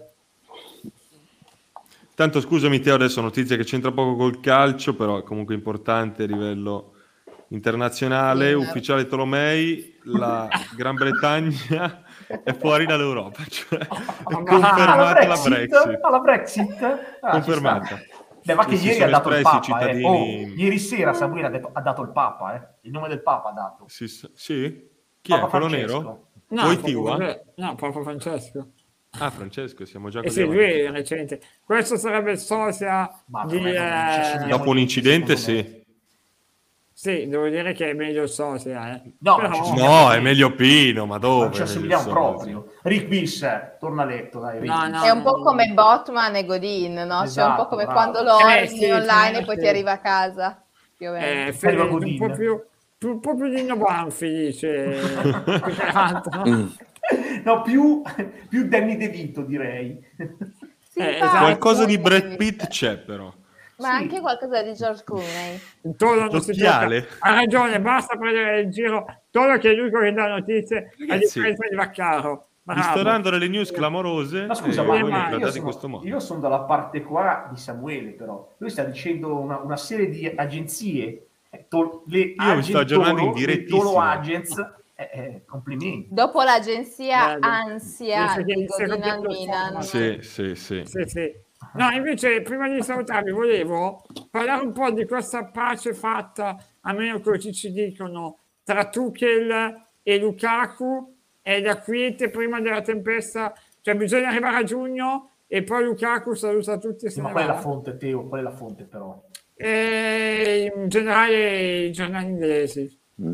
Speaker 4: Tanto scusami Teo, adesso notizia che c'entra poco col calcio, però è comunque importante a livello internazionale.
Speaker 3: Sì,
Speaker 4: Ufficiale Tolomei, la Gran Bretagna è fuori dall'Europa, cioè è
Speaker 2: alla
Speaker 4: confermata la
Speaker 2: Brexit,
Speaker 4: Brexit.
Speaker 2: alla Brexit. Ah, ci
Speaker 4: Confermata.
Speaker 2: sta. Beh, ma che
Speaker 4: Sì, si
Speaker 2: ieri
Speaker 4: sono
Speaker 2: ha dato il
Speaker 4: espressi i
Speaker 2: Papa, eh.
Speaker 4: cittadini.
Speaker 2: Oh, ieri sera Samuele ha, detto- ha dato il Papa, eh. Il nome del Papa ha dato.
Speaker 4: Sì, sì. Sì? Chi
Speaker 2: Papa
Speaker 4: è? Quello
Speaker 2: Francesco.
Speaker 4: nero?
Speaker 1: No,
Speaker 4: Wojtyła?
Speaker 1: Papa, no, Papa Francesco.
Speaker 4: Ah, Francesco, siamo già
Speaker 1: Eh
Speaker 4: così
Speaker 1: sì, lui
Speaker 4: avanti.
Speaker 1: è recente. Questo sarebbe il sosia
Speaker 2: Ma
Speaker 1: di...
Speaker 2: per me non ci
Speaker 1: eh,
Speaker 2: assomigliamo
Speaker 4: Dopo un
Speaker 2: niente,
Speaker 4: incidente,
Speaker 2: secondo me.
Speaker 4: sì.
Speaker 1: Sì, devo dire che è meglio il sosia, eh.
Speaker 2: No,
Speaker 1: Però-
Speaker 2: non ci assomigliamo
Speaker 4: No, è
Speaker 2: niente.
Speaker 4: meglio Pino, ma
Speaker 2: Non
Speaker 4: dove?
Speaker 2: ci
Speaker 4: è
Speaker 2: assomigliamo
Speaker 4: meglio il sosia?
Speaker 2: proprio. Rick Bis, eh, torna a letto, dai, Rick
Speaker 1: No,
Speaker 2: Bis.
Speaker 1: no.
Speaker 3: È un po' come Botman e Godin, no? Cioè un
Speaker 2: Esatto,
Speaker 3: po' come
Speaker 2: bravo.
Speaker 3: quando lo
Speaker 1: Eh,
Speaker 3: ordini
Speaker 1: sì,
Speaker 3: online
Speaker 1: sì,
Speaker 3: e poi
Speaker 1: sì.
Speaker 3: ti arriva a casa. Più o meno.
Speaker 1: Eh, Fede,
Speaker 2: Arriva
Speaker 1: un
Speaker 2: Godin.
Speaker 1: po' più, più, un po' più di Nino Banfi, dice. più che altro.
Speaker 2: No, più, più Danny DeVito, direi.
Speaker 3: Sì,
Speaker 1: Eh,
Speaker 3: infatti,
Speaker 1: esatto.
Speaker 4: Qualcosa di
Speaker 3: sì,
Speaker 4: Brad
Speaker 3: sì.
Speaker 4: Pitt c'è, però.
Speaker 3: Ma anche qualcosa di George Clooney.
Speaker 1: Tolo non si
Speaker 4: L'occhiale.
Speaker 1: tocca. Ha ragione, basta prendere il giro. Tolo che è l'unico che dà notizie, a
Speaker 4: Ragazzi,
Speaker 1: differenza di Vaccaro.
Speaker 4: Vi sto dando delle news clamorose
Speaker 2: Ma scusa,
Speaker 4: e
Speaker 2: ma
Speaker 1: Eh,
Speaker 4: voi
Speaker 1: ma
Speaker 4: le
Speaker 2: io
Speaker 4: trattate in
Speaker 2: sono,
Speaker 4: questo modo.
Speaker 2: io sono dalla parte qua di Samuele, però. Lui sta dicendo una, una serie di agenzie. eh, to- le
Speaker 4: Io mi sto
Speaker 2: Agent
Speaker 4: aggiornando in
Speaker 2: Tolo, le
Speaker 4: direttissimo.
Speaker 2: Tolo Agents. eh, eh, complimenti.
Speaker 3: Dopo l'agenzia
Speaker 1: Bello.
Speaker 3: Ansia
Speaker 1: Dice che
Speaker 3: di
Speaker 1: si è
Speaker 3: Godin al
Speaker 1: copiato il
Speaker 3: Milan.
Speaker 1: format.
Speaker 4: Sì, sì, sì.
Speaker 1: Sì, sì. No, invece, prima di salutarvi, volevo parlare un po' di questa pace fatta, a meno che ci dicono, tra Tuchel e Lukaku, è da quiete prima della tempesta, cioè bisogna arrivare a giugno e poi Lukaku saluta tutti e
Speaker 2: Sì,
Speaker 1: se
Speaker 2: ma
Speaker 1: ne
Speaker 2: qual è
Speaker 1: va.
Speaker 2: la fonte, Teo? Qual è la fonte, però?
Speaker 1: E in generale i giornali inglesi.
Speaker 5: Mm.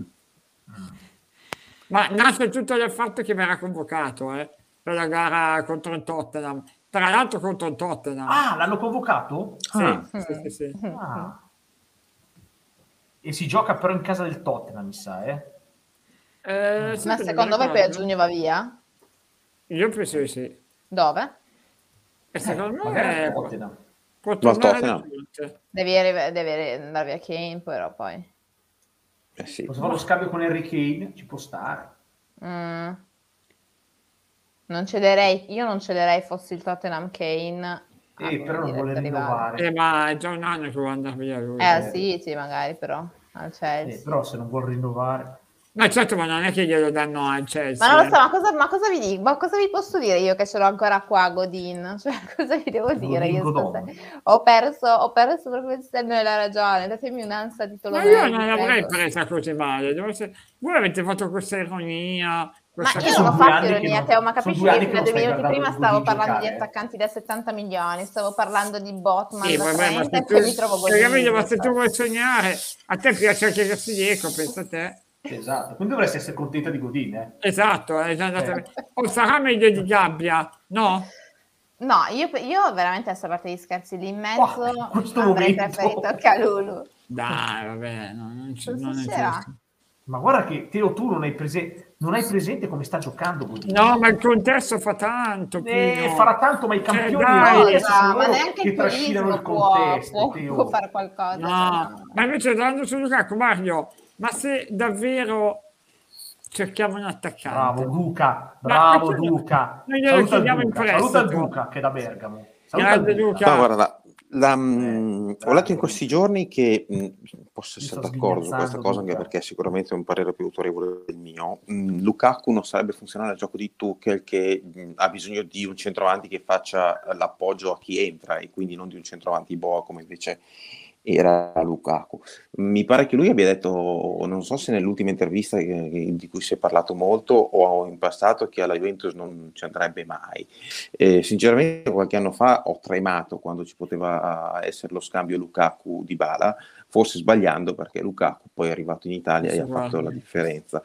Speaker 1: Ma nasce tutto dal fatto che verrà convocato eh, per la gara contro il Tottenham. Tra l'altro contro il Tottenham.
Speaker 2: Ah, l'hanno convocato?
Speaker 1: Sì,
Speaker 5: Ah.
Speaker 1: sì, sì, sì.
Speaker 2: Ah. E si gioca però in casa del Tottenham, mi sa, eh?
Speaker 1: Eh, sì,
Speaker 3: Ma
Speaker 1: non mi
Speaker 3: secondo voi poi a
Speaker 1: ricordo.
Speaker 3: giugno va via?
Speaker 1: Io penso di sì.
Speaker 3: Dove?
Speaker 1: E secondo
Speaker 2: Eh, magari
Speaker 1: me
Speaker 2: al Tottenham.
Speaker 1: può
Speaker 5: Ma
Speaker 1: tornare
Speaker 5: Tottenham.
Speaker 1: da Conte.
Speaker 3: Devi, arri- devi andare via Kane, però poi.
Speaker 5: Eh sì.
Speaker 2: Posso fare lo scambio con Harry Kane? Ci può stare.
Speaker 3: Mm. Non cederei, io non cederei fossi il Tottenham Kane. a
Speaker 2: Eh, però non
Speaker 3: diretta
Speaker 2: vuole
Speaker 3: rivale.
Speaker 2: rinnovare.
Speaker 1: Eh, ma è già un anno che vuole andare via lui.
Speaker 3: Eh sì, sì, magari però al
Speaker 2: Eh,
Speaker 3: Chelsea.
Speaker 2: però se non vuole rinnovare...
Speaker 1: Ma certo, ma non è che glielo danno al Chelsea.
Speaker 3: Ma non lo so,
Speaker 1: eh.
Speaker 3: ma cosa, ma cosa vi dico? Ma cosa vi posso dire io che ce l'ho ancora qua, Godin? Cioè, cosa vi devo dire io
Speaker 2: Godin,
Speaker 3: stasera? Ho perso, ho perso proprio il senno della ragione. Datemi un'ansia di
Speaker 1: Ma
Speaker 3: Tolomei.
Speaker 1: io
Speaker 3: vi
Speaker 1: non l'avrei
Speaker 3: prego.
Speaker 1: presa così male. Deve essere- Voi avete fatto questa ironia.
Speaker 3: Ma
Speaker 1: questa
Speaker 3: io
Speaker 2: sono
Speaker 3: non ho
Speaker 2: due
Speaker 3: fatto
Speaker 2: anni che
Speaker 3: ironia,
Speaker 2: non-
Speaker 3: Teo, ma
Speaker 2: sono
Speaker 3: capisci
Speaker 2: due
Speaker 3: che
Speaker 2: anni
Speaker 3: fino a
Speaker 2: che
Speaker 3: due
Speaker 2: non stai
Speaker 3: minuti prima
Speaker 2: guardando
Speaker 3: stavo
Speaker 2: Godin
Speaker 3: parlando di
Speaker 2: giocare, eh.
Speaker 3: attaccanti da settanta milioni, stavo parlando di Botman
Speaker 1: Sì,
Speaker 3: da
Speaker 1: vabbè, ma
Speaker 3: trenta
Speaker 1: se
Speaker 3: e
Speaker 1: tu,
Speaker 3: poi mi trovo
Speaker 1: hai capito,
Speaker 3: Godin.
Speaker 1: ma se tu vuoi sognare, a te piace anche Castilleco, pensa a te.
Speaker 2: Esatto, quindi dovresti essere contenta di Godin, eh?
Speaker 1: Esatto, è già andata bene. O sarà meglio di Gabbia, no?
Speaker 3: No, io, io veramente adesso a parte gli scherzi lì in mezzo
Speaker 2: Oh, in questo
Speaker 3: avrei
Speaker 2: momento.
Speaker 3: preferito Calulu.
Speaker 1: Dai, vabbè, no, non, ci,
Speaker 3: Non
Speaker 1: non è
Speaker 3: succederà.
Speaker 1: giusto.
Speaker 2: Ma guarda che Teo, tu non hai, prese- non hai presente come sta giocando Godin.
Speaker 1: No, ma il contesto fa tanto.
Speaker 2: Eh,
Speaker 1: Pino.
Speaker 2: farà tanto, ma i campioni
Speaker 1: Cioè, dai.
Speaker 2: adesso sono
Speaker 3: ma
Speaker 2: loro
Speaker 3: neanche
Speaker 2: che
Speaker 3: il
Speaker 2: trascinano il
Speaker 3: turismo può,
Speaker 2: contesto.
Speaker 3: può,
Speaker 2: Teo.
Speaker 3: può fare qualcosa.
Speaker 1: No,
Speaker 3: cioè, no.
Speaker 1: ma invece tornando su Lukaku, Mario, ma se davvero cerchiamo un attaccante,
Speaker 2: Bravo Duca,
Speaker 1: Ma
Speaker 2: bravo
Speaker 1: perché
Speaker 2: Duca.
Speaker 1: non glielo
Speaker 2: Saluta il
Speaker 1: chiediamo in
Speaker 2: Duca, saluta il
Speaker 1: prestito?
Speaker 2: Duca che è da Bergamo. Saluta
Speaker 1: Grande
Speaker 2: il Duca.
Speaker 1: Duca.
Speaker 5: No, guarda, la- la-
Speaker 2: Eh,
Speaker 5: mh, ho
Speaker 2: bravo.
Speaker 5: letto in questi giorni che mh, posso
Speaker 2: Mi
Speaker 5: essere
Speaker 2: sto
Speaker 5: d'accordo su questa
Speaker 2: sghignazzando,
Speaker 5: cosa, anche
Speaker 2: Duca.
Speaker 5: perché è sicuramente un parere più autorevole del mio. Mh, Lukaku non sarebbe funzionale al gioco di Tuchel, che mh, ha bisogno di un centravanti che faccia l'appoggio a chi entra e quindi non di un centravanti boa come invece era Lukaku. Mi pare che lui abbia detto, non so se nell'ultima intervista che- che- di cui si è parlato molto o in passato, che alla Juventus non ci andrebbe mai. Eh, sinceramente qualche anno fa ho tremato quando ci poteva essere lo scambio Lukaku-Dybala, forse sbagliando, perché Lukaku poi è arrivato in Italia
Speaker 1: Sì,
Speaker 5: e ha fatto
Speaker 1: guarda.
Speaker 5: la differenza.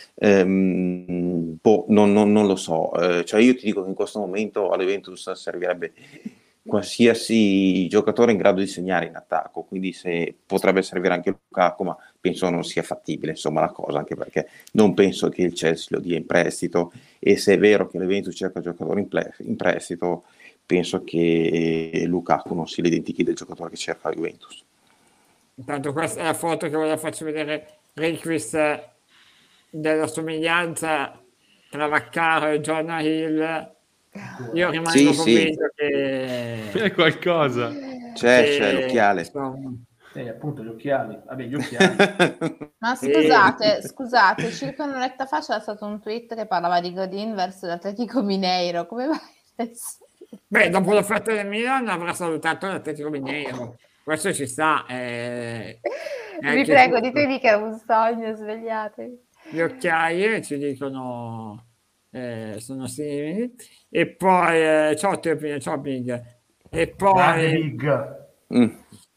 Speaker 5: Ehm, boh, non, non- non lo so. Eh, cioè io ti dico che in questo momento alla Juventus servirebbe qualsiasi giocatore in grado di segnare in attacco, quindi se potrebbe servire anche Lukaku, ma penso non sia fattibile insomma la cosa, anche perché non penso che il Chelsea lo dia in prestito, e se è vero che l'Juventus cerca giocatori in, ple- in prestito, penso che Lukaku non sia l'identikit del giocatore che cerca la Juventus.
Speaker 1: Intanto questa è la foto che ve la faccio vedere, Requist, della somiglianza tra Vaccaro e Jonah Hill. Io rimango
Speaker 5: Sì, sì.
Speaker 1: convinto che...
Speaker 4: È qualcosa.
Speaker 5: C'è,
Speaker 1: che,
Speaker 5: c'è l'occhiale.
Speaker 1: insomma,
Speaker 2: Eh, appunto gli occhiali. Vabbè, gli occhiali.
Speaker 3: Ma
Speaker 1: Sì.
Speaker 3: scusate, scusate, circa un'oretta fa c'era stato un tweet che parlava di Godin verso l'Atletico Mineiro. Come vai adesso?
Speaker 1: Beh, dopo l'offerta del Milan avrà salutato l'Atletico Mineiro. Questo ci sta. eh, è
Speaker 3: Vi
Speaker 1: anche
Speaker 3: prego,
Speaker 1: giusto.
Speaker 3: ditemi che è un sogno, svegliatevi.
Speaker 1: Le occhiaie ci dicono eh, sono simili. E poi eh, ciao Tepine, ciao Big. E
Speaker 2: Grande
Speaker 1: poi
Speaker 2: Big.
Speaker 5: Mm.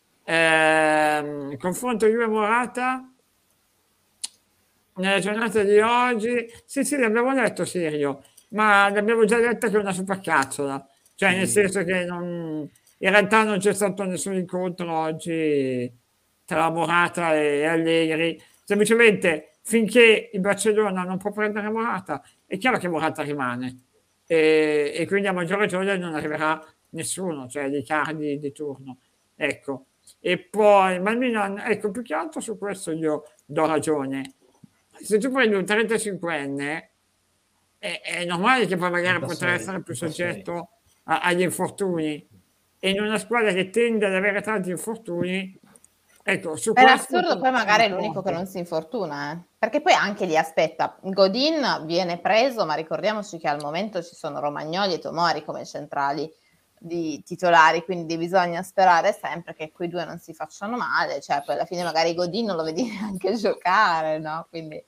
Speaker 1: ehm, confronto Juve Morata nella giornata di oggi. Sì, sì, l'abbiamo detto Sirio, ma l'abbiamo già detto che è una supercazzola. Cioè, nel senso che non, in realtà non c'è stato nessun incontro oggi tra Morata e Allegri. Semplicemente finché il Barcellona non può prendere Morata, è chiaro che Morata rimane. E, e quindi a maggior ragione non arriverà nessuno, cioè di Cardi di turno. Ecco. E poi, ma il Milan, ecco, più che altro su questo io do ragione. Se tu prendi un trentacinquenne, è, è normale che poi magari potrà
Speaker 2: trentasei,
Speaker 1: essere più
Speaker 2: trentasei.
Speaker 1: soggetto a- agli infortuni. E in una squadra che tende ad avere tanti infortuni, ecco, su
Speaker 3: Per
Speaker 1: questo...
Speaker 3: assurdo, poi magari è l'unico che non si infortuna, eh. Perché poi anche lì, aspetta, Godin viene preso, ma ricordiamoci che al momento ci sono Romagnoli e Tomori come centrali di titolari, quindi bisogna sperare sempre che quei due non si facciano male, cioè poi alla fine magari Godin non lo vedi neanche giocare, no? Quindi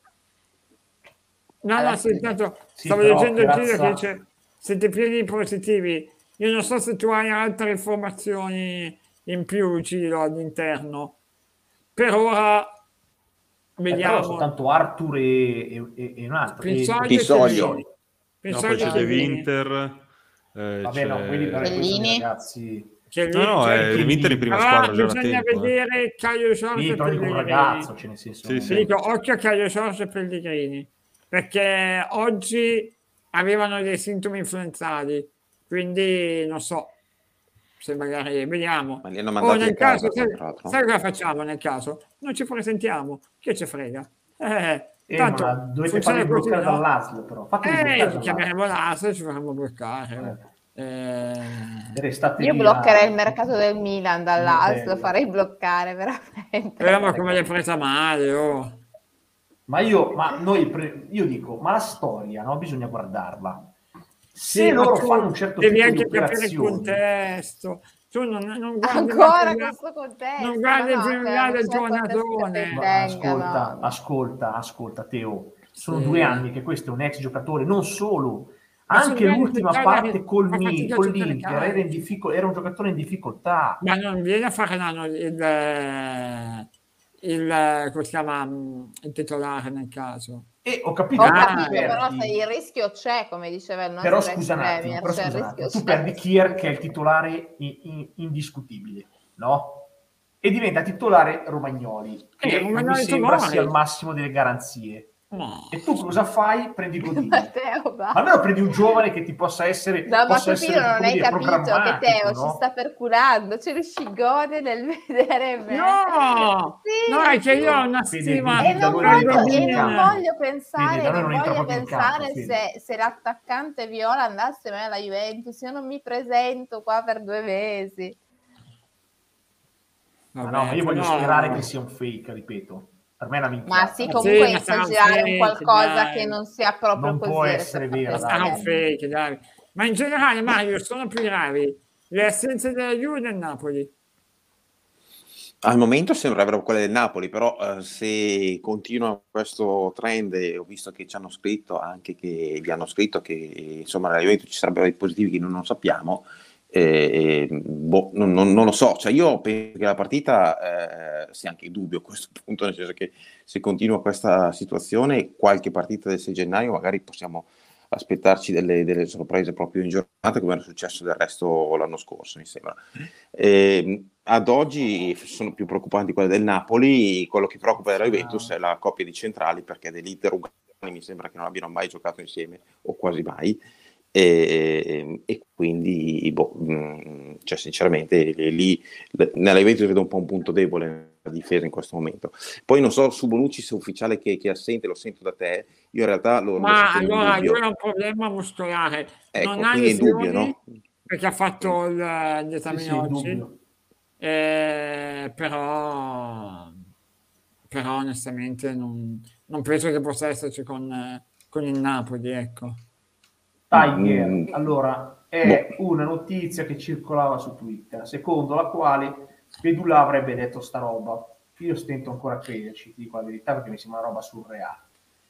Speaker 1: No,
Speaker 3: alla
Speaker 1: no, sì,
Speaker 3: fine-
Speaker 1: intanto
Speaker 2: Sì,
Speaker 1: stavo
Speaker 2: però,
Speaker 1: leggendo il
Speaker 2: Piazza-
Speaker 1: giro che dice siete pieni di positivi. Io non so se tu hai altre informazioni in più, Giro, all'interno. Per ora
Speaker 2: Eh, però
Speaker 1: vediamo.
Speaker 2: soltanto Arthur e, e, e- e un altro. e-
Speaker 1: Pinsoglio e
Speaker 5: Pisoglio.
Speaker 1: Chiellini.
Speaker 4: No,
Speaker 1: Pinsoglio
Speaker 4: poi
Speaker 1: e
Speaker 4: c'è De
Speaker 1: Chiellini.
Speaker 4: Winter. eh,
Speaker 2: Vabbè, no,
Speaker 4: c'è-
Speaker 2: quelli però questi sono i
Speaker 3: Chiellini?
Speaker 2: ragazzi.
Speaker 1: Chiellini,
Speaker 4: No, no,
Speaker 1: cioè,
Speaker 4: è
Speaker 2: Chiellini.
Speaker 4: De Winter in prima
Speaker 1: però
Speaker 4: squadra già da
Speaker 1: bisogna
Speaker 4: tempo. eh.
Speaker 1: vedere Caio Giorgio
Speaker 2: Sì,
Speaker 1: e
Speaker 2: però dico un
Speaker 1: Pellegrini.
Speaker 2: ragazzo, cioè nel senso...
Speaker 4: Sì,
Speaker 1: Ti
Speaker 4: sì.
Speaker 1: dico, occhio a Caio Giorgio e Pellegrini, perché oggi avevano dei sintomi influenzali, quindi non so se magari vediamo.
Speaker 5: Ma li hanno
Speaker 1: O
Speaker 5: mandati
Speaker 1: nel
Speaker 5: a casa,
Speaker 1: caso, sai,
Speaker 5: tra l'altro.
Speaker 1: sai cosa facciamo nel caso? Non ci presentiamo, che ci frega? Eh,
Speaker 2: Eh,
Speaker 1: tanto
Speaker 2: ma dovete
Speaker 1: funziona
Speaker 2: farli
Speaker 1: così,
Speaker 2: bloccare
Speaker 1: no?
Speaker 2: dall'A S L però. Fateli bloccare
Speaker 1: Eh,
Speaker 2: dall'A S L.
Speaker 1: chiameremo l'A S e ci faremo bloccare. Eh,
Speaker 2: E restate
Speaker 3: io
Speaker 2: lì
Speaker 3: bloccherei
Speaker 2: a-
Speaker 3: il mercato del Milan dall'A S L, lo
Speaker 2: Bello.
Speaker 3: farei bloccare veramente.
Speaker 1: eh, ma come l'hai presa male, oh.
Speaker 2: Ma io, ma noi, pre- io dico, ma la storia, no? Bisogna guardarla. Se
Speaker 1: Sì, ma
Speaker 2: loro
Speaker 1: tu
Speaker 2: fanno un certo
Speaker 1: devi
Speaker 2: tipo di
Speaker 1: anche capire il
Speaker 2: operazioni,
Speaker 1: contesto. Tu non, non guardi
Speaker 3: Ancora
Speaker 1: neanche la-
Speaker 3: questo contesto,
Speaker 1: non guardi
Speaker 3: ma no,
Speaker 1: più in
Speaker 3: cioè,
Speaker 1: là
Speaker 3: non
Speaker 1: del
Speaker 3: c'è
Speaker 1: tuo
Speaker 3: contesto
Speaker 1: nadone.
Speaker 3: che
Speaker 2: ma
Speaker 3: tenga,
Speaker 2: ascolta,
Speaker 3: no.
Speaker 2: ascolta, ascolta, Teo, sono
Speaker 1: Sì.
Speaker 2: due anni che questo è un ex giocatore, non solo,
Speaker 1: Ma sono
Speaker 2: anche
Speaker 1: due anni
Speaker 2: l'ultima
Speaker 1: che Cagliari
Speaker 2: parte col
Speaker 1: fa
Speaker 2: Mi-
Speaker 1: fatica a
Speaker 2: con
Speaker 1: giocare
Speaker 2: l'Inter
Speaker 1: calcio.
Speaker 2: era, in diffico- era un giocatore in difficoltà.
Speaker 1: Ma non viene a fare l'anno il, eh, il, come si chiama, mm, il titolare nel caso.
Speaker 2: E ho capito,
Speaker 3: Ho
Speaker 1: Ah,
Speaker 2: però tu
Speaker 3: capito, però
Speaker 2: perdi-
Speaker 3: se il rischio c'è, come diceva il nostro
Speaker 2: però
Speaker 3: ex
Speaker 2: scusa un attimo,
Speaker 3: premier,
Speaker 2: però
Speaker 3: cioè il
Speaker 2: scusa un
Speaker 3: rischio
Speaker 2: attimo, tu
Speaker 3: c'è.
Speaker 2: perdi Kier che è il titolare i- i- indiscutibile, no? e diventa titolare Romagnoli, che
Speaker 1: Eh,
Speaker 2: non mi
Speaker 1: Romagnoli
Speaker 2: sembra
Speaker 1: Tomori.
Speaker 2: sia al massimo delle garanzie.
Speaker 1: No.
Speaker 2: E tu cosa fai? Prendi Godin.
Speaker 3: Matteo, va.
Speaker 2: Almeno prendi un giovane che ti possa essere,
Speaker 3: No, ma
Speaker 2: possa
Speaker 3: Pepino
Speaker 2: essere
Speaker 3: non
Speaker 2: come
Speaker 3: hai
Speaker 2: dire,
Speaker 3: capito che
Speaker 2: programmatico,
Speaker 3: Teo
Speaker 2: no?
Speaker 3: ci sta perculando, c'è lo scigone nel vedere me.
Speaker 1: No,
Speaker 3: Sì.
Speaker 1: no, è che io ho una
Speaker 2: Fede,
Speaker 1: stima
Speaker 2: Godin
Speaker 3: E
Speaker 2: da
Speaker 3: non
Speaker 2: noi non
Speaker 3: voglio,
Speaker 2: entra
Speaker 3: e
Speaker 2: in
Speaker 3: non
Speaker 2: campo.
Speaker 3: voglio pensare,
Speaker 2: Fede, da noi
Speaker 3: non
Speaker 2: non entra
Speaker 3: voglio
Speaker 2: proprio in
Speaker 3: pensare
Speaker 2: campo,
Speaker 3: se, se l'attaccante Viola andasse mai alla Juventus, io non mi presento qua per due mesi.
Speaker 2: Ma
Speaker 1: Vabbè,
Speaker 2: no, ma io voglio
Speaker 1: però-
Speaker 2: sperare che sia un fake, ripeto. Per me è una minchiata.
Speaker 3: Ma sì,
Speaker 1: Ma
Speaker 3: comunque
Speaker 1: sì, ma
Speaker 3: inizia a
Speaker 1: sarà un
Speaker 3: girare un
Speaker 1: fake,
Speaker 3: qualcosa
Speaker 1: dai.
Speaker 3: che non sia proprio
Speaker 2: Non
Speaker 3: così.
Speaker 2: può
Speaker 3: adesso
Speaker 2: essere
Speaker 3: fa
Speaker 2: vera,
Speaker 3: per
Speaker 2: dai.
Speaker 1: Sarà un
Speaker 3: te.
Speaker 1: fake, dai. Ma in generale, Mario, sono più gravi le assenze della Juve e del Napoli.
Speaker 5: Al momento sembrano quelle del Napoli, però eh, se continua questo trend, e ho visto che ci hanno scritto anche che gli hanno scritto che insomma nella Juventus ci sarebbero dei positivi che noi non sappiamo, eh, eh, boh, non, non- non lo so, cioè io penso che la partita eh, sia anche in dubbio a questo punto, nel senso che se continua questa situazione, qualche partita del sei gennaio magari possiamo aspettarci delle, delle sorprese proprio in giornata, come era successo del resto l'anno scorso, mi sembra. Eh, ad oggi sono più preoccupanti quelle del Napoli, quello che preoccupa della Juventus è la coppia di centrali, perché De Ligt e Rugani mi sembra che non abbiano mai giocato insieme, o quasi mai, e, e quindi boh, mh, cioè sinceramente lì nella Juventus vedo un po' un punto debole nella difesa in questo momento. Poi non so su Bonucci se è ufficiale che, che è assente, lo sento da te, io in realtà lo, lo
Speaker 1: Ma
Speaker 5: sento in
Speaker 1: allora lui
Speaker 5: dubbio.
Speaker 1: ha un problema muscolare, non
Speaker 5: Ecco,
Speaker 1: ha
Speaker 5: quindi è in dubbio,
Speaker 1: lesioni
Speaker 5: no?
Speaker 1: perché ha fatto il- gli
Speaker 2: Sì,
Speaker 1: esami
Speaker 2: sì, in
Speaker 1: oggi,
Speaker 2: dubbio.
Speaker 1: eh, però, però onestamente non, non penso che possa esserci con, eh, con il Napoli, ecco.
Speaker 2: Tiger,
Speaker 5: Mm,
Speaker 2: allora, è una notizia che circolava su Twitter, secondo la quale Pedulà avrebbe detto sta roba. Io stento ancora a crederci, ti dico la verità, perché mi sembra una roba surreale.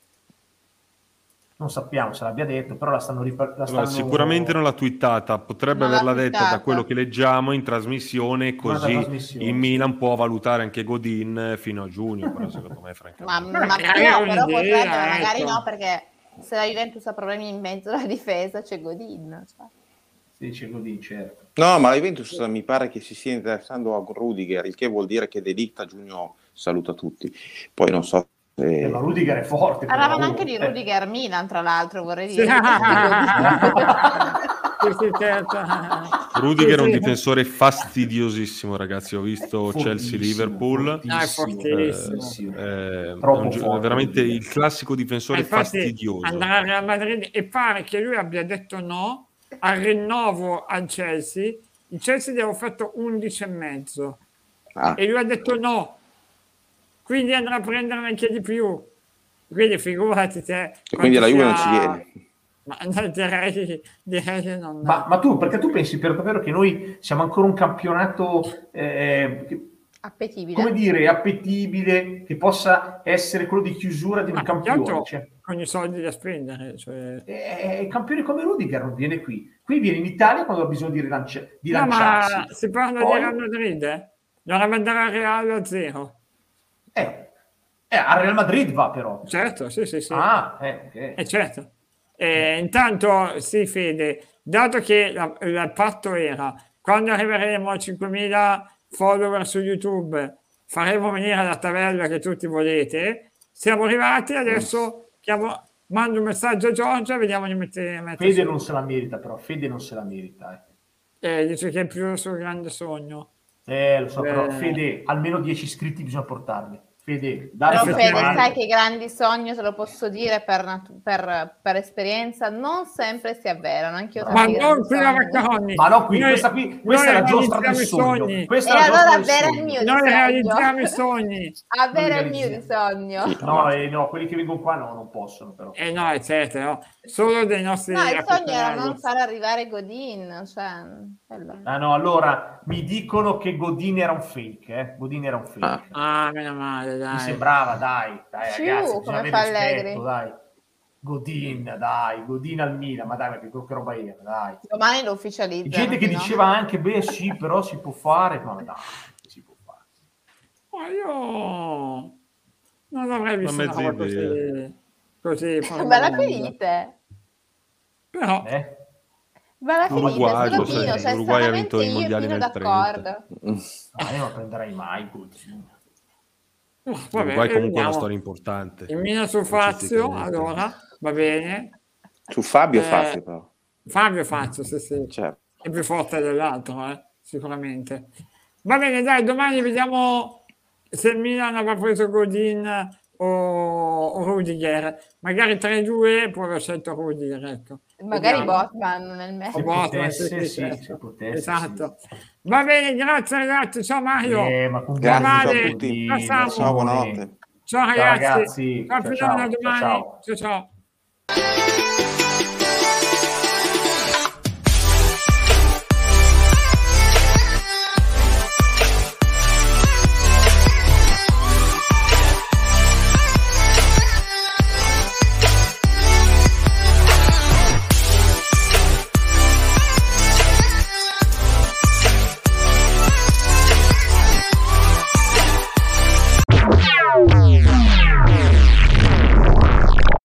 Speaker 2: Non sappiamo se l'abbia detto, però la stanno ripartendo.
Speaker 4: Allora, sicuramente non l'ha twittata, potrebbe
Speaker 3: Non l'ha
Speaker 4: averla detta da
Speaker 3: twittata.
Speaker 4: quello che leggiamo in trasmissione,
Speaker 2: Durante la
Speaker 4: così
Speaker 2: trasmissione,
Speaker 4: il
Speaker 2: sì.
Speaker 4: Milan può valutare anche Godin fino a giugno, però secondo me
Speaker 3: Ma,
Speaker 4: francamente.
Speaker 3: ma
Speaker 1: magari
Speaker 3: no,
Speaker 1: è
Speaker 3: però
Speaker 1: un'idea,
Speaker 3: potrebbe, ma magari
Speaker 1: ecco.
Speaker 3: no, perché se la Juventus ha problemi in mezzo alla difesa c'è Godin. Cioè.
Speaker 2: Si dice così, certo.
Speaker 5: No, ma la Juventus mi pare che si stia interessando a Rudiger, il che vuol dire che De Ligt a giugno saluta tutti. Poi non so
Speaker 2: Eh, ma
Speaker 5: se...
Speaker 2: Rudiger è forte. però,
Speaker 3: Parlavano
Speaker 2: oh,
Speaker 3: anche di
Speaker 2: eh.
Speaker 3: Rudiger Milan, tra l'altro, vorrei
Speaker 1: Sì,
Speaker 3: dire.
Speaker 1: sì, sì, certo.
Speaker 4: Rudiger è un
Speaker 1: Sì, sì.
Speaker 4: difensore fastidiosissimo, ragazzi. Ho visto
Speaker 2: Fortissimo,
Speaker 4: Chelsea-Liverpool.
Speaker 1: No, è
Speaker 2: fortissimo,
Speaker 1: fortissimo.
Speaker 4: Eh, è
Speaker 2: Troppo
Speaker 4: un gio-
Speaker 2: forte,
Speaker 4: veramente
Speaker 2: Rudiger.
Speaker 4: il classico
Speaker 1: Ma
Speaker 4: difensore
Speaker 1: infatti
Speaker 4: fastidioso.
Speaker 1: andrà al Real Madrid e pare che lui abbia detto no al rinnovo al Chelsea. Il Chelsea gli ha offerto undici e mezzo
Speaker 5: Ah,
Speaker 1: e lui ha detto no, quindi andrà a prendere anche di più. Quindi figurati te.
Speaker 5: e quindi
Speaker 1: quanto
Speaker 5: la Juve non ci
Speaker 1: sia-
Speaker 5: viene.
Speaker 1: Ma no, direi, direi che non.
Speaker 2: Ma, ma tu, perché tu pensi per davvero che noi siamo ancora un campionato, eh, che-
Speaker 3: Appetibile.
Speaker 2: come dire, appetibile, che possa essere quello di chiusura di un
Speaker 1: Ma più che
Speaker 2: campione?
Speaker 1: altro
Speaker 2: Cioè,
Speaker 1: con i soldi da spendere. Cioè...
Speaker 2: eh, campione come Rudiger non viene qui. Qui viene in Italia quando ha bisogno di, rilancia- di
Speaker 1: No,
Speaker 2: lanciarsi.
Speaker 1: ma si parla
Speaker 2: Poi-
Speaker 1: di Real Madrid, eh? Dovrebbe andare al Real a zero.
Speaker 2: Eh, eh, al Real Madrid va però.
Speaker 1: Certo, sì, sì, sì.
Speaker 2: Ah, eh, ok.
Speaker 1: Eh, certo. Eh, intanto, sì, Fede, dato che la- il patto era quando arriveremo a cinquemila follower su YouTube, faremo venire la tabella che tutti volete. Siamo arrivati, adesso chiamo, mando un messaggio a Giorgia, vediamo di mettere. mettere
Speaker 2: Fede
Speaker 1: su.
Speaker 2: non se la merita però, Fede non se la merita. Eh,
Speaker 1: Eh, dice che è più sul grande sogno.
Speaker 2: Eh, lo so, però
Speaker 1: Eh.
Speaker 2: Fede, almeno dieci iscritti bisogna portarli. Fede,
Speaker 3: Però
Speaker 2: dai,
Speaker 3: Fede,
Speaker 1: effettivamente.
Speaker 3: sai che i grandi sogni, te lo posso dire per, natu- per, per esperienza, non sempre si avverano. Anche io ho
Speaker 1: Ma
Speaker 3: tanti
Speaker 1: non
Speaker 3: grandi
Speaker 1: qui a
Speaker 3: sogni.
Speaker 1: Vaccaroni.
Speaker 2: Ma no, qui,
Speaker 1: Noi-
Speaker 2: questa qui, questa
Speaker 1: noi
Speaker 2: è la giostra del
Speaker 1: realizziamo i
Speaker 2: sogno.
Speaker 1: sogni.
Speaker 2: Questa
Speaker 3: E
Speaker 2: è la
Speaker 3: allora
Speaker 2: giostra del
Speaker 3: avere il
Speaker 2: sogno.
Speaker 3: mio di
Speaker 1: Noi
Speaker 3: sogno.
Speaker 1: realizziamo i sogni.
Speaker 3: Avere
Speaker 2: Non
Speaker 3: il mio di
Speaker 2: realizziamo.
Speaker 3: sogno.
Speaker 5: Sì.
Speaker 2: No, eh, no, quelli che vengono qua no, non possono però.
Speaker 1: Eh no, eccetera, no? Solo dei nostri
Speaker 3: No, il sogno era
Speaker 1: affezionati.
Speaker 3: non far arrivare Godin, cioè, quello.
Speaker 2: Ah no, allora mi dicono che Godin era un fake, eh? Godin era un fake.
Speaker 5: Ah.
Speaker 1: Ah, meno male,
Speaker 2: Mi
Speaker 1: dai.
Speaker 2: sembrava, dai, dai
Speaker 3: Ciu,
Speaker 2: ragazzi,
Speaker 3: come
Speaker 2: bisogna avere
Speaker 3: fa
Speaker 2: rispetto,
Speaker 3: Allegri.
Speaker 2: dai. Godin, dai, Godin al Milan, ma dai, ma che, che roba era, dai.
Speaker 3: Domani lo ufficializza.
Speaker 2: Gente che diceva anche, beh sì, però si può fare, ma dai, si può fare.
Speaker 1: Ma io non avrei visto una
Speaker 4: mezza
Speaker 1: roba
Speaker 4: idea.
Speaker 1: così, così
Speaker 3: Ma la
Speaker 1: favolosa.
Speaker 3: finite?
Speaker 1: Però,
Speaker 2: Eh?
Speaker 3: Ma alla fine
Speaker 4: Uruguagio,
Speaker 3: Pino,
Speaker 4: sai,
Speaker 3: cioè,
Speaker 4: l'Uruguay ha
Speaker 3: stranamente
Speaker 4: vinto i
Speaker 3: io e
Speaker 4: mondiali
Speaker 3: Pino
Speaker 4: nel trenta.
Speaker 3: d'accordo.
Speaker 2: Ah, io non prenderei mai Godin.
Speaker 4: L'Uruguay comunque è una storia importante.
Speaker 1: Il mio su Fazio, allora, va bene.
Speaker 5: Su Fabio
Speaker 1: Eh,
Speaker 5: Fazio, però.
Speaker 1: Fabio Fazio, sì, sì.
Speaker 5: Certo.
Speaker 1: È più forte dell'altro, eh, sicuramente. Va bene, dai, domani vediamo se il Milan avrà preso Godin o, o Rudiger. Magari tra i due poi ho scelto Rudiger, ecco.
Speaker 3: Magari
Speaker 1: Vediamo.
Speaker 3: Botman nel match.
Speaker 2: Se
Speaker 1: Botman,
Speaker 2: potesse,
Speaker 1: sì,
Speaker 2: sì,
Speaker 1: certo.
Speaker 2: se potesse,
Speaker 1: Esatto.
Speaker 2: sì.
Speaker 1: Va bene, grazie ragazzi. Ciao Mario.
Speaker 2: Eh, ma con
Speaker 5: Grazie,
Speaker 1: Ciao,
Speaker 5: ciao a
Speaker 1: Vale.
Speaker 5: tutti.
Speaker 1: Ciao, Samu.
Speaker 5: Ciao, buonanotte.
Speaker 1: Ciao ragazzi.
Speaker 2: ragazzi.
Speaker 1: Ciao,
Speaker 2: Ciao,
Speaker 1: Filona,
Speaker 2: ciao,
Speaker 1: domani.
Speaker 2: ciao, ciao.
Speaker 1: Ciao, ciao.